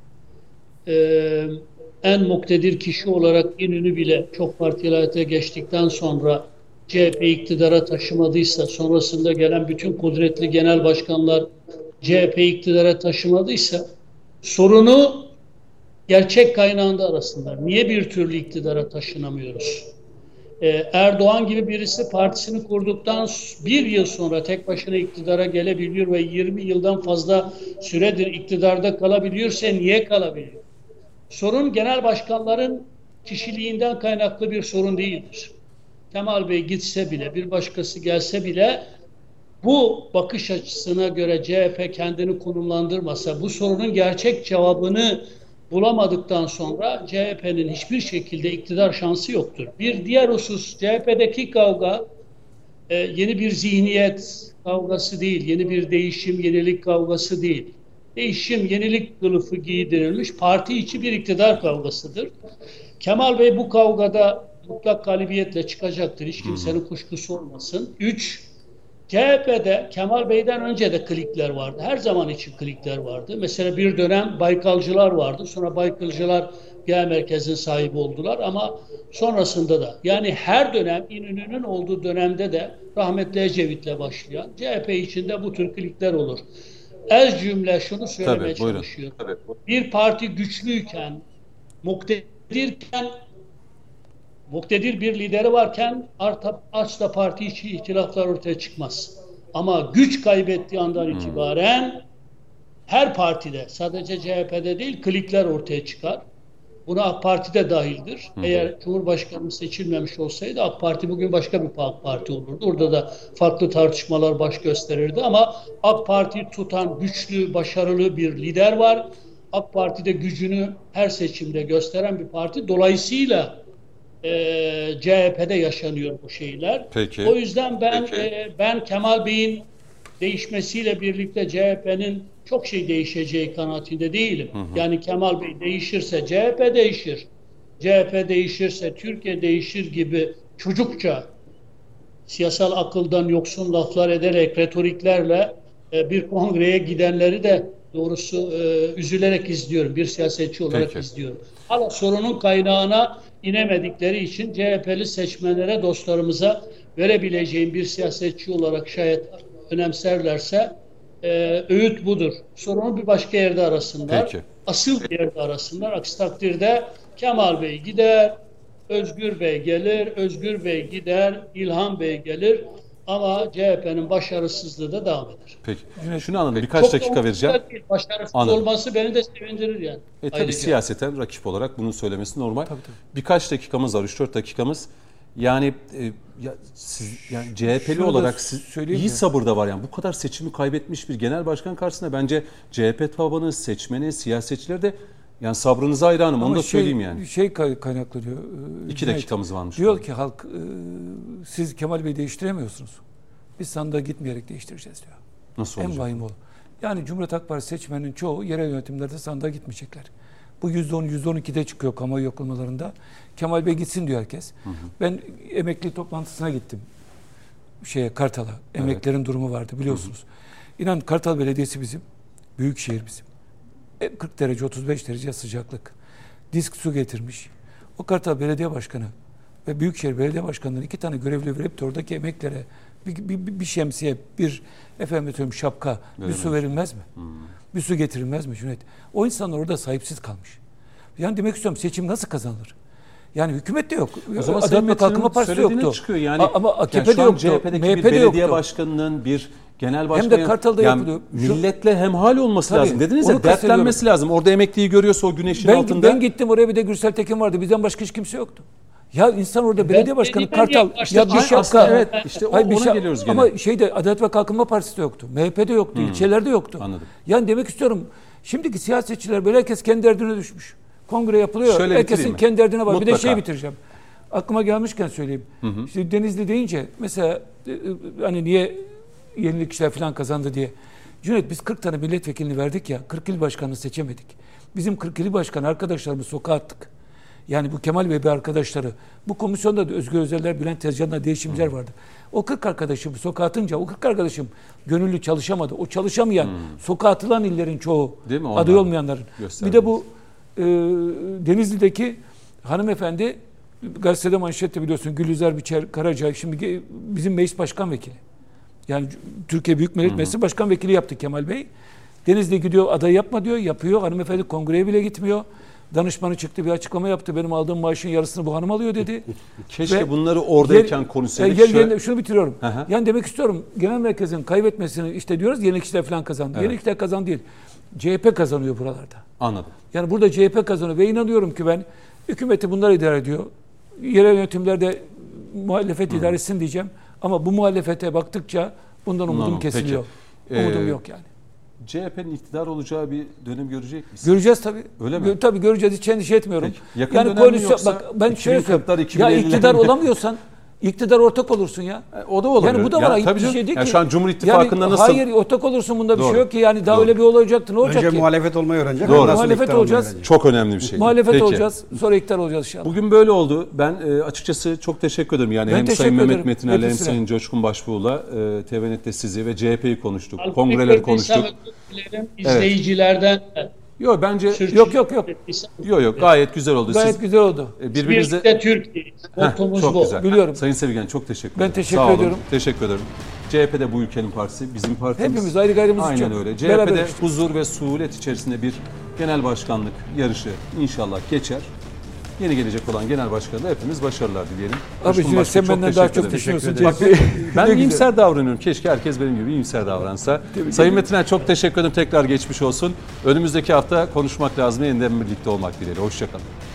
Ee, en muktedir kişi olarak İnönü bile çok partili hayata geçtikten sonra C H P iktidara taşımadıysa, sonrasında gelen bütün kudretli genel başkanlar C H P iktidara taşımadıysa, sorunu gerçek kaynağında arasınlar. Niye bir türlü iktidara taşınamıyoruz? Ee, Erdoğan gibi birisi partisini kurduktan bir yıl sonra tek başına iktidara gelebiliyor ve yirmi yıldan fazla süredir iktidarda kalabiliyorsa niye kalabiliyor? Sorun genel başkanların kişiliğinden kaynaklı bir sorun değildir. Kemal Bey gitse bile, bir başkası gelse bile bu bakış açısına göre C H P kendini konumlandırmasa, bu sorunun gerçek cevabını bulamadıktan sonra C H P'nin hiçbir şekilde iktidar şansı yoktur. Bir diğer husus, C H P'deki kavga e, yeni bir zihniyet kavgası değil, yeni bir değişim, yenilik kavgası değil. Değişim, yenilik kılıfı giydirilmiş parti içi bir iktidar kavgasıdır. Kemal Bey bu kavgada mutlak galibiyetle çıkacaktır. Hiç kimsenin kuşkusu olmasın. Üç, C H P'de Kemal Bey'den önce de klikler vardı. Her zaman için klikler vardı. Mesela bir dönem Baykalcılar vardı. Sonra Baykalcılar genel merkezin sahibi oldular ama sonrasında da yani her dönem İnönü'nün olduğu dönemde de rahmetli Ecevit'le başlayan C H P içinde bu tür klikler olur. Ez cümle şunu söylemeye Tabii, buyurun. çalışıyorum. Tabii. Bir parti güçlüyken, muktedirken, muktedir bir lideri varken asla parti içi ihtilaflar ortaya çıkmaz. Ama güç kaybettiği andan Hmm. itibaren her partide, sadece C H P'de değil, klikler ortaya çıkar. Buna AK Parti de dahildir. Hmm. Eğer Cumhurbaşkanı seçilmemiş olsaydı AK Parti bugün başka bir parti olurdu. Orada da farklı tartışmalar baş gösterirdi ama AK Parti'yi tutan güçlü, başarılı bir lider var. AK Parti'de gücünü her seçimde gösteren bir parti. Dolayısıyla e, C H P'de yaşanıyor bu şeyler. Peki. O yüzden ben Peki. e, ben Kemal Bey'in değişmesiyle birlikte C H P'nin çok şey değişeceği kanaatinde değilim. Hı hı. Yani Kemal Bey değişirse C H P değişir. C H P değişirse Türkiye değişir gibi çocukça siyasal akıldan yoksun laflar ederek, retoriklerle e, bir kongreye gidenleri de doğrusu e, üzülerek izliyorum. Bir siyasetçi olarak Peki. izliyorum. Hala sorunun kaynağına inemedikleri için C H P'li seçmenlere, dostlarımıza verebileceğim bir siyasetçi olarak şayet önemserlerse e, öğüt budur. Sorunu bir başka yerde arasınlar. Peki. Asıl bir yerde arasınlar. Aksi takdirde Kemal Bey gider, Özgür Bey gelir, Özgür Bey gider, İlhan Bey gelir ama C H P'nin başarısızlığı da devam eder. Peki. Şunu anladım. Birkaç Çok da dakika vereceğim. değil. Başarısız Anladım. olması beni de sevindirir yani. E tabii Ayrıca. siyaseten rakip olarak bunun söylemesi normal. Tabii, tabii. Birkaç dakikamız var, üç dört dakikamız. Yani e, ya siz yani C H P'li Şunu da olarak siz söyleyeyim iyi mi? sabır da var yani. Bu kadar seçimi kaybetmiş bir genel başkan karşısında bence C H P tabanı, seçmeni, siyasetçiler de yani sabrınıza hayranım. Onu Ama da şey, söyleyeyim yani. Şey kay- kaynaklı diyor. e, İki Cüneyt. dakikamız varmış. Diyor ki halk e, siz Kemal Bey'i değiştiremiyorsunuz. Biz sandığa gitmeyerek değiştireceğiz diyor. Nasıl En olacak? vahim o. Yani Cumhuriyet Halk Partisi seçmeninin çoğu yerel yönetimlerde sandığa gitmeyecekler. Bu yüzde on, yüzde on ikide çıkıyor kamuoyu yoklamalarında. Kemal Bey gitsin diyor herkes. Hı hı. Ben emekli toplantısına gittim. Şeye Kartal'a. Emeklilerin evet. durumu vardı biliyorsunuz. Hı hı. İnan Kartal Belediyesi bizim. Büyük şehir bizim. E, kırk derece, otuz beş derece sıcaklık. Disk su getirmiş. O Kartal Belediye Başkanı ve Büyükşehir Belediye Başkanı'nın iki tane görevli verip de oradaki emeklere bir, bir, bir şemsiye, bir efendim söyleyeyim şapka, verilmez. Bir su verilmez mi? Hmm. Bir su getirilmez mi Cüneyt? O insanlar orada sahipsiz kalmış. Yani demek istiyorum, seçim nasıl kazanılır? Yani hükümet de yok. O zaman Adalet ve Kalkınma Partisi yoktu. Çıkıyor. Yani, A, ama A K P'de yani yoktu. C H P'deki M H P'de bir belediye yoktu. başkanının, bir genel başkan, hem de Kartal'da yani yapılıyor. Milletle hemhal olması Tabii, lazım. Dediniz ya, dertlenmesi lazım. Orada emekliyi görüyorsa o güneşin ben, altında. Ben gittim oraya, bir de Gürsel Tekin vardı. Bizden başka hiç kimse yoktu. Ya insan orada belediye başkanı ben Kartal ya bir şapka, evet, işte o, hayır, bir ona şap, geliyoruz gene. ama şeyde Adalet ve Kalkınma Partisi de yoktu. M H P'de yoktu, hmm. ilçelerde yoktu. Anladım. Yani demek istiyorum, şimdiki siyasetçiler böyle, herkes kendi derdine düşmüş. Kongre yapılıyor. Şöyle herkesin kendi derdine var. Mutlaka. Bir de şey bitireceğim. Aklıma gelmişken söyleyeyim. Hı hı. İşte Denizli deyince mesela hani niye Yenilik İşler falan kazandı diye. Cüneyt, biz kırk tane milletvekilini verdik ya, kırk il başkanını seçemedik. Bizim kırk il başkanı arkadaşlarımızı sokağa attık. Yani bu Kemal Bey ve arkadaşları, bu komisyonda da Özgür Özeller, Bülent Tezcan'la değişimciler vardı. O kırk arkadaşımı sokağa atınca, o kırk arkadaşım gönüllü çalışamadı. O çalışamayan, hmm. sokağa atılan illerin çoğu, aday olmayanların. Bir de bu e, Denizli'deki hanımefendi, gazetede manşette biliyorsun, Gülizar Biçer Karaca, şimdi bizim meclis başkan vekili. Yani Türkiye Büyük Millet Meclisi başkan vekili yaptı Kemal Bey. Denizli'ye gidiyor, aday yapma diyor, yapıyor. Hanımefendi kongreye bile gitmiyor. Danışmanı çıktı, bir açıklama yaptı. Benim aldığım maaşın yarısını bu hanım alıyor dedi. Keşke Ve bunları oradayken yer, konuşsaydık. Yer, şöyle... Şunu bitiriyorum. Aha. Yani demek istiyorum, genel merkezin kaybetmesini, işte diyoruz Yenilik İşler falan kazandı. Evet. Yenilik İşler kazandı değil. C H P kazanıyor buralarda. Anladım. Yani burada C H P kazanıyor ve inanıyorum ki ben, hükümeti bunlar idare ediyor. Yerel yönetimlerde muhalefet Hı. idare etsin diyeceğim. Ama bu muhalefete baktıkça bundan umudum Anladım. kesiliyor. Peki. Umudum ee, yok yani. C H P'nin iktidar olacağı bir dönem görecek misiniz? Göreceğiz tabii. Öyle mi? Gö- tabii göreceğiz. Hiç endişe etmiyorum. Peki. Yakın yani dönem mi yoksa bak, ben şöyle söyleyeyim. Ya iktidar olamıyorsan iktidar ortak olursun ya. E, o da olabilir. Yani bu da ya, var. Ayıp tabii bir canım. şey değil yani ki. şu an Cumhur İttifakı'nda yani, nasıl? Hayır, ortak olursun, bunda bir Doğru. şey yok ki. Yani daha Doğru. öyle bir olacaktı. Ne olacak Önce ki? muhalefet olmayı öğrenecek. Doğru. Muhalefet olacağız. Çok önemli bir şey. Muhalefet Peki. olacağız. Sonra iktidar olacağız inşallah. Bugün böyle oldu. Ben e, açıkçası çok teşekkür ederim. Yani ben hem Sayın Mehmet ederim. Metiner'le hem Sayın Coşkun Başbuğ'la e, T V Net'te sizi ve C H P'yi konuştuk. Halbuki kongreleri konuştuk. İzleyicilerden evet. Yok bence yok yok yok. Yok yok gayet güzel oldu. Gayet Siz, güzel oldu. Birbirinizle Birlikte Türkiye'yiz. Mottomuz çok bu. güzel. Biliyorum. Sayın Sevigen çok teşekkür ederim. Ben teşekkür Sağ olun. ediyorum. Teşekkür ederim. C H P de bu ülkenin partisi, bizim partimiz. Hepimiz ayrı gayrımız Aynen çok. öyle. C H P'de huzur ve suhulet içerisinde bir genel başkanlık yarışı inşallah geçer. Yeni gelecek olan genel başkanı da hepimiz başarılar dileyelim. Abi şimdi sen benden daha çok düşünüyorsun. Bak, ben iyimser davranıyorum. Keşke herkes benim gibi iyimser davransa. Tabii, Sayın Metiner çok teşekkür ederim. Tekrar geçmiş olsun. Önümüzdeki hafta konuşmak lazım. Yeniden birlikte olmak dileğiyle. Hoşçakalın.